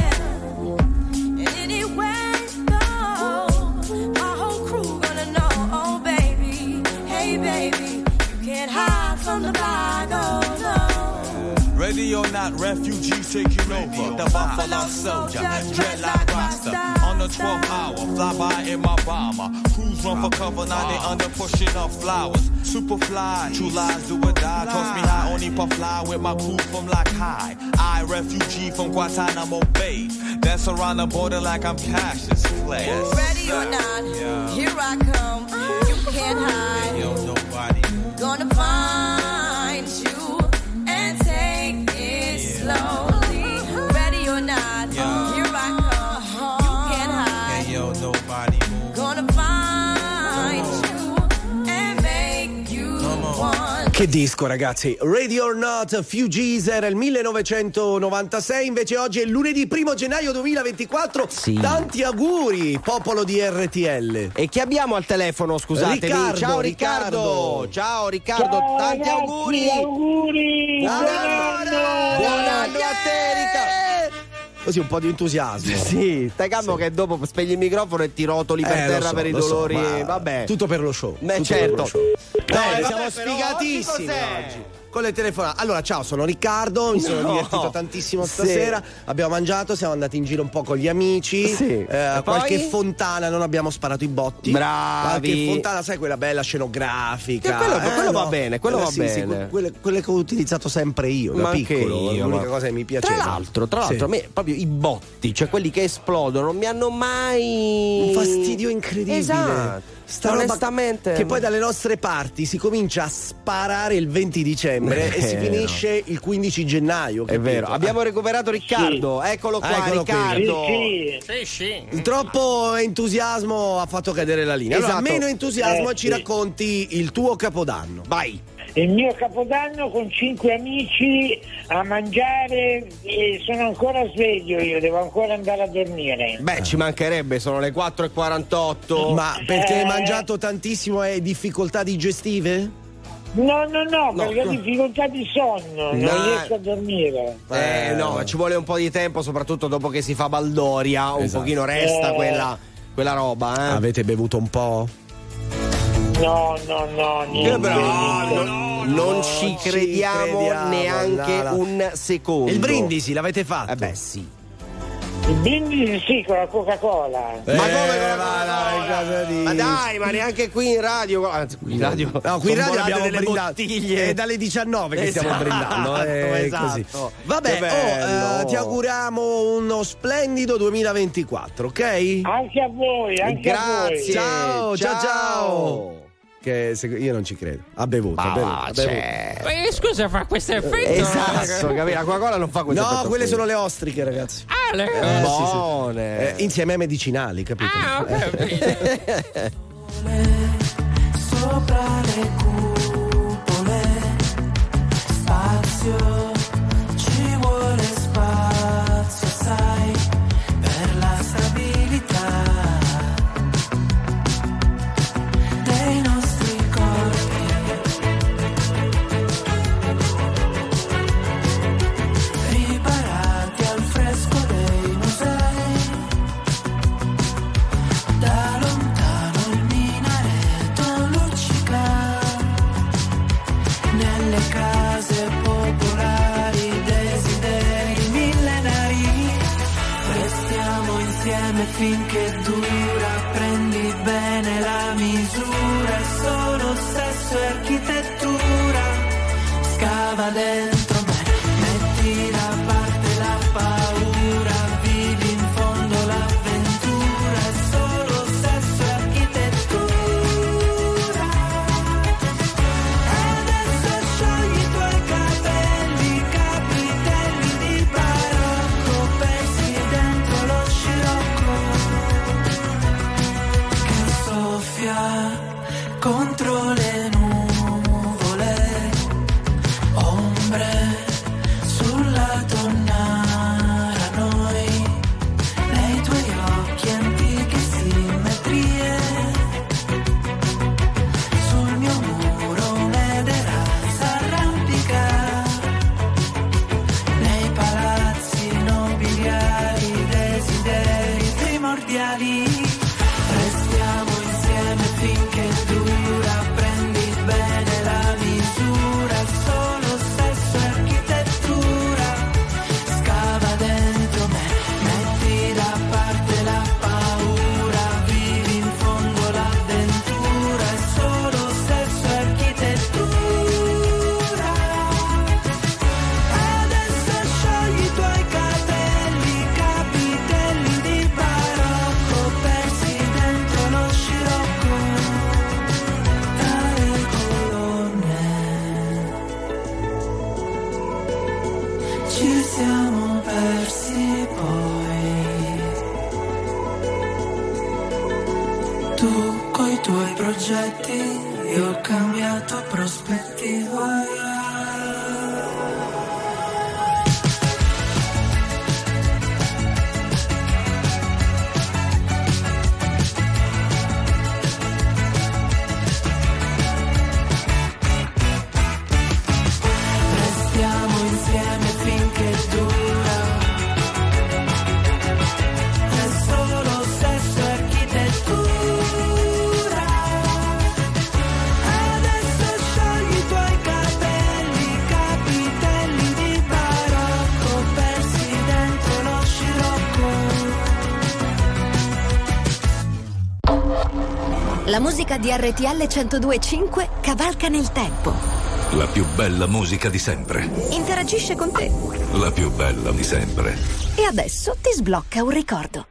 yeah. And anywhere you go, my whole crew gonna know, oh baby. Hey baby, you can't hide from the block, oh no. Ready or not, refugees taking over. The Buffalo Soldier, dreadlock roster. On the 12th hour, fly by in my bomber. Crews run for cover, now they under pushing up flowers. Super fly, true lies do or die. Toss me high, only puff fly with my crew from like high. I, refugee from Guantanamo Bay. Dance around the border like I'm Cassius Clay. Ready or not, here I come. You can't hide. Yo, nobody. Gonna find you and take it slowly. Ready or not, here I come. You can't hide. Yo, nobody. Gonna find you and make you want. Che disco, ragazzi. Ready or Not, Fugees, era il 1996, invece oggi è lunedì 1 gennaio 2024. Sì. Tanti auguri, popolo di RTL. E chi abbiamo al telefono, scusatemi? Riccardo, Ciao Riccardo. Ciao Riccardo, Ciao, tanti ragazzi, auguri. Buon anno a te, Riccardo. Così un po' di entusiasmo. Sì, stai calmo che dopo spegni il microfono e ti rotoli per terra per i dolori. Vabbè. Tutto per lo show. Beh, tutto certo. per lo show. Vabbè, siamo però sfigatissimi oggi cos'è? oggi. Con le telefonate. Allora, ciao, sono Riccardo, mi sono divertito tantissimo stasera. Abbiamo mangiato, siamo andati in giro un po' con gli amici. Sì. Qualche poi? fontana, non abbiamo sparato i botti. Bravi. Qualche fontana, sai, quella bella scenografica. Quello va bene, quello va bene. Quelle che ho utilizzato sempre io, da Ma anche piccolo. io, l'unica ma- cosa che mi piaceva. Tra l'altro, Sì. a me proprio i botti, cioè quelli che esplodono, non mi hanno mai. Un fastidio incredibile. Esatto. Sta roba Onestamente. che poi dalle nostre parti si comincia a sparare il 20 dicembre e si finisce il 15 gennaio. È vero. Abbiamo recuperato Riccardo. Eccolo qua, Eccolo qui. Riccardo. Sì. Il troppo entusiasmo ha fatto cadere la linea. Allora, Esatto. meno entusiasmo, ci sì. racconti il tuo Capodanno. Vai. Il mio Capodanno con 5 amici a mangiare e sono ancora sveglio, io devo ancora andare a dormire. Beh, ci mancherebbe, sono le 4:48. Ma perché hai mangiato tantissimo e hai difficoltà digestive? No, perché ho difficoltà di sonno, non riesco a dormire. No, ci vuole un po' di tempo, soprattutto dopo che si fa baldoria, un pochino resta quella roba. Avete bevuto un po'? No, niente. Non ci crediamo neanche un secondo. Il brindisi l'avete fatto? Beh, sì. Il brindisi sì, con la Coca-Cola. Ma come ma dai, ma neanche qui in radio. Anzi, qui in radio. No, qui in radio abbiamo delle brindato. bottiglie. È dalle 19 che stiamo brindando. Esatto. Così. Vabbè, ti auguriamo uno splendido 2024, ok? Anche a voi, Grazie. Ciao. Che io non ci credo. Ha bevuto. Scusa, fa questo effetto? Esatto, capito? La Coca-Cola non fa questo effetto. No, quelle sono le ostriche, ragazzi. Le buone. Insieme ai medicinali, capito? ho capito. Sopra le cupole, spazio, ci vuole spazio, sai, per la stabilità dei nostri corpi. Riparati al fresco dei musei, da lontano il minareto luccica, nelle case popolari desideri millenari. Restiamo insieme finché dura, prendi bene la misura, è solo sesso e architettura. Scava dentro me, metti da parte la paura, vivi in fondo l'avventura, è solo sesso e architettura. Adesso sciogli i tuoi capelli, capitelli di barocco, persi dentro lo scirocco che soffia contro le nuvole, ombre sulla tonnara, noi nei tuoi occhi antiche simmetrie, sul mio muro un'edera s'arrampica, nei palazzi nobiliari desideri primordiali. Restiamo insieme finché dura, prendi bene la misura, solo sesso e architettura. Scava dentro me, metti da parte la paura, vivi in fondo l'avventura, è solo sesso e architettura. Adesso sciogli i tuoi capelli, capitelli di barocco, persi dentro lo scirocco tra le colonne. Ci siamo persi poi, tu coi tuoi progetti, io ho cambiato prospettiva. Restiamo insieme finché dura, è solo sesso e architettura. Adesso sciogli i tuoi capelli, capitelli di barocco, persi dentro lo scirocco. La musica di RTL 102.5 cavalca nel tempo. La più bella musica di sempre. Interagisce con te. La più bella di sempre. E adesso ti sblocca un ricordo.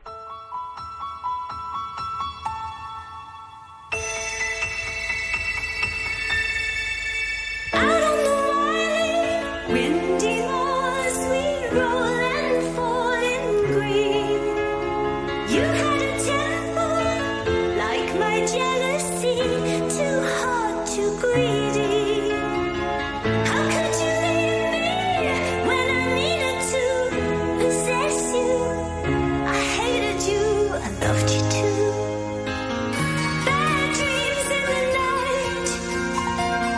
Out on the wily, windy moors we roll and fall in green. You had a temper like my jealousy, too hot, too greedy. How could you leave me when I needed to possess you? I hated you, I loved you too. Bad dreams in the night, they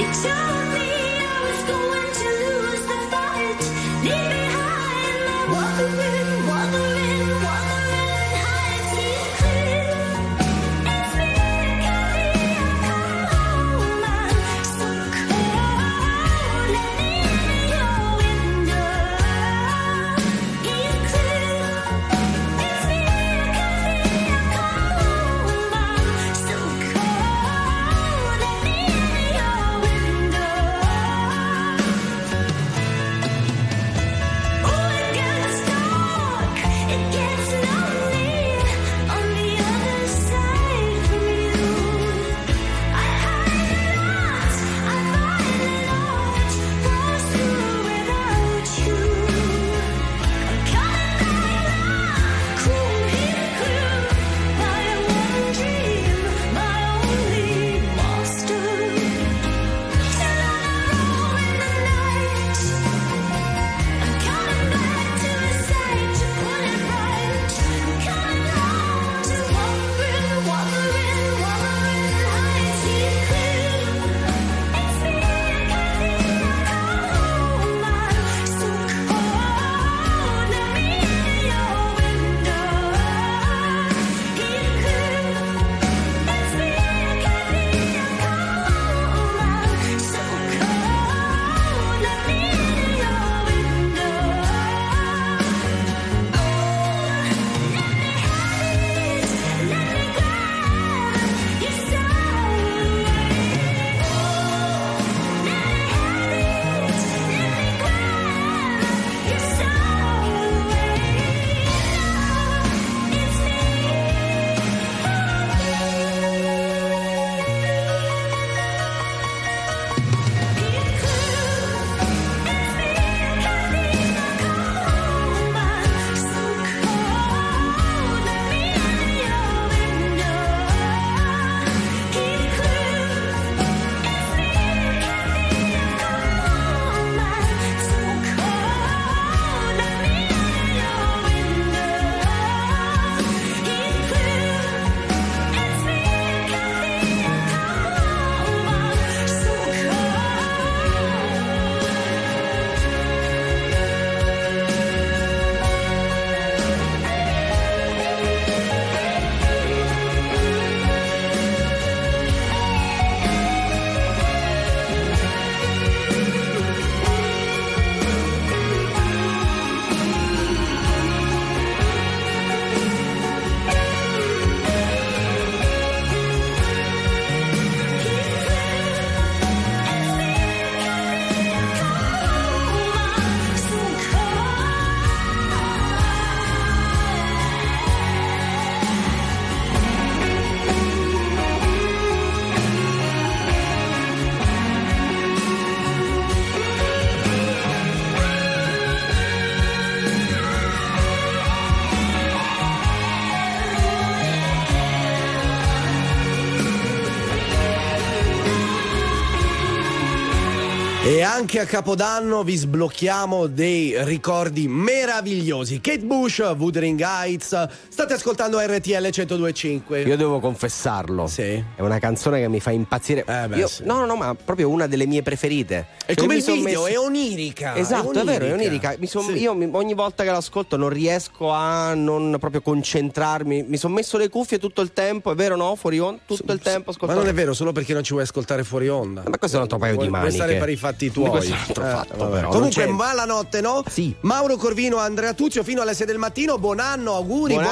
E anche a Capodanno vi sblocchiamo dei ricordi meravigliosi. Kate Bush, Wuthering Heights. State ascoltando RTL 102.5. Io devo confessarlo. Sì. È una canzone che mi fa impazzire. Sì. No, ma proprio una delle mie preferite. È come il video, è onirica. Esatto, è vero, è onirica. Sì. Io ogni volta che l'ascolto non riesco a non proprio concentrarmi. Mi sono messo le cuffie tutto il tempo, è vero, no? Fuori onda, tutto il tempo ascolto. Ma non è vero, solo perché non ci vuoi ascoltare fuori onda. Ma questo è un altro paio di maniche. Vuoi stare per i fatti tuoi. Questo è un altro fatto, però. Comunque, malanotte, no? Sì. Mauro Corvino, Andrea Tuzio fino alle 6 del mattino. Buon anno, auguri, buon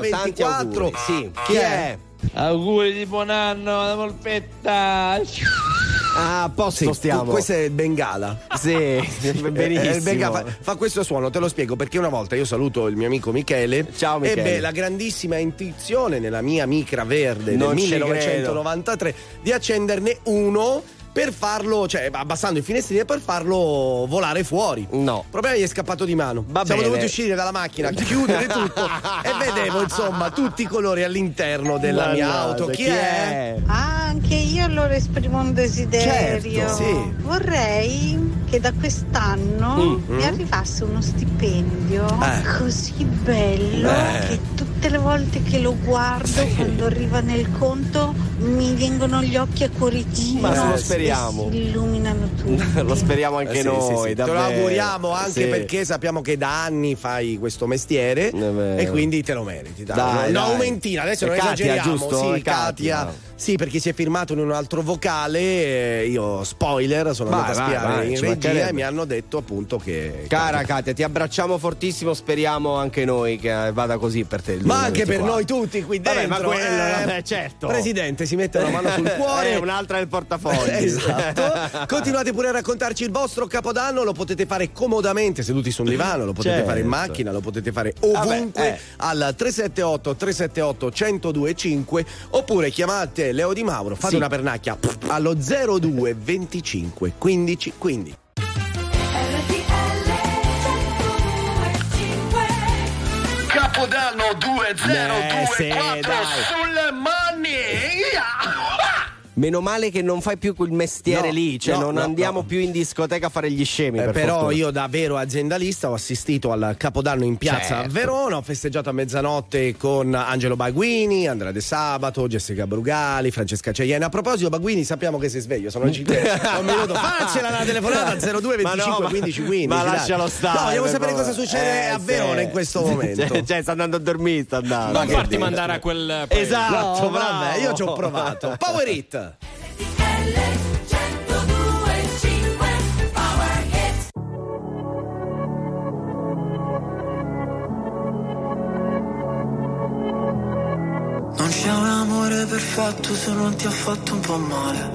2024. Auguri. Sì. Chi è? Auguri di buon anno alla polpetta. Ah, a posto stiamo. Questo è il Bengala. Sì, benissimo. Il Bengala fa questo suono, te lo spiego, perché una volta io saluto il mio amico Michele. Ciao Michele. Ebbe la grandissima intuizione nella mia Micra verde Non del ci 1993 di accenderne uno per farlo, cioè abbassando il finestrino per farlo volare fuori. No. Il problema gli è scappato di mano. Va Siamo bene. dovuti uscire dalla macchina, chiudere tutto e vedevo insomma tutti i colori all'interno della mia auto. Chi è? Anche io allora esprimo un desiderio. Certo, sì. Vorrei che da quest'anno mi arrivasse uno stipendio così bello che tutti tutte le volte che lo guardo, quando arriva nel conto, mi vengono gli occhi a cuoricino. Ma lo speriamo. E si illuminano tutti. Lo speriamo anche noi. Sì. Te lo auguriamo anche perché sappiamo che da anni fai questo mestiere e quindi te lo meriti. Dai. Aumentina, adesso non esageriamo. Giusto? Sì, Katia. Sì, perché si è firmato in un altro vocale. Io, spoiler, sono andato a spiare in regia e mi hanno detto appunto che. Cara Katia, ti abbracciamo fortissimo. Speriamo anche noi che vada così per te. Ma anche per noi tutti qui dentro. Ma quello, certo. Presidente, si mette una mano sul cuore. Un'altra nel portafoglio. Esatto. Continuate pure a raccontarci il vostro Capodanno. Lo potete fare comodamente seduti su un divano, lo potete fare in macchina, lo potete fare ovunque al 378 378 1025 oppure chiamate Leo Di Mauro, fate una pernacchia allo 02 25 15 15. Capodanno 2024 sulle mani. Meno male che non fai più quel mestiere lì, cioè non andiamo più in discoteca a fare gli scemi. Però fortuna. io da vero aziendalista ho assistito al Capodanno in piazza a Verona, ho festeggiato a mezzanotte con Angelo Baguini, Andrea De Sabato, Jessica Brugali, Francesca Ceiena. A proposito, Baguini, sappiamo che sei sveglio, sono 5 un minuto. Faccela la telefonata 02 25 15 15. Ma lascialo stare. No, vogliamo sapere cosa succede a Verona in questo momento. Cioè, sta andando a dormire, sta andando. Non farti mandare a quel paese. Esatto, no, vabbè, io ci ho provato. Power It. Non c'è un amore perfetto se non ti ha fatto un po' male.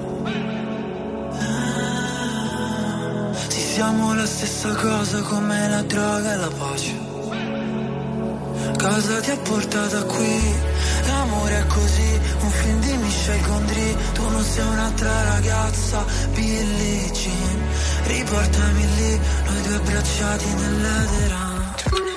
Sì, siamo la stessa cosa come la droga e la pace. Cosa ti ha portato qui? L'amore è così, un film di Michel Gondry. Tu non sei un'altra ragazza, Billie Jean. Riportami lì, noi due abbracciati nell'edera.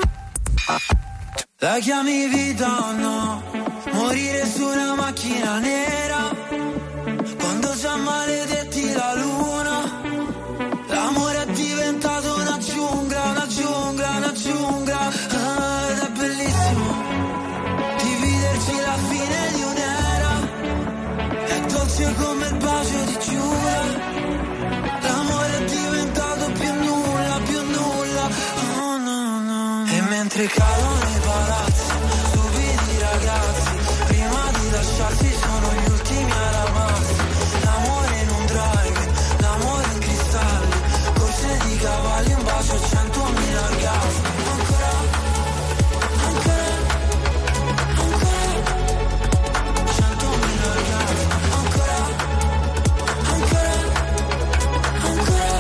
La chiami vita o no? Morire su una macchina nera quando già maledetti la luna. L'amore è diventato una giungla, una giungla, una giungla. Ed è bellissimo dividerci la fine di un'era. È dolce come il bacio di Giura. L'amore è diventato più nulla, più nulla. Oh no, no. E mentre cadono i palazzi, stupidi ragazzi, prima di lasciarsi sono gli ultimi a ramarsi. L'amore in un drive, l'amore in cristalli, corse di cavalli, un bacio, 100.000 orgasmi. Ancora, ancora, ancora, 100.000 orgasmi. Ancora, ancora, ancora.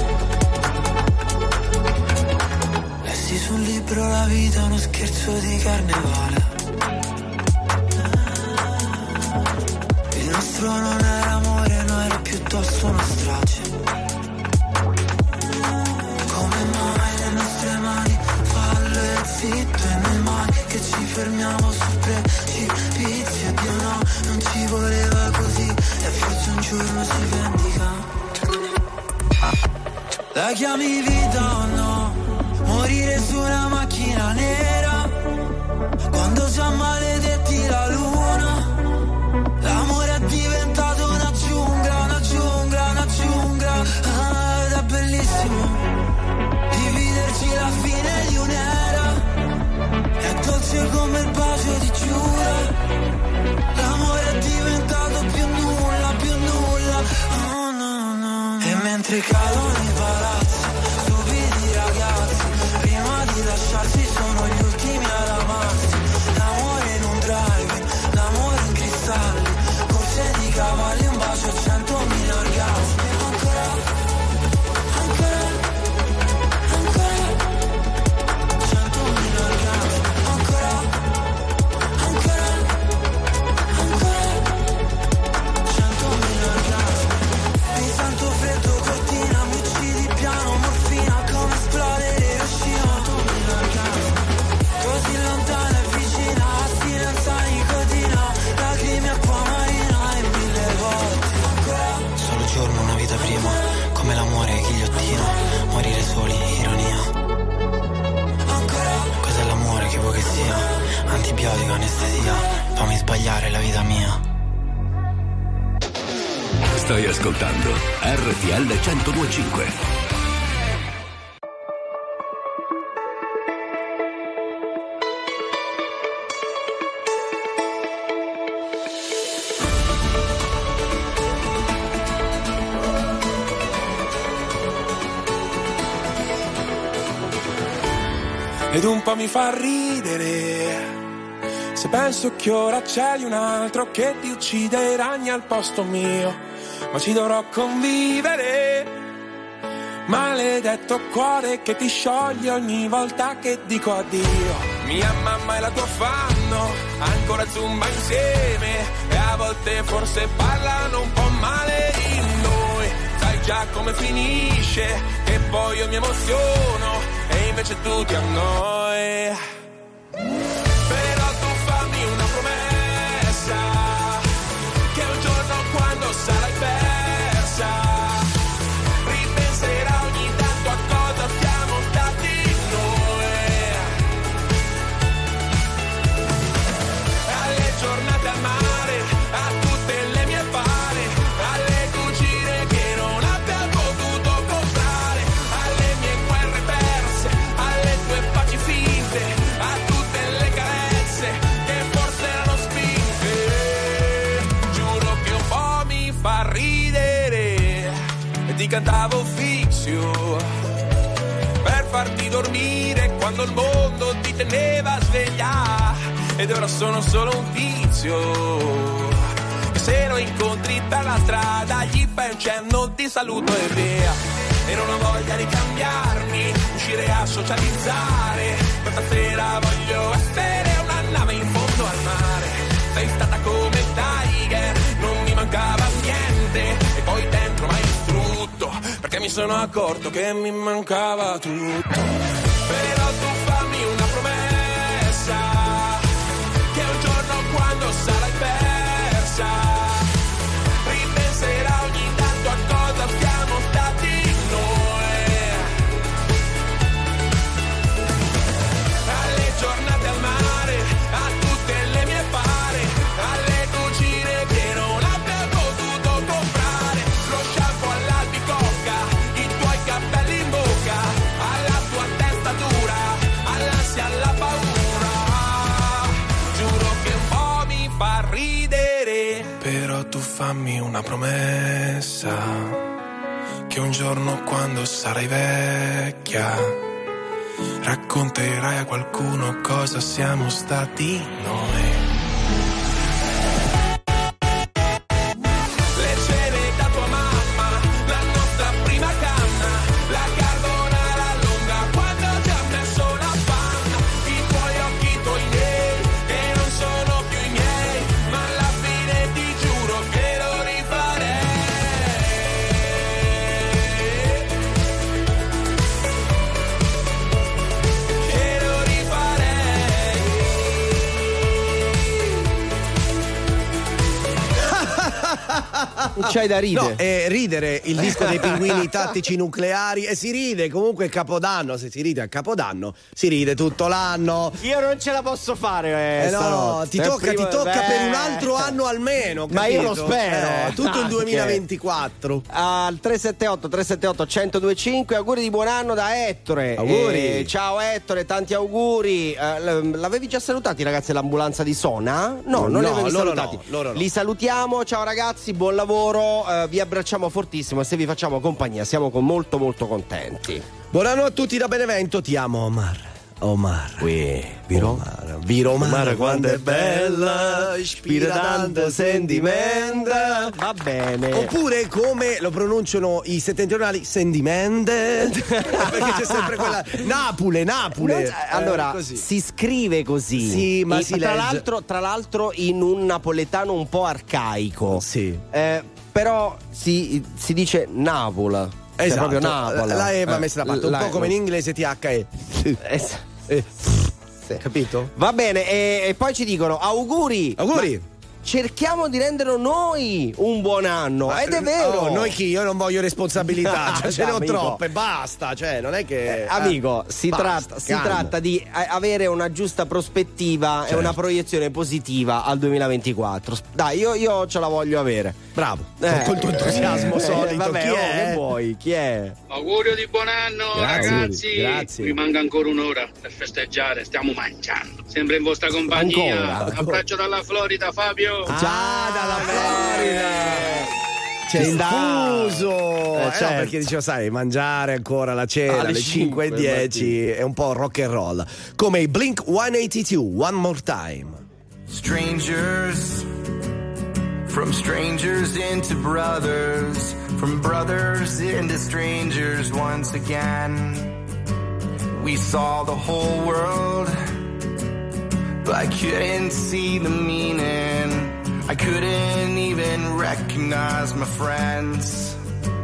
Lessi sul libro La vita è uno scherzo di carnevale. Il nostro non era amore, no, era piuttosto una strage. Come mai le nostre mani fallo e zitto e nel mare che ci fermiamo sul precipizio. Dio no, non ci voleva così e forse un giorno si vendica. La chiami vita o no? Morire su una macchina nera quando già maledetti la luna. L'amore è diventato una giungla, una giungla, una giungla. Ed è bellissimo dividerci la fine di un'era. È dolce come il bacio di Giura. L'amore è diventato più nulla, più nulla. Oh no, no. E mentre cadono i palazzi, stupidi ragazzi, prima di lasciarsi sono gli ultimi fammi sbagliare la vita mia. Stai ascoltando RTL 102.5. Ed un po' mi fa ridere se penso che ora c'è un altro che ti uccide i ragni al posto mio, ma ci dovrò convivere. Maledetto cuore che ti scioglie ogni volta che dico addio. Mia mamma e la tua fanno ancora zumba insieme e a volte forse parlano un po' male di noi. Sai già come finisce, che poi io mi emoziono e invece tu ti annoi. Però tu fammi una promessa, che un giorno quando sarai persa ripenserai ogni tanto a cosa siamo stati noi. Alle giornate al mare, a tutte le mie pare, alle cucine che non abbia potuto comprare, alle mie guerre perse, alle tue paci finte, a tutte le carezze che forse erano spinte. Giuro che un po' mi fa ridere e ti cantavo Fixio per farti dormire quando il mondo ti teneva sveglia. Ed ora sono solo un tizio e se lo incontri per la strada gli fai un cenno di saluto e via. E non ho voglia di cambiarmi, uscire a socializzare. Questa sera voglio essere una nave in fondo al mare. Sei stata come Tiger, non mi mancava niente e poi dentro m'hai distrutto perché mi sono accorto che mi mancava tutto. Però tu fammi una promessa, che un giorno quando sarai persa ripenserai ogni tanto a cosa siamo stati noi. Alle giornate al mare, a tutte le mie pare, alle cucine che non abbia potuto comprare, lo shampoo all'albicocca, i tuoi capelli in bocca, alla tua testa dura, all'ansia, alla paura. Giuro che un po' mi fa ridere. Però tu fammi una promessa, che un giorno quando sarai vecchia racconterai a qualcuno cosa siamo stati noi. Le cene da tua mamma, la nostra prima canna, la carbonara lunga quando ti ha messo la panna, i tuoi occhi, i tuoi miei, che non sono più i miei, ma alla fine ti giuro che lo rifarei. Che lo rifarei. Non c'hai da ridere. No, ridere il disco dei Pinguini Tattici Nucleari e si ride comunque il Capodanno. Se si ride a Capodanno si ride tutto l'anno. Io non ce la posso fare no, ti tocca per un altro anno almeno, capito? Ma io lo spero. Tutto il 2024. Al 378 1025, auguri di buon anno da Ettore. Auguri. Ciao Ettore, tanti auguri. L'avevi già salutati ragazzi dell'ambulanza di Sona? No, non li avevi salutati. Loro no. Li salutiamo, ciao ragazzi, buon lavoro, vi abbracciamo fortissimo e se vi facciamo compagnia siamo molto molto contenti. Buon anno a tutti da Benevento, ti amo Omar. Omar quando è bella, ispira tanto sentimento. Va bene. Oppure come lo pronunciano i settentrionali, sendimente. Perché c'è sempre quella Napule. Allora, così. si scrive così. Sì, ma si tra legge. l'altro in un napoletano un po' arcaico. Sì. Però si dice Napola. Esatto. Cioè proprio Napola. La E va messa da parte, un po' come in inglese THE. Sì. Capito? Va bene, e poi ci dicono auguri. cerchiamo di renderlo noi un buon anno. Ed è vero. Noi chi? Io non voglio responsabilità, cioè, ce ne ho amico. troppe, basta, cioè non è che amico, si basta, tratta di avere una giusta prospettiva e una proiezione positiva al 2024. Dai, io ce la voglio avere. Bravo. Con il tuo entusiasmo solito. Vabbè, chi è? che vuoi? Chi è? Augurio di buon anno, Grazie, ragazzi. grazie. Mi manca ancora un'ora per festeggiare, stiamo mangiando. Sempre in vostra compagnia. Ancora? Un abbraccio dalla Florida, Fabio. Ciao dalla Florida. C'è il fuso. certo. No, perché dicevo, sai, mangiare ancora la cena alle 5:10 è un po' rock and roll. Come i Blink 182, One More Time. Strangers, from strangers into brothers, from brothers into strangers once again. We saw the whole world, but I couldn't see the meaning. I couldn't even recognize my friends.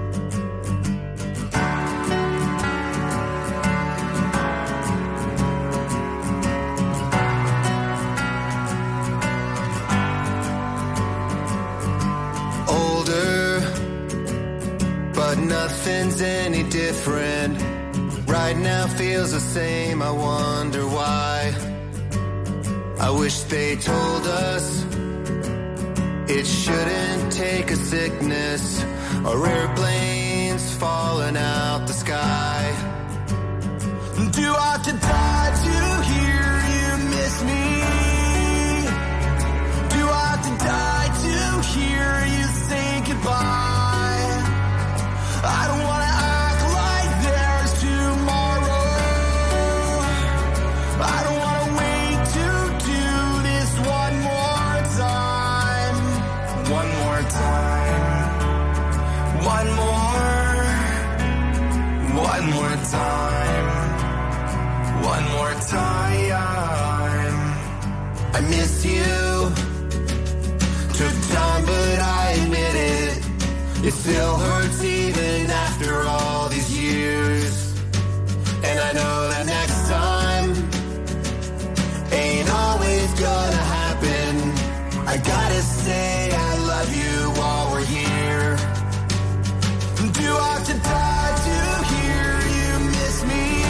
Older, but nothing's any different. Right now feels the same, I wonder why. I wish they told us it shouldn't take a sickness or airplanes falling out the sky. Do I have to die to hear you miss me? Do I have to die to hear you say goodbye? I don't wanna act like there's tomorrow. I don't wanna wait to do this one more time. One more time. One more time. One more time. I miss you. Took time, but I admit it. It still hurts even after all these years. And I know that next time ain't always gonna happen. I gotta say I love you while we're here. Do I have to die to hear you miss me?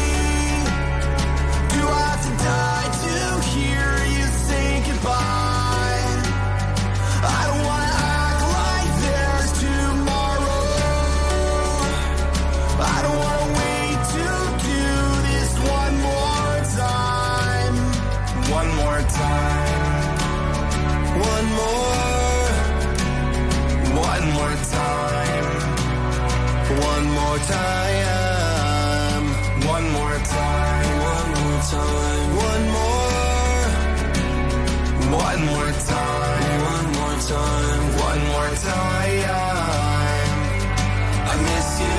Do I have to die to hear you say goodbye? I don't wanna act like there's tomorrow. I don't wanna wait to do this one more time. One more time. One more time. One more time. One more time. One more time. One more time. One more time. One more time. I miss you.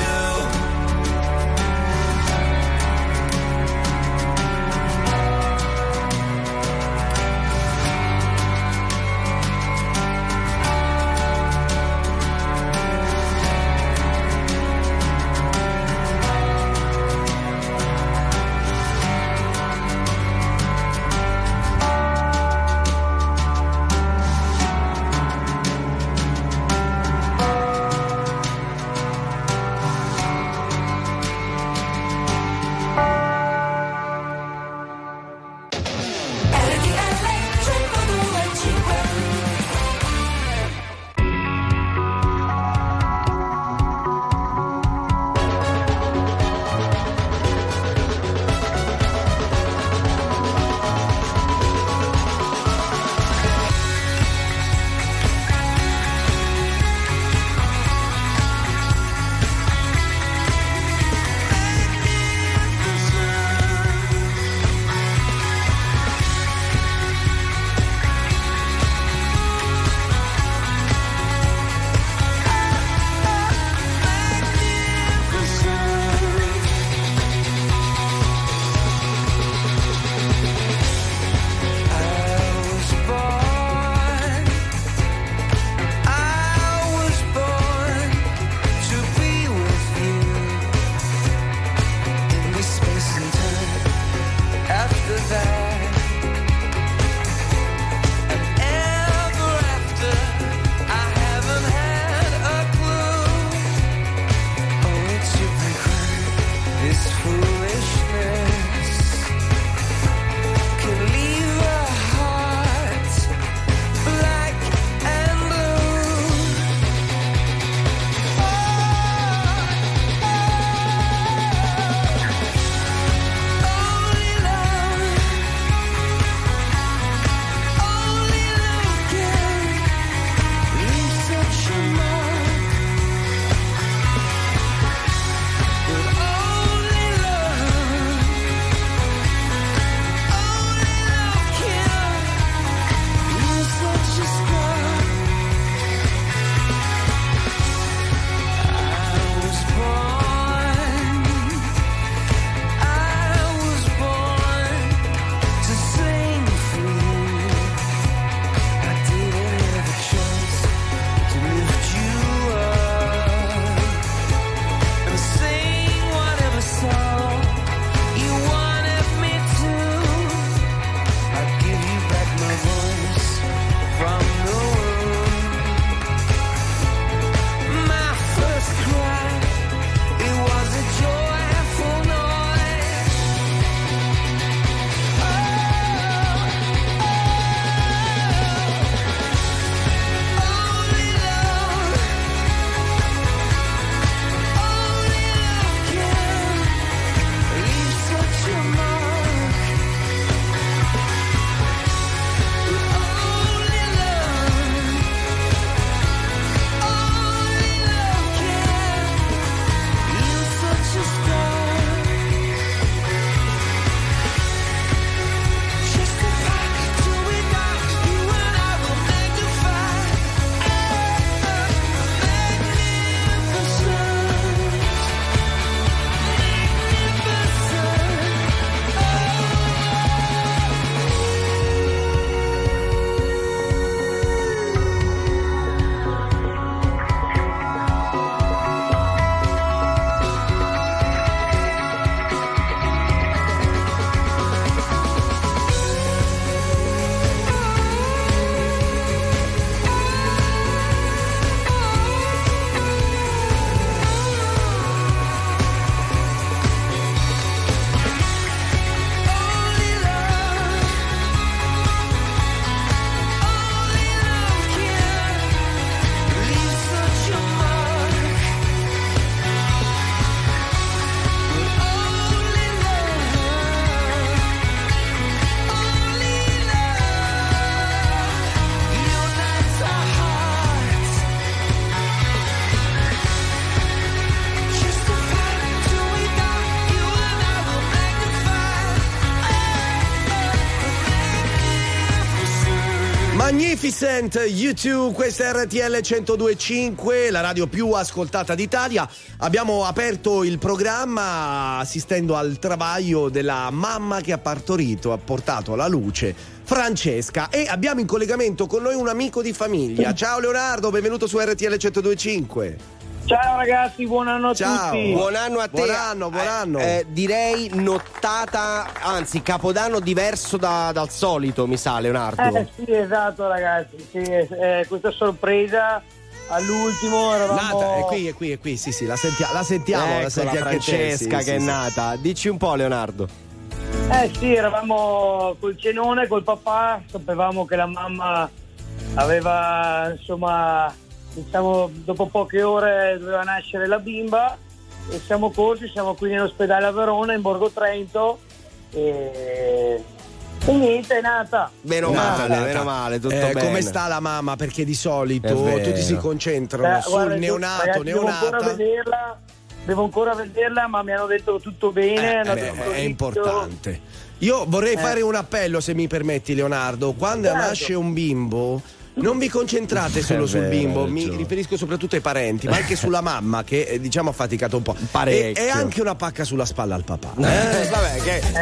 Magnificent U2, questa è RTL 102.5, la radio più ascoltata d'Italia. Abbiamo aperto il programma assistendo al travaglio della mamma che ha partorito, ha portato alla luce Francesca, e abbiamo in collegamento con noi un amico di famiglia. Ciao Leonardo, benvenuto su RTL 102.5. Ciao ragazzi, buon anno a tutti. Buon anno a te. Buon anno. Direi nottata, anzi capodanno diverso dal solito, mi sa, Leonardo. Sì, esatto ragazzi, sì, questa sorpresa all'ultimo eravamo... Nata, è qui, sì, la sentiamo, la senti anche Francesca te, sì, che è sì, nata. Dici un po', Leonardo. Sì, eravamo col cenone, col papà, sapevamo che la mamma aveva, insomma, diciamo, dopo poche ore doveva nascere la bimba, e siamo corsi, siamo qui nell'ospedale a Verona, in Borgo Trento, e niente, è nata. Meno male, tutto bene. Come sta la mamma? Perché di solito tutti si concentrano sul neonato, ragazzi, neonata. Devo ancora vederla, ma mi hanno detto tutto bene. È importante. Io vorrei fare un appello, se mi permetti, Leonardo. Quando nasce un bimbo, non vi concentrate solo sul bimbo, mi riferisco soprattutto ai parenti, ma anche sulla mamma che diciamo ha faticato un po'. Parecchio. E anche una pacca sulla spalla al papà. Vabbè,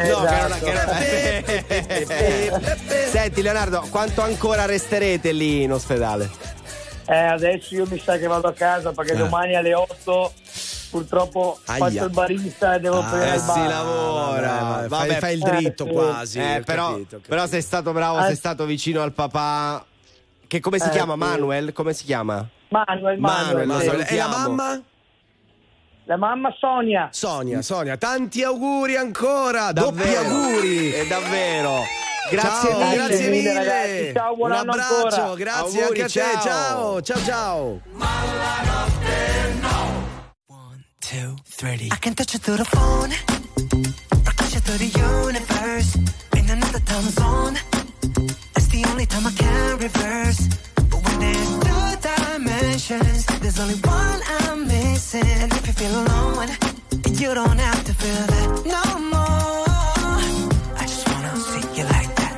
Senti Leonardo, quanto ancora resterete lì in ospedale? Adesso io mi sa che vado a casa perché domani alle 8 purtroppo faccio il barista e devo prendere il bar. Si lavora. Fai il dritto quasi. Però sei stato bravo, sei stato vicino al papà. Che come si chiama? Manuel? Come si chiama? Manuel. E la mamma? La mamma Sonia. Sonia, tanti auguri ancora. Davvero. Doppi auguri. È davvero. Grazie mille ragazzi. Ciao, buon anno abbraccio, ancora. grazie auguri, anche a te. Ciao. Ma la notte no. 1, 2, 3. I can touch you through the phone, rock you through the universe, in another time zone. It's the only time I can reverse. But when there's two dimensions, there's only one I'm missing. And if you feel alone, you don't have to feel that no more. I just wanna see you like that,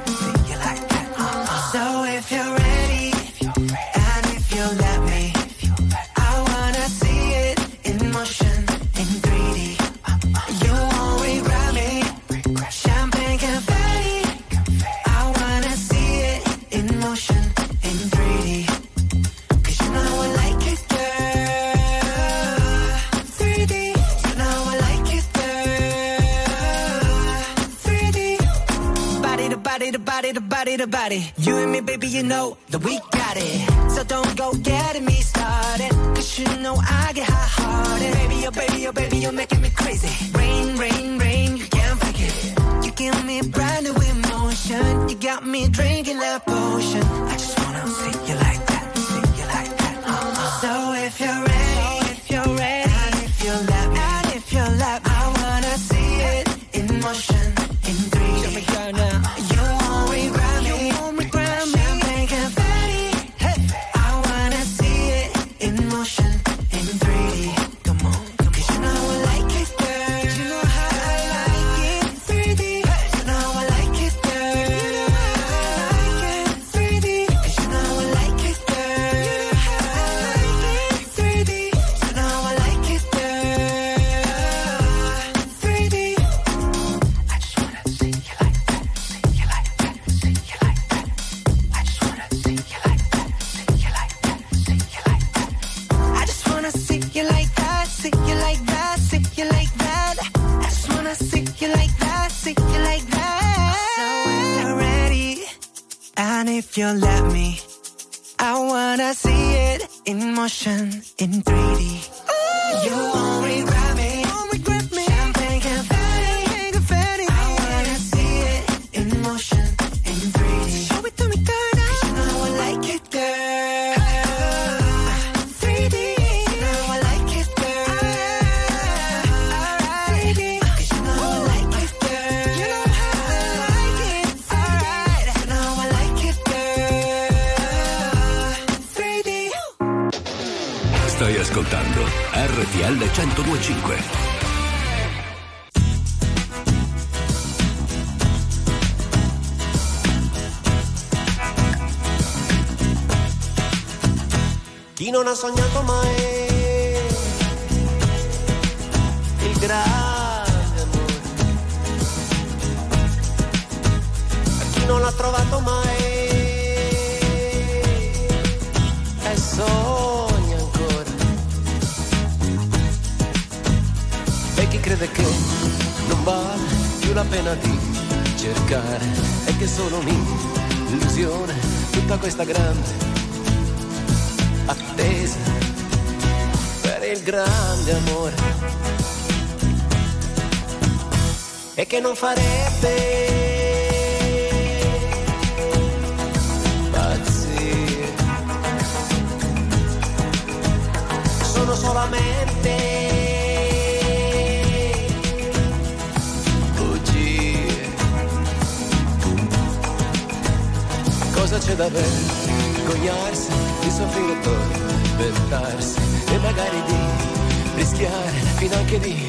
So if you're ready, and if you let me, I wanna see it in motion, in 3D. You won't regret me. Champagne confetti. I wanna see it in motion, in 3D. 'Cause you know I like it, girl. 3D. You know I like it, girl. 3D. Body to body to body to body to body. You and me, baby, you know that we got it. So don't go getting me started. 'Cause you know I get hot-hearted. Baby, oh baby, you're making me crazy. Rain, rain, rain, you can't fake it. You give me brand new emotion. You got me drinking that potion. I just wanna see you like that, So if you're ready, and if you let me, I wanna see it in motion, in 3D. Show me girl now. You won't regret me. Champagne confetti. Hey. I wanna see it in motion, in 3D. Come on. 'Cause you know I like it, girl. You know how I like it, 3D. You know I like it, girl. You know how I like it, 3D. 'Cause you know I like it, girl. You know how I like it, 3D. You know I like it, girl. 3D. I just wanna see you like that, see you like that, see you like that. I just wanna see you like that, see you like that, see you like that. I just wanna see you like that, see you like that, see you like that. I just wanna see you like that, see you like that. So if you're ready, and if you let me, I wanna see it in motion, in 3D. You won't regret me. Champagne confetti. I wanna see it in motion, in 3D. Show it to me, girl. 'Cause you know I like it, girl. 3D. You know I like it, girl. 3D. 'Cause you know I like it, girl. You know how I like it. Alright. You know I like it, girl. 3D. Stai ascoltando RTL 102.5. chi non ha sognato mai il grande amore, a chi non l'ha trovato mai e sogna ancora, e chi crede che non vale più la pena di cercare e che solo un'illusione tutta questa grande attesa per il grande amore, e che non farebbe pazzire, sono solamente bugie. Cosa c'è da vergognarsi di soffrire, tormentarsi e magari di rischiare fino anche di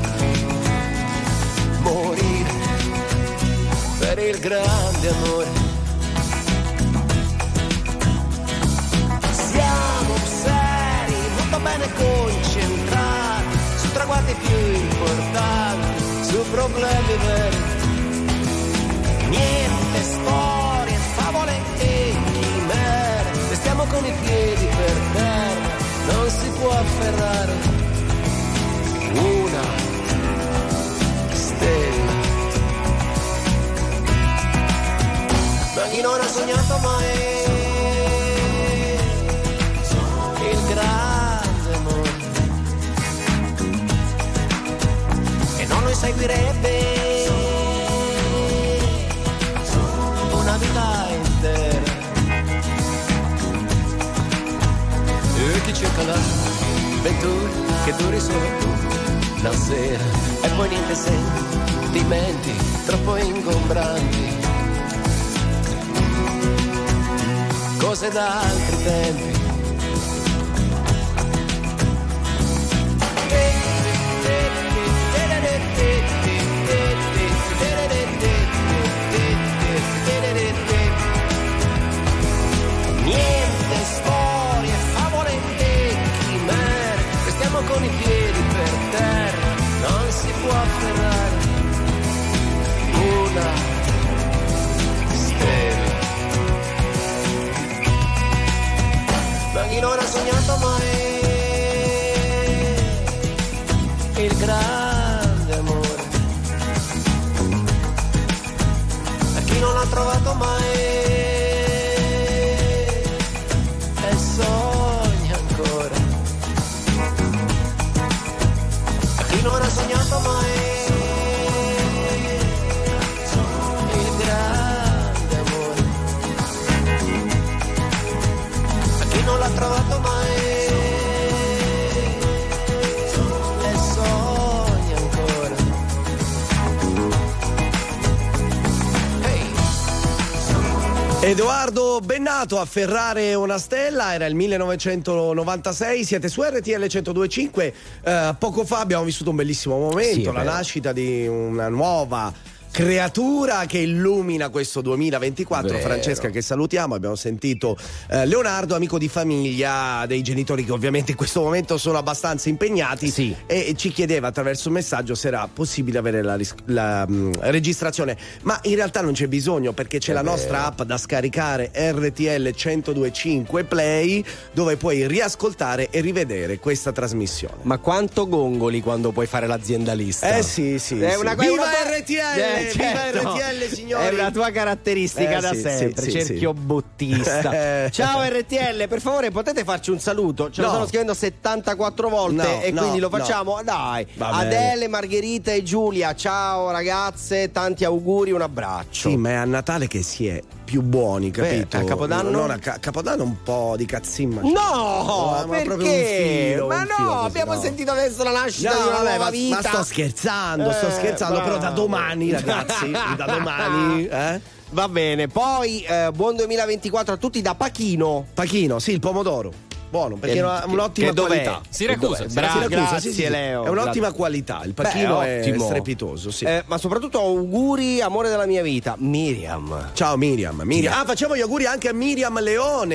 morire per il grande amore. Siamo seri, molto bene concentrati su traguardi più importanti, su problemi veri, niente storie, favole e chimere, restiamo con i piedi per terra, non si può afferrare una stella. Ma chi non ha sognato mai il grande amore e non lo seguirebbe una vita intera, e chi cerca l'avventura che duri solo una sera e poi niente sentimenti troppo ingombranti, cose da altri tempi. Niente storie, favole e chimere, restiamo con i piedi per terra, non si può afferrare una stella. Ma chi non ha sognato mai il grande amore, a chi non l'ha trovato mai e sogna ancora, a chi non ha sognato mai il grande amore, a chi non l'ha trovato mai e sogna ancora. Edoardo Bennato, Afferrare una stella, era il 1996, siete su RTL 102.5. Poco fa abbiamo vissuto un bellissimo momento, Sì, la nascita di una nuova creatura che illumina questo 2024. Vero. Francesca, che salutiamo, abbiamo sentito Leonardo, amico di famiglia dei genitori che ovviamente in questo momento sono abbastanza impegnati, e ci chiedeva attraverso un messaggio se era possibile avere la registrazione, ma in realtà non c'è bisogno, perché c'è la nostra app da scaricare, RTL 102.5 Play, dove puoi riascoltare e rivedere questa trasmissione. Ma quanto gongoli quando puoi fare l'aziendalista? Sì, È sì. una Viva tua- RTL! certo. Viva RTL, signori! È una tua caratteristica da sì, sempre, sì, cerchio sì. bottista. Ciao RTL, per favore potete farci un saluto? Ce lo No. stanno scrivendo 74 volte No, e no, quindi lo no. facciamo? Dai. Va bene. Adele, Margherita e Giulia, ciao ragazze, tanti auguri, un abbraccio. Sì, ma è a Natale che si è più buoni, capito? a Capodanno? Non a Capodanno un po' di cazzimma. No, ma proprio un perché? filo, Ma un no, filo così, abbiamo no. sentito adesso la nascita di una vabbè, nuova ma vita. sto scherzando, però da domani, ragazzi, da domani, Va bene, poi buon 2024 a tutti da Pachino. Pachino, sì, il pomodoro. Buono, perché è un'ottima che dov'è? qualità. Siracusa. Grazie, sì. Leo. È un'ottima qualità, il pachino è ottimo. strepitoso, sì. Ma soprattutto auguri, amore della mia vita, Miriam. Ciao Miriam. Ah, facciamo gli auguri anche a Miriam Leone.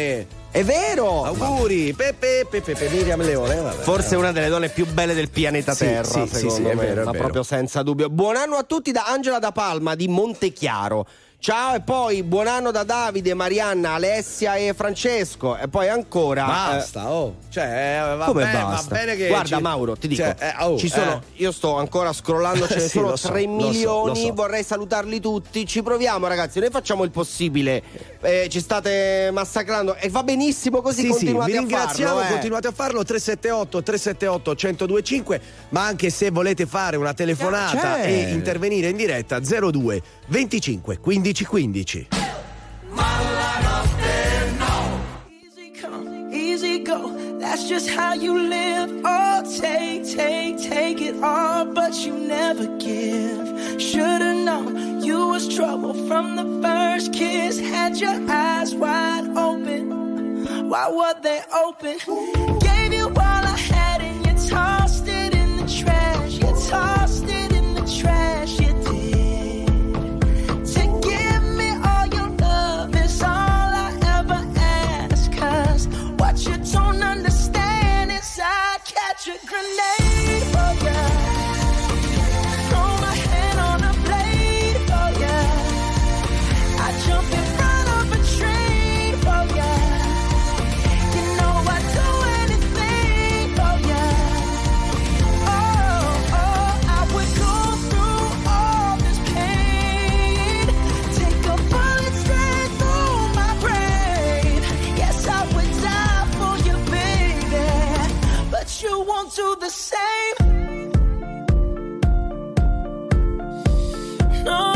È vero! Auguri! Pepe, Miriam Leone. Vabbè. Forse una delle donne più belle del pianeta Terra, secondo me. È vero, ma proprio senza dubbio. Buon anno a tutti da Angela da Palma di Montechiaro. Ciao, e poi buon anno da Davide, Marianna, Alessia e Francesco. E poi ancora. Basta, va come bene, basta? Va bene che guarda, Mauro, ti dico, ci sono. Io sto ancora scrollando, ce ne sì, sono lo so, 3 milioni. lo so. Vorrei salutarli tutti. Ci proviamo, ragazzi. Noi facciamo il possibile. Ci state massacrando. E va benissimo così. Continuate vi ringraziamo, a farlo. Continuate a farlo. 378-378-1025. Ma anche se volete fare una telefonata e intervenire in diretta, 02 25 15 15. Easy come, easy go. That's just how you live. Oh, take it all, but you never give. Should've known you was trouble from the first kiss. Had your eyes wide open. Why were they open? Gave you all I had and you tossed it in the trash. You tossed it in the trash. You did. What you don't understand is I catch a grenade for ya. Throw my hand on a blade for ya. I jump in front of a train for ya. You know I'd do anything for ya. Oh, I would go through all this pain. Take a bullet straight through my brain. Yes, I would die for you, baby, but you won't do the same. No.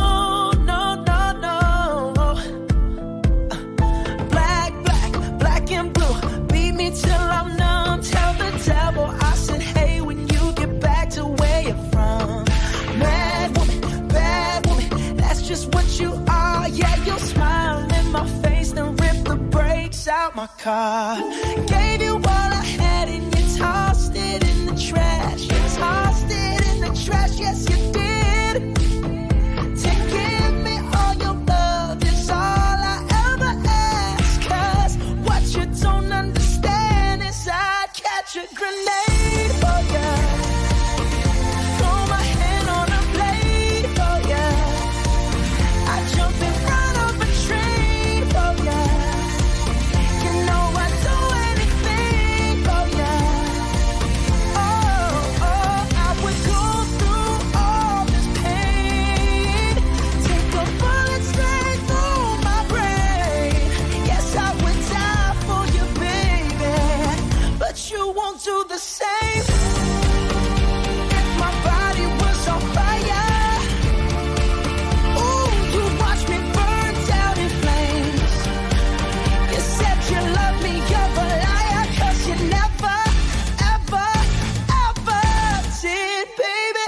Black and blue, beat me till I'm numb. Tell the devil I said, hey, when you get back to where you're from. Bad woman, that's just what you are. Yeah, you'll smile in my face, then rip the brakes out my car. Gave you all I had and you tossed it in the trash. You tossed it in the trash, yes you did. To give me all your love is all I ever ask. 'Cause what you don't understand is I'd catch a grenade for ya. Throw my hand on a blade for ya. I jump in front of a train for ya. You know I'd do anything for ya. Oh, I would go through all this pain. Take a bullet straight through my brain. Yes, I would die for you, baby, but you won't do the same. If my body was on fire, ooh, you watch me burn down in flames. You said you love me, you're a liar, 'cause you never, ever, ever did, baby.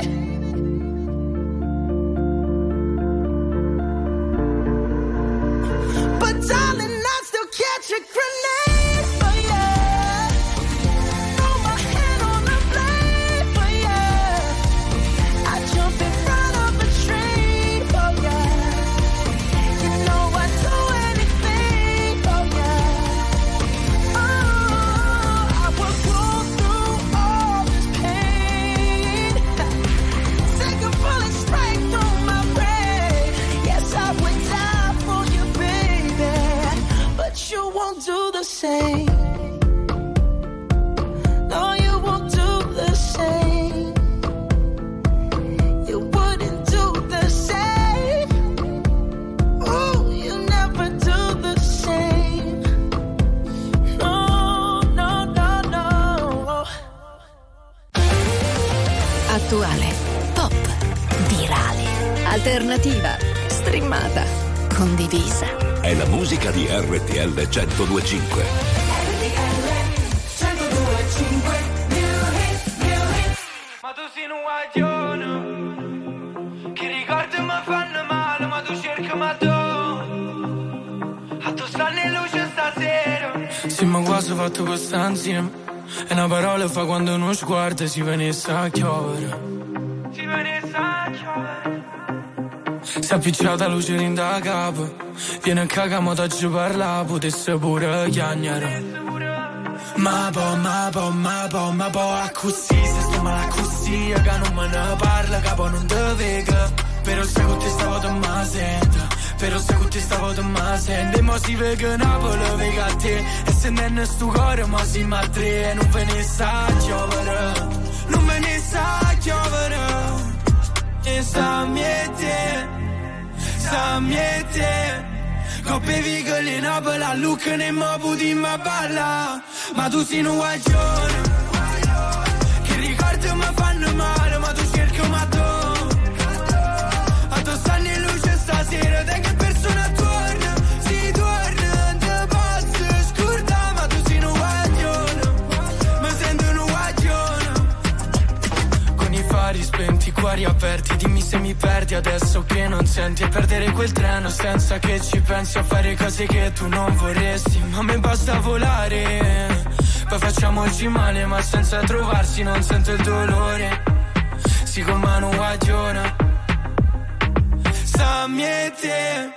But darling, I'd still catch a grenade for ya. Throw my hand on the blade for ya. I jump in front of a train for ya. You know I'd do anything for ya. Oh, I would go through all this pain. Take a bullet straight through my brain. Yes, I would die for you, baby, but you won't do the same. No, you won't do the same. You wouldn't do the same. Oh, you never do the same. No. Attuale, pop, virale, alternativa, streamata, condivisa. È la musica di RTL 1025. Ma tu sei un guaglione che ricordi mi fanno male, ma tu cerchi ma tu a tu stanno in luce stasera. Sì, ma quasi fatto questa insieme. E una parola fa quando uno sguardo si venisse a chiovere. Si venisse a chiovere. si è appicciata luce in da capo. Viene a cagamo da giù parla, potesse pure chiagnare. Ma po' a così, se sto male così, che non me ne parla, capo non te vega. Però se con te stavo te ma sento, però se con te stavo te ma sento. E mo si vega Napoli, vega a te, e se non è sto cuore, mo si ma tre. E non ve ne sa giovere, non me ne sa giovere. E sta miete, coppe vigole Napoli, a Lucca ne mo puti ma balla. Ma tu sei un guaglione, che ricordi mi fanno male, ma tu cerchi ma tu. A tu stanno in luce stasera, te che persona torna, si torna, te posso scordare, ma tu sei un guaglione, mi sento un guaglione. Con i fari spenti, i cuori aperti, dimmi se mi perdi adesso che non senti. E perdere quel treno senza che ci pensi, a fare cose che tu non vorresti. Ma a me basta volare, poi facciamoci male, ma senza trovarsi non sento il dolore. Si con mano guagliona. Sta miete,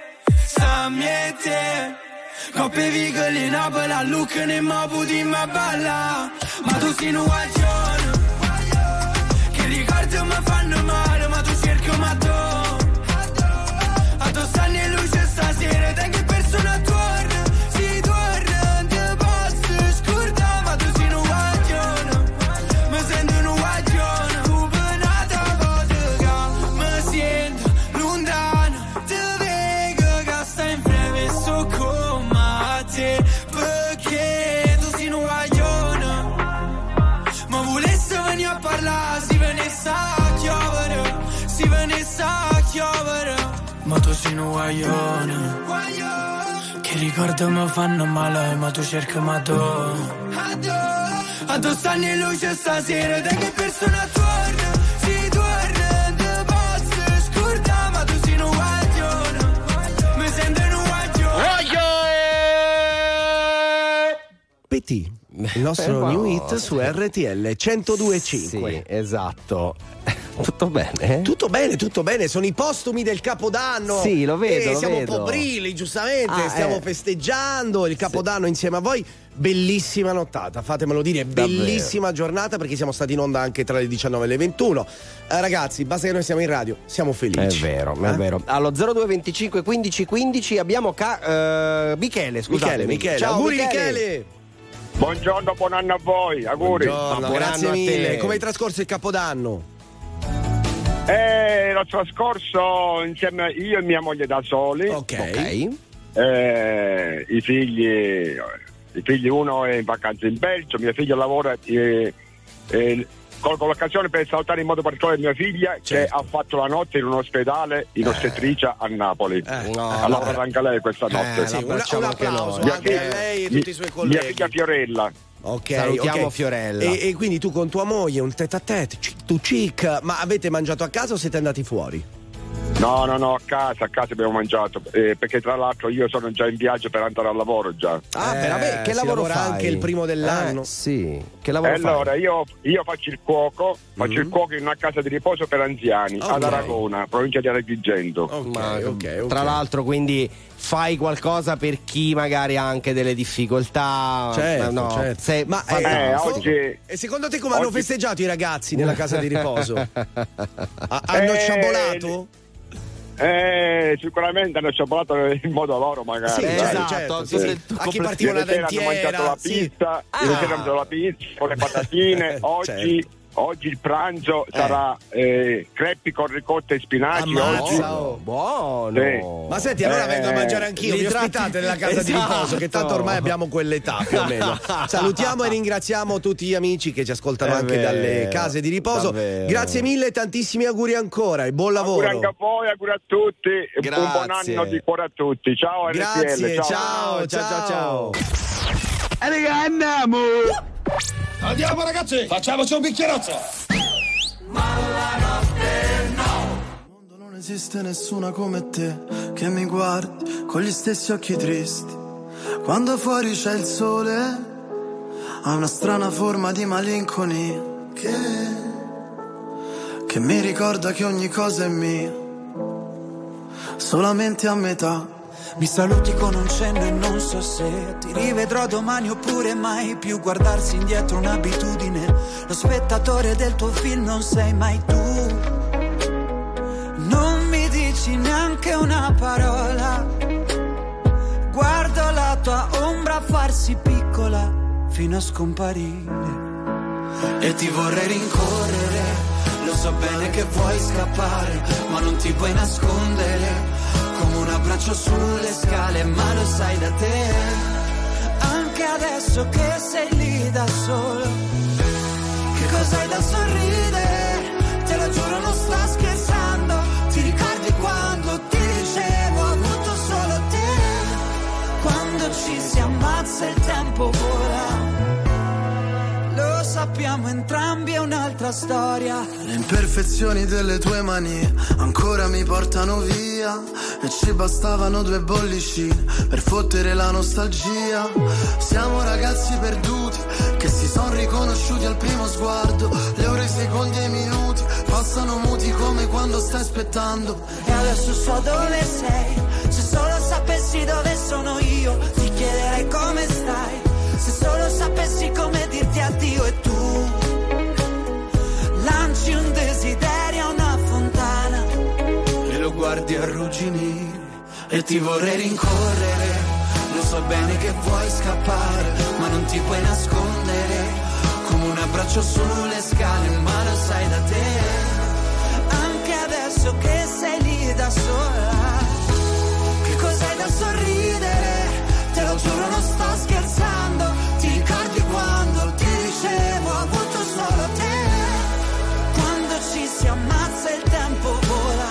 coppe vigole Napoli, a Lucca ne mo puti ma balla. Ma tu sei un guaglione, che ricordi mi fanno male, ma tu cerchi ma tu. A tu stanno in luce stasera, te che persona torna, si torna, te posso scordare, ma tu sei un guaglione, mi sento un guaglione. Tu penata vodka, mi sento lontano, te vedo che stai in breve so come te, perché tu sei un guaglione. Ma volesse venire a parlare, si venisse a chiovere, si venisse a chiovere. Ma tu sei un guaglione, che ricordi mi fanno male, ma tu cerchi ma tu. A tu stanno in luce stasera, te che persona torna, si torna, te posso scordare, ma tu sei un guaglione, mi sento un guaglione. Petit, il nostro new hit su RTL 102.5. Sì, esatto. Tutto bene? Tutto bene, sono i postumi del Capodanno. Sì, lo vedo. Siamo un po' brilli, giustamente, stiamo festeggiando il Capodanno insieme a voi. Bellissima nottata, fatemelo dire, bellissima giornata, perché siamo stati in onda anche tra le 19 e le 21. Ragazzi, basta che noi siamo in radio, siamo felici. È vero. Allo 0225 15 15 abbiamo Michele, scusate. Michele. Ciao, auguri Michele. Buongiorno, buon anno a voi, auguri. Buongiorno, grazie mille. Come hai trascorso il Capodanno? L'ho trascorso insieme io e mia moglie da soli. Ok. I figli, uno è in vacanza in Belgio, mio figlio lavora colgo l'occasione per salutare in modo particolare mia figlia, che ha fatto la notte in un ospedale in ostetricia a Napoli. Ha lavorato anche lei questa notte. Sì, un applauso anche a lei e tutti i suoi colleghi. Mia figlia Fiorella. Salutiamo Fiorella. E quindi tu con tua moglie un tête-à-tête, tu chic, ma avete mangiato a casa o siete andati fuori? No, a casa abbiamo mangiato, perché tra l'altro io sono già in viaggio per andare al lavoro già. Veramente? Che lavoro fai? Anche il primo dell'anno? Sì, che lavoro fai? Allora, io faccio il cuoco, in una casa di riposo per anziani ad Aragona, provincia di Agrigento. Ok. Tra l'altro, quindi fai qualcosa per chi magari ha anche delle difficoltà. Certo. Ma oggi, e secondo te come hanno festeggiato i ragazzi nella casa di riposo? Hanno sciabolato? Sicuramente hanno sciabolato in modo loro, magari. Sì, certo. A chi partiva una dentiera, hanno mangiato la pizza, ieri sera hanno mangiato la pizza con le patatine. Oggi il pranzo sarà creppi con ricotta e spinaci. Buono. Sì. Ma senti, allora vengo a mangiare anch'io. Mi ospitate nella casa di riposo, che tanto ormai abbiamo quell'età più o meno. Salutiamo e ringraziamo tutti gli amici che ci ascoltano anche dalle case di riposo. Grazie mille, tantissimi auguri ancora e buon lavoro. Auguri anche a voi, auguri a tutti. Grazie. Un buon anno di cuore a tutti. Ciao Grazie, RTL. ciao. Andiamo. Andiamo ragazzi, facciamoci un bicchierozzo. Ma la notte no. Nel mondo non esiste nessuna come te, che mi guardi con gli stessi occhi tristi. Quando fuori c'è il sole, ha una strana forma di malinconia che mi ricorda che ogni cosa è mia. solamente a metà. Mi saluti con un cenno e non so se ti rivedrò domani oppure mai più. Guardarsi indietro un'abitudine, lo spettatore del tuo film non sei mai tu. Non mi dici neanche una parola, guardo la tua ombra farsi piccola fino a scomparire. E ti vorrei rincorrere, lo so bene che vuoi scappare, ma non ti puoi nascondere. Come un abbraccio sulle scale, ma lo sai da te. Anche adesso che sei lì da solo, che cos'hai da sorridere? Te lo giuro non sto scherzando. Ti ricordi quando ti dicevo ho avuto solo te? Quando ci si ammazza il tempo vola. Lo sappiamo entrambi, è un'altra storia. Le imperfezioni delle tue manie ancora mi portano via, e ci bastavano 2 bollicine per fottere la nostalgia. Siamo ragazzi perduti che si son riconosciuti al primo sguardo. Le ore, i secondi e i minuti passano muti come quando stai aspettando. E adesso so dove sei, se solo sapessi dove sono io ti chiederei come stai. Se solo sapessi come dirti addio e tu lanci un desiderio a una fontana e lo guardi arrugginire. E ti vorrei rincorrere, lo so bene che vuoi scappare, ma non ti puoi nascondere. Come un abbraccio sulle scale, ma lo sai da te. Anche adesso che sei lì da sola, che cos'hai da sorridere? Te lo giuro non sto scherzando. Ti ricordi quando ti dicevo ho avuto solo te? Quando ci si ammazza il tempo vola.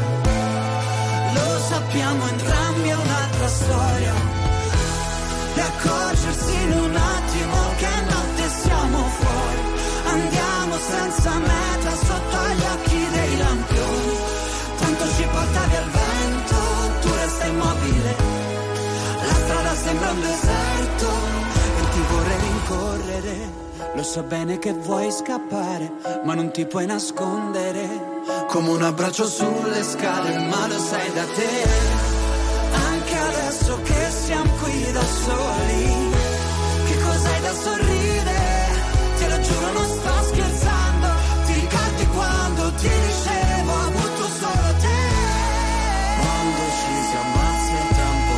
Lo sappiamo entrambi, è un'altra storia. E accorgersi in un attimo che notte siamo fuori. Andiamo senza meta sotto gli occhi dei lampioni. Tanto ci portavi al vento, tu resta immobile. La strada sembra un deserto e ti vorrei rincorrere. Lo so bene che vuoi scappare, ma non ti puoi nascondere. Come un abbraccio sulle scale, ma lo sai da te. Anche adesso che siamo qui da soli, che cos'hai da sorridere? Te lo giuro non sto scherzando. Ti ricordi quando ti dicevo ho avuto solo te? Quando ci si ammazza il tempo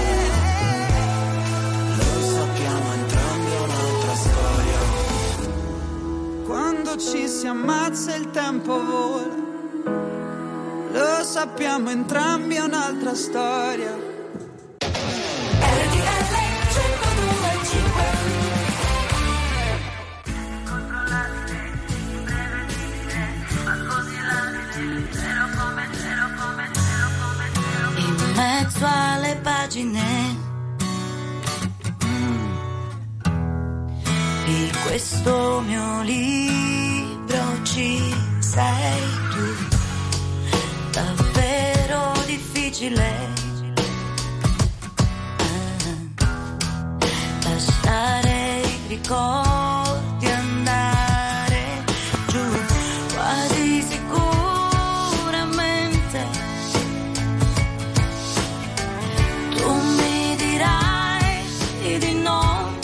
vola. Lo sappiamo entrambi, è un'altra storia. Quando ci si ammazza il tempo vola. Lo sappiamo entrambi, è un'altra storia. In mezzo alle pagine di questo mio libro ci sei tu. Davvero difficile lasciare i ricordi andare giù, quasi sicuramente tu mi dirai di no.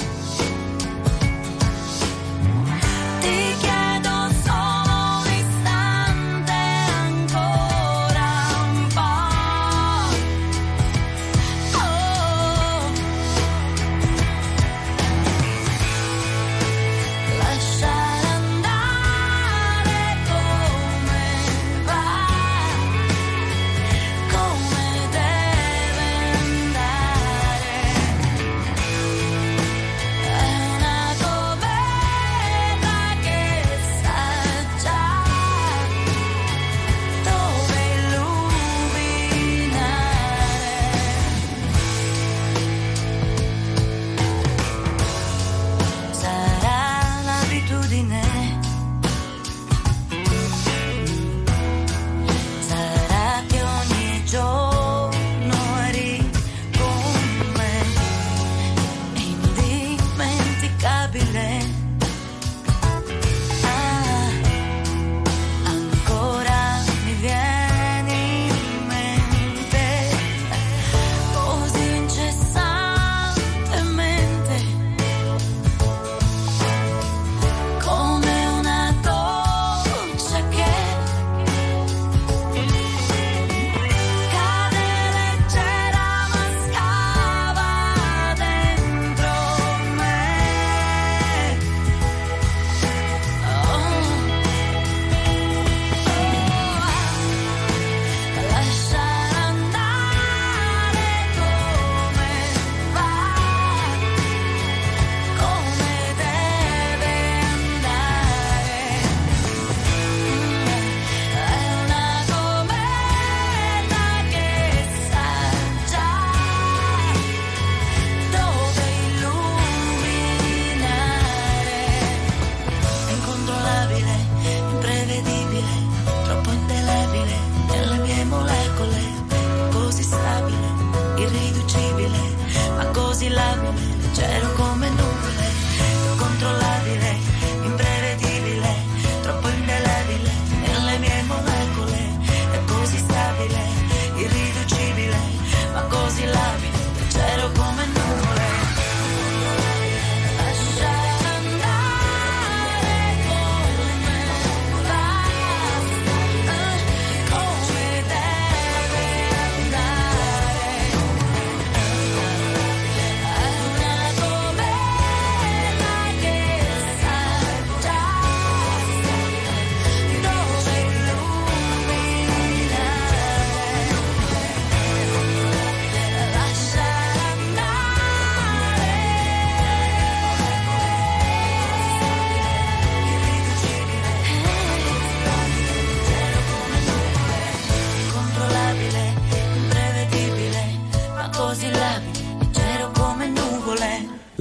Ti chiedo solo un istante, ancora un po'. Oh.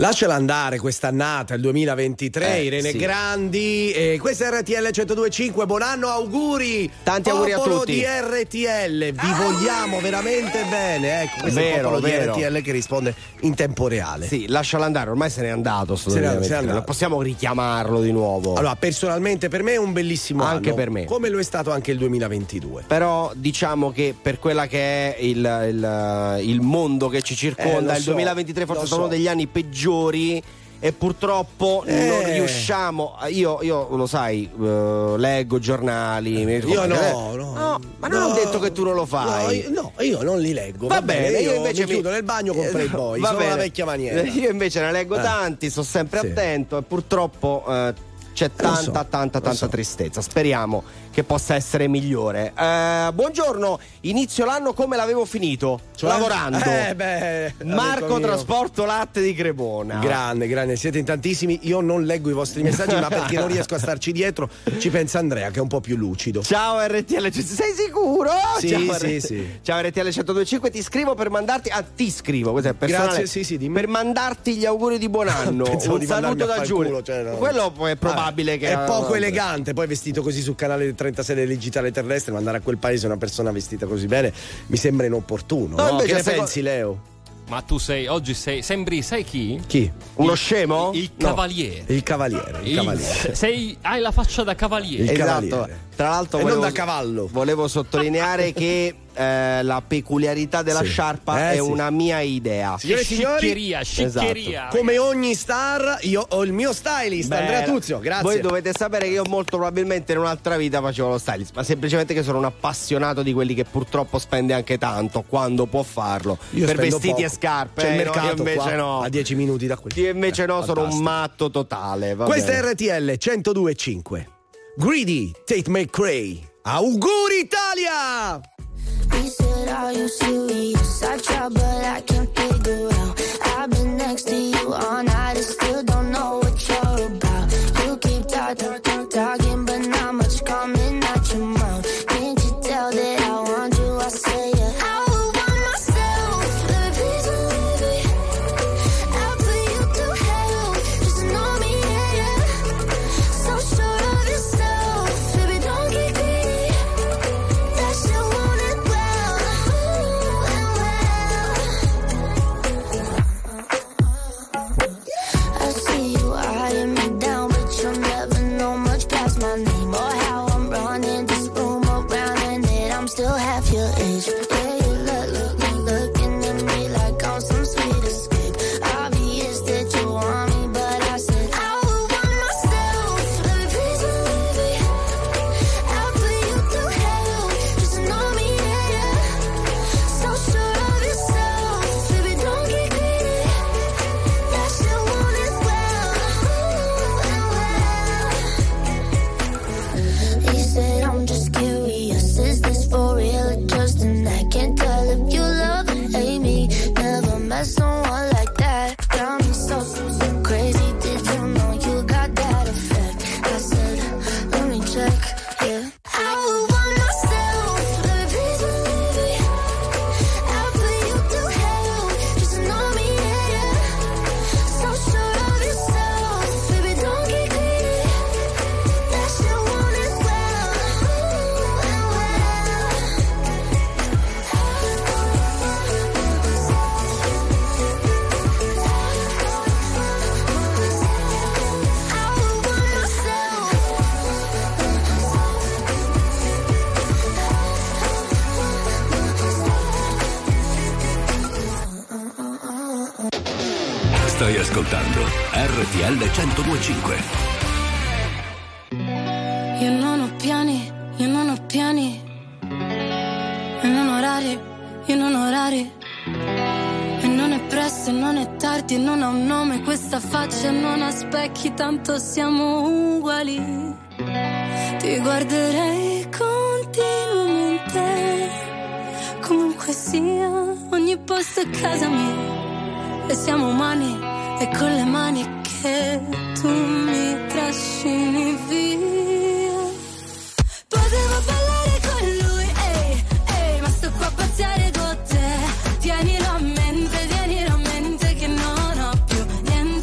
Lasciala andare quest'annata, il 2023, Irene sì. Grandi. Questa è RTL 102.5, buon anno, auguri! Tanti auguri a popolo tutti. di RTL, vi vogliamo veramente bene. Ecco, questo è il Vero, popolo vero. di RTL che risponde in tempo reale. Sì, lasciala andare, ormai se n'è andato. Se n'è andato. Non possiamo richiamarlo di nuovo. Allora, personalmente per me è un bellissimo anno. Anche per me. Come lo è stato anche il 2022. Però diciamo che per quella che è il mondo che ci circonda, lo il so, 2023 forse lo sono so. uno degli anni peggiori e purtroppo non riusciamo. Io lo sai, leggo giornali. Io no, ma non ho detto che tu non lo fai. No, io non li leggo. Va bene, io invece mi chiudo nel bagno con Playboy, va sono bene. la vecchia maniera. Io invece ne leggo tanti, sto sempre Sì. attento e purtroppo c'è tanta tristezza. Speriamo che possa essere migliore. Buongiorno, inizio l'anno come l'avevo finito? Cioè? Lavorando. Marco amico mio. Trasporto Latte di Cremona. Grande, siete in tantissimi. Io non leggo i vostri messaggi, ma perché non riesco a starci dietro, ci pensa Andrea che è un po' più lucido. Ciao RTL, sei sicuro? Sì, Ciao, sì. Ciao RTL 102.5, ti scrivo per mandarti. ti scrivo, questo è personale. Grazie, sì, dimmi. Per mandarti gli auguri di buon anno. Pensavo Un di saluto mandarmi a da far Giulio. culo, cioè, no. Quello è probabile che è poco elegante, poi vestito così sul canale 36 del digitale terrestre, mandare a quel paese una persona vestita così bene mi sembra inopportuno. No, No? invece Che ne secondo- pensi, Leo? Ma tu oggi sembri, sai chi? Chi? Uno scemo? Il No. cavaliere. Il cavaliere. Hai la faccia da cavaliere. Il Esatto. cavaliere. Tra l'altro E non da cavallo. Volevo sottolineare che la peculiarità della Sì. sciarpa è Sì. una mia idea. Signore e signori, Sciccheria. come ogni star, io ho il mio stylist, Beh, Andrea Tuzio, grazie. Voi dovete sapere che io molto probabilmente in un'altra vita facevo lo stylist, ma semplicemente che sono un appassionato di quelli che purtroppo spende anche tanto quando può farlo. Io per spendo vestiti poco. e scarpe. C'è il no, mercato io invece qua, no. a 10 minuti da qui. Io invece no, sono un Fantastico. matto totale. va Questa bene. è RTL 102.5. Greedy, Tate McRae. Auguri Italia! He said, are you serious? I try, but I can't figure out. I've been next to you all night and still don't know what you're about. You keep talking, but not much coming out your mouth. Can't you tell that I want you? I say it. I would want myself, baby, please believe me. I'll put you through hell, just know me, yeah. So sure of yourself, baby, don't get greedy. That shit want it well, I see you eyeing me down, but you'll never know much past my name or how I'm running this room around, and that I'm still half your age. Yeah, you looking at me like I'm some sweet escape. Obvious that you want me, but I said I would want myself. Baby, please believe me. I'll put you through hell, just know me, yeah. So sure of yourself, baby, don't get greedy. That shit want it well. He said, I'm just curious, is this for real or just an act? Can't tell if you love or hate me. Never met someone like that. Got me so crazy. Did you know you got that effect? I said, let me check, yeah. I would want myself, baby, please believe me. I'll put you through hell, just know me, yeah. So sure of yourself, baby, don't get greedy. That shit want it well. I would want Stai ascoltando RTL 102.5. Io non ho piani, io non ho piani. E non orari, io non orari. E non è presto, e non è tardi, e non ha un nome questa faccia, e non ha specchi, tanto siamo uguali. Ti guarderei continuamente, comunque sia, ogni posto è casa mia. E siamo umani, e con le mani che tu mi trascini via. Potevo ballare con lui, ehi, ehi, ma sto qua a pazziare con te. Tienilo a mente che non ho più niente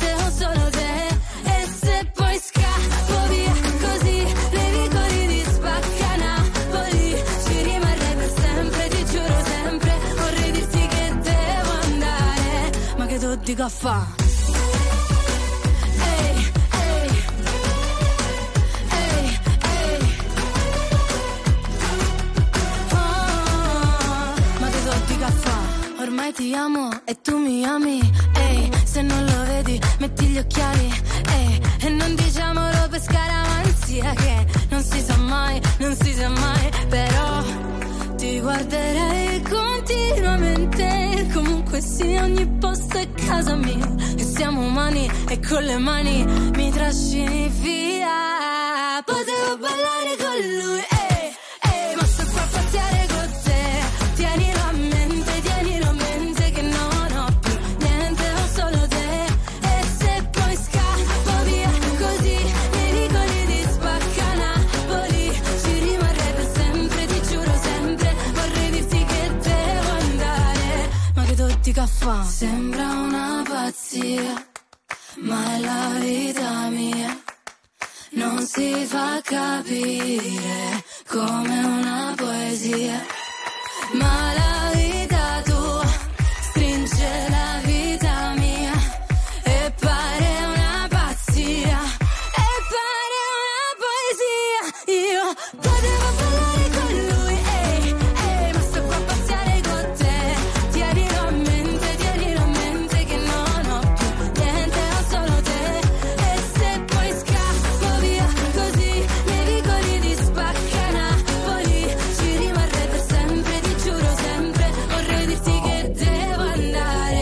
noi, e non diciamolo per scaramanzia, che non si sa mai, non si sa mai, però ti guarderei continuamente, comunque sia, ogni posto è casa mia, e siamo umani e con le mani mi trascini via. Potevo ballare con lui, ma sto qua a passare con te, tienilo a mente che non ho più niente, ho solo te, e se poi scappo via così, nei vicoli di Spacca Napoli, ci rimarrei per sempre, ti giuro sempre, vorrei dirti che devo andare, ma che tutti caffè, sembra una pazzia, ma è la vita mia, non si fa capire come una poesia, ma la vita tua stringe la vita mia e pare una pazzia, e pare una poesia. Io potevo ballare con lui, ma sto qua a passare con te, tienilo a mente che non ho più niente, ho solo te, e se poi scappo via così, nei vicoli di Spacca Napoli, ci rimarrei per sempre, ti giuro sempre, vorrei dirti che devo andare,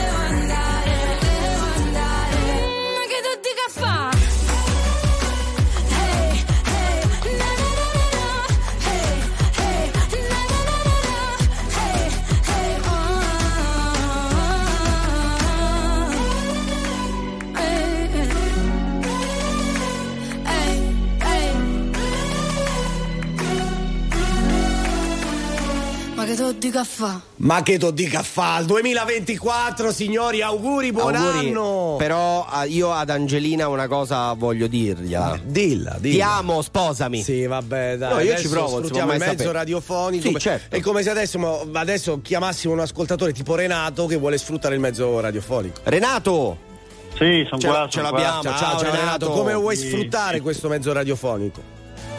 ma che tu dica fa? Hey, hey, na na na na, hey, hey, na na na na, hey, hey, oh, ma che tu dica fa? Ma che to dica fa? Il 2024, signori, auguri, buon anno! Però io ad Angelina una cosa voglio dirgliela. Dilla. Ti amo, sposami. Sì, vabbè, dai. No, io adesso ci provo, sfruttiamo il mezzo sapere. radiofonico. Sì, certo. È come se adesso chiamassimo un ascoltatore tipo Renato che vuole sfruttare il mezzo radiofonico. Renato! Sì, sono qua. Ce l'abbiamo. Ciao Renato, come vuoi sfruttare questo mezzo radiofonico?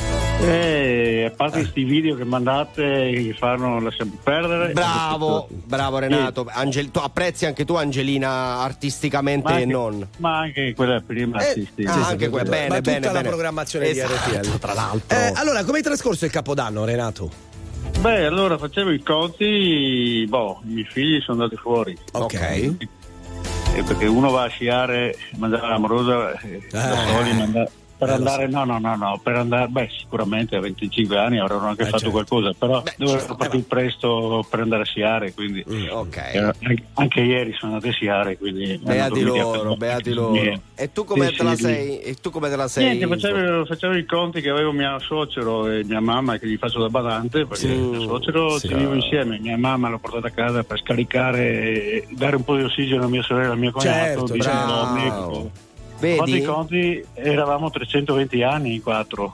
A parte questi video che mandate che fanno lasciamo perdere. Bravo Renato. Tu apprezzi anche tu Angelina artisticamente anche, e non? Ma anche quella prima artistica. Anche quella, bene, ma bene, tutta la bene. programmazione Esatto, di RTL. tra l'altro. Allora, come hai trascorso il Capodanno, Renato? Beh, allora facevo i conti, i miei figli sono andati fuori. Ok. Perché uno va a sciare, mangiare l'amorosa, da soli, per andare, per andare, sicuramente a 25 anni avranno anche fatto qualcosa, però dovevano partire presto per andare a sciare, quindi anche ieri sono andati a sciare, quindi beati loro. E tu come te la sei? Niente, facevo i conti che avevo mio suocero e mia mamma, che gli faccio da badante, perché mio suocero ci vivo insieme, mia mamma l'ho portata a casa per scaricare e dare un po' di ossigeno a mia sorella e a mio cognato, Vedi? I conti eravamo 320 anni in 4.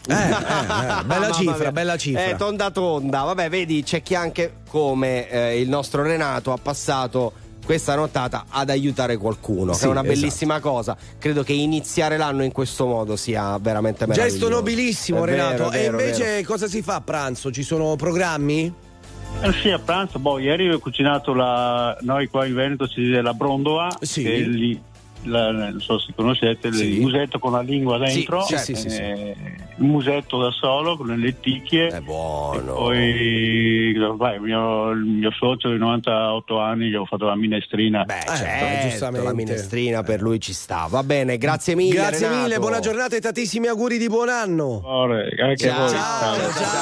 Bella cifra. Tonda. Vabbè, vedi, c'è chi anche come il nostro Renato ha passato questa nottata ad aiutare qualcuno, che è una bellissima cosa. Credo che iniziare l'anno in questo modo sia veramente meraviglioso. Gesto nobilissimo, Renato. Vero, invece cosa si fa a pranzo? Ci sono programmi? Sì, a pranzo. Ieri ho cucinato noi qua in Veneto si dice la brondola, che è lì. Non so se conoscete il musetto con la lingua dentro, il musetto da solo con le lenticchie, è buono. E poi il mio socio di 98 anni gli ho fatto la minestrina. Giustamente la minestrina per lui ci sta. Va bene, grazie mille. Grazie Renato. mille, buona giornata e tantissimi auguri di buon anno. Anche a voi. Ciao.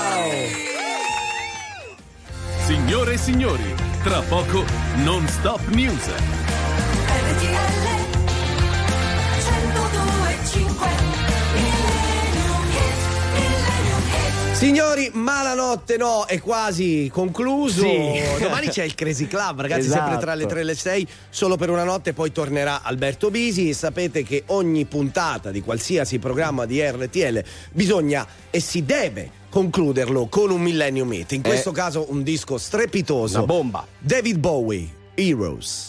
Signore e signori, tra poco Non Stop News. Signori, malanotte è quasi concluso. Domani c'è il Crazy Club, ragazzi, sempre tra le 3 e le 6, solo per una notte, poi tornerà Alberto Bisi. E sapete che ogni puntata di qualsiasi programma di RTL bisogna e si deve concluderlo con un Millennium Hit. In questo caso un disco strepitoso. Una bomba. David Bowie, Heroes.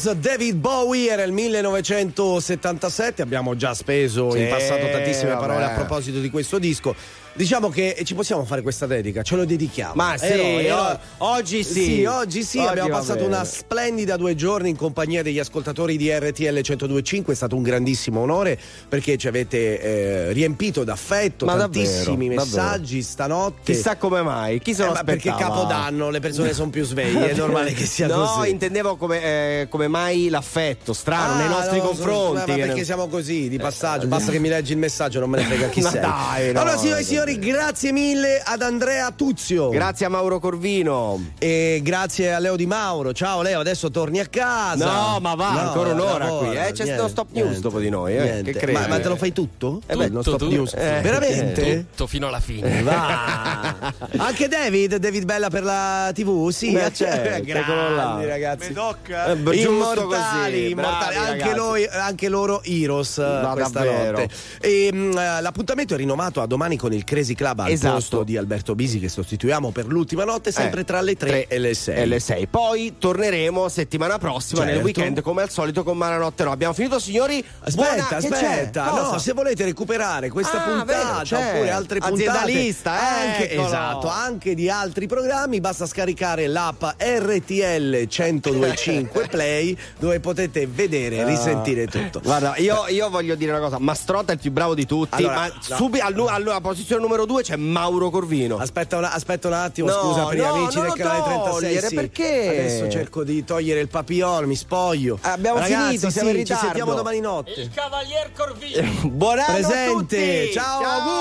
Beatles, David Bowie, era il 1977, abbiamo già speso in passato tantissime parole a proposito di questo disco. Diciamo che ci possiamo fare questa dedica, ce lo dedichiamo. Ma sì, oggi sì. Oggi abbiamo passato una splendida 2 giorni in compagnia degli ascoltatori di RTL 102.5, è stato un grandissimo onore perché ci avete riempito d'affetto, tantissimi messaggi stanotte. Chissà come mai, chi se lo aspettava? Perché Capodanno le persone sono più sveglie, è normale che sia così. No, intendevo come mai l'affetto strano nei nostri confronti. Ma perché siamo così, di passaggio, basta che mi leggi il messaggio, non me ne frega chi sei. Dai, no, allora signori e signori, grazie mille ad Andrea Tuzio, grazie a Mauro Corvino e grazie a Leo Di Mauro. Ciao Leo, adesso torni a casa. No, ma va, ancora un'ora qui, c'è lo stop news dopo di noi, che credi? Ma te lo fai tutto? Tutto, stop news. Veramente? Tutto fino alla fine. Va. Anche David Bella per la TV, sì. Beh, certo, grandi ragazzi. Medocca. Immortali, anche loro heroes questa notte. E l'appuntamento è rinomato a domani con il Crazy Club al posto di Alberto Bisi, che sostituiamo per l'ultima notte, sempre tra le 3 e le 6. Poi torneremo settimana prossima nel weekend come al solito con Malanotte No. Abbiamo finito, signori? Aspetta. No, se volete recuperare questa puntata oppure altre puntate aziendalista, anche di altri programmi, basta scaricare l'app RTL 102.5 Play, dove potete vedere e risentire tutto. Guarda, io voglio dire una cosa, Mastrota è il più bravo di tutti, allora, alla posizione numero 2 c'è Mauro Corvino. Aspetta un attimo, scusa, per gli amici del canale 36. Sì. Perché? Adesso cerco di togliere il papillon, mi spoglio. Abbiamo finito, siamo in ritardo. Ci sentiamo domani notte. Il Cavalier Corvino. Buon anno presente. a tutti. Ciao.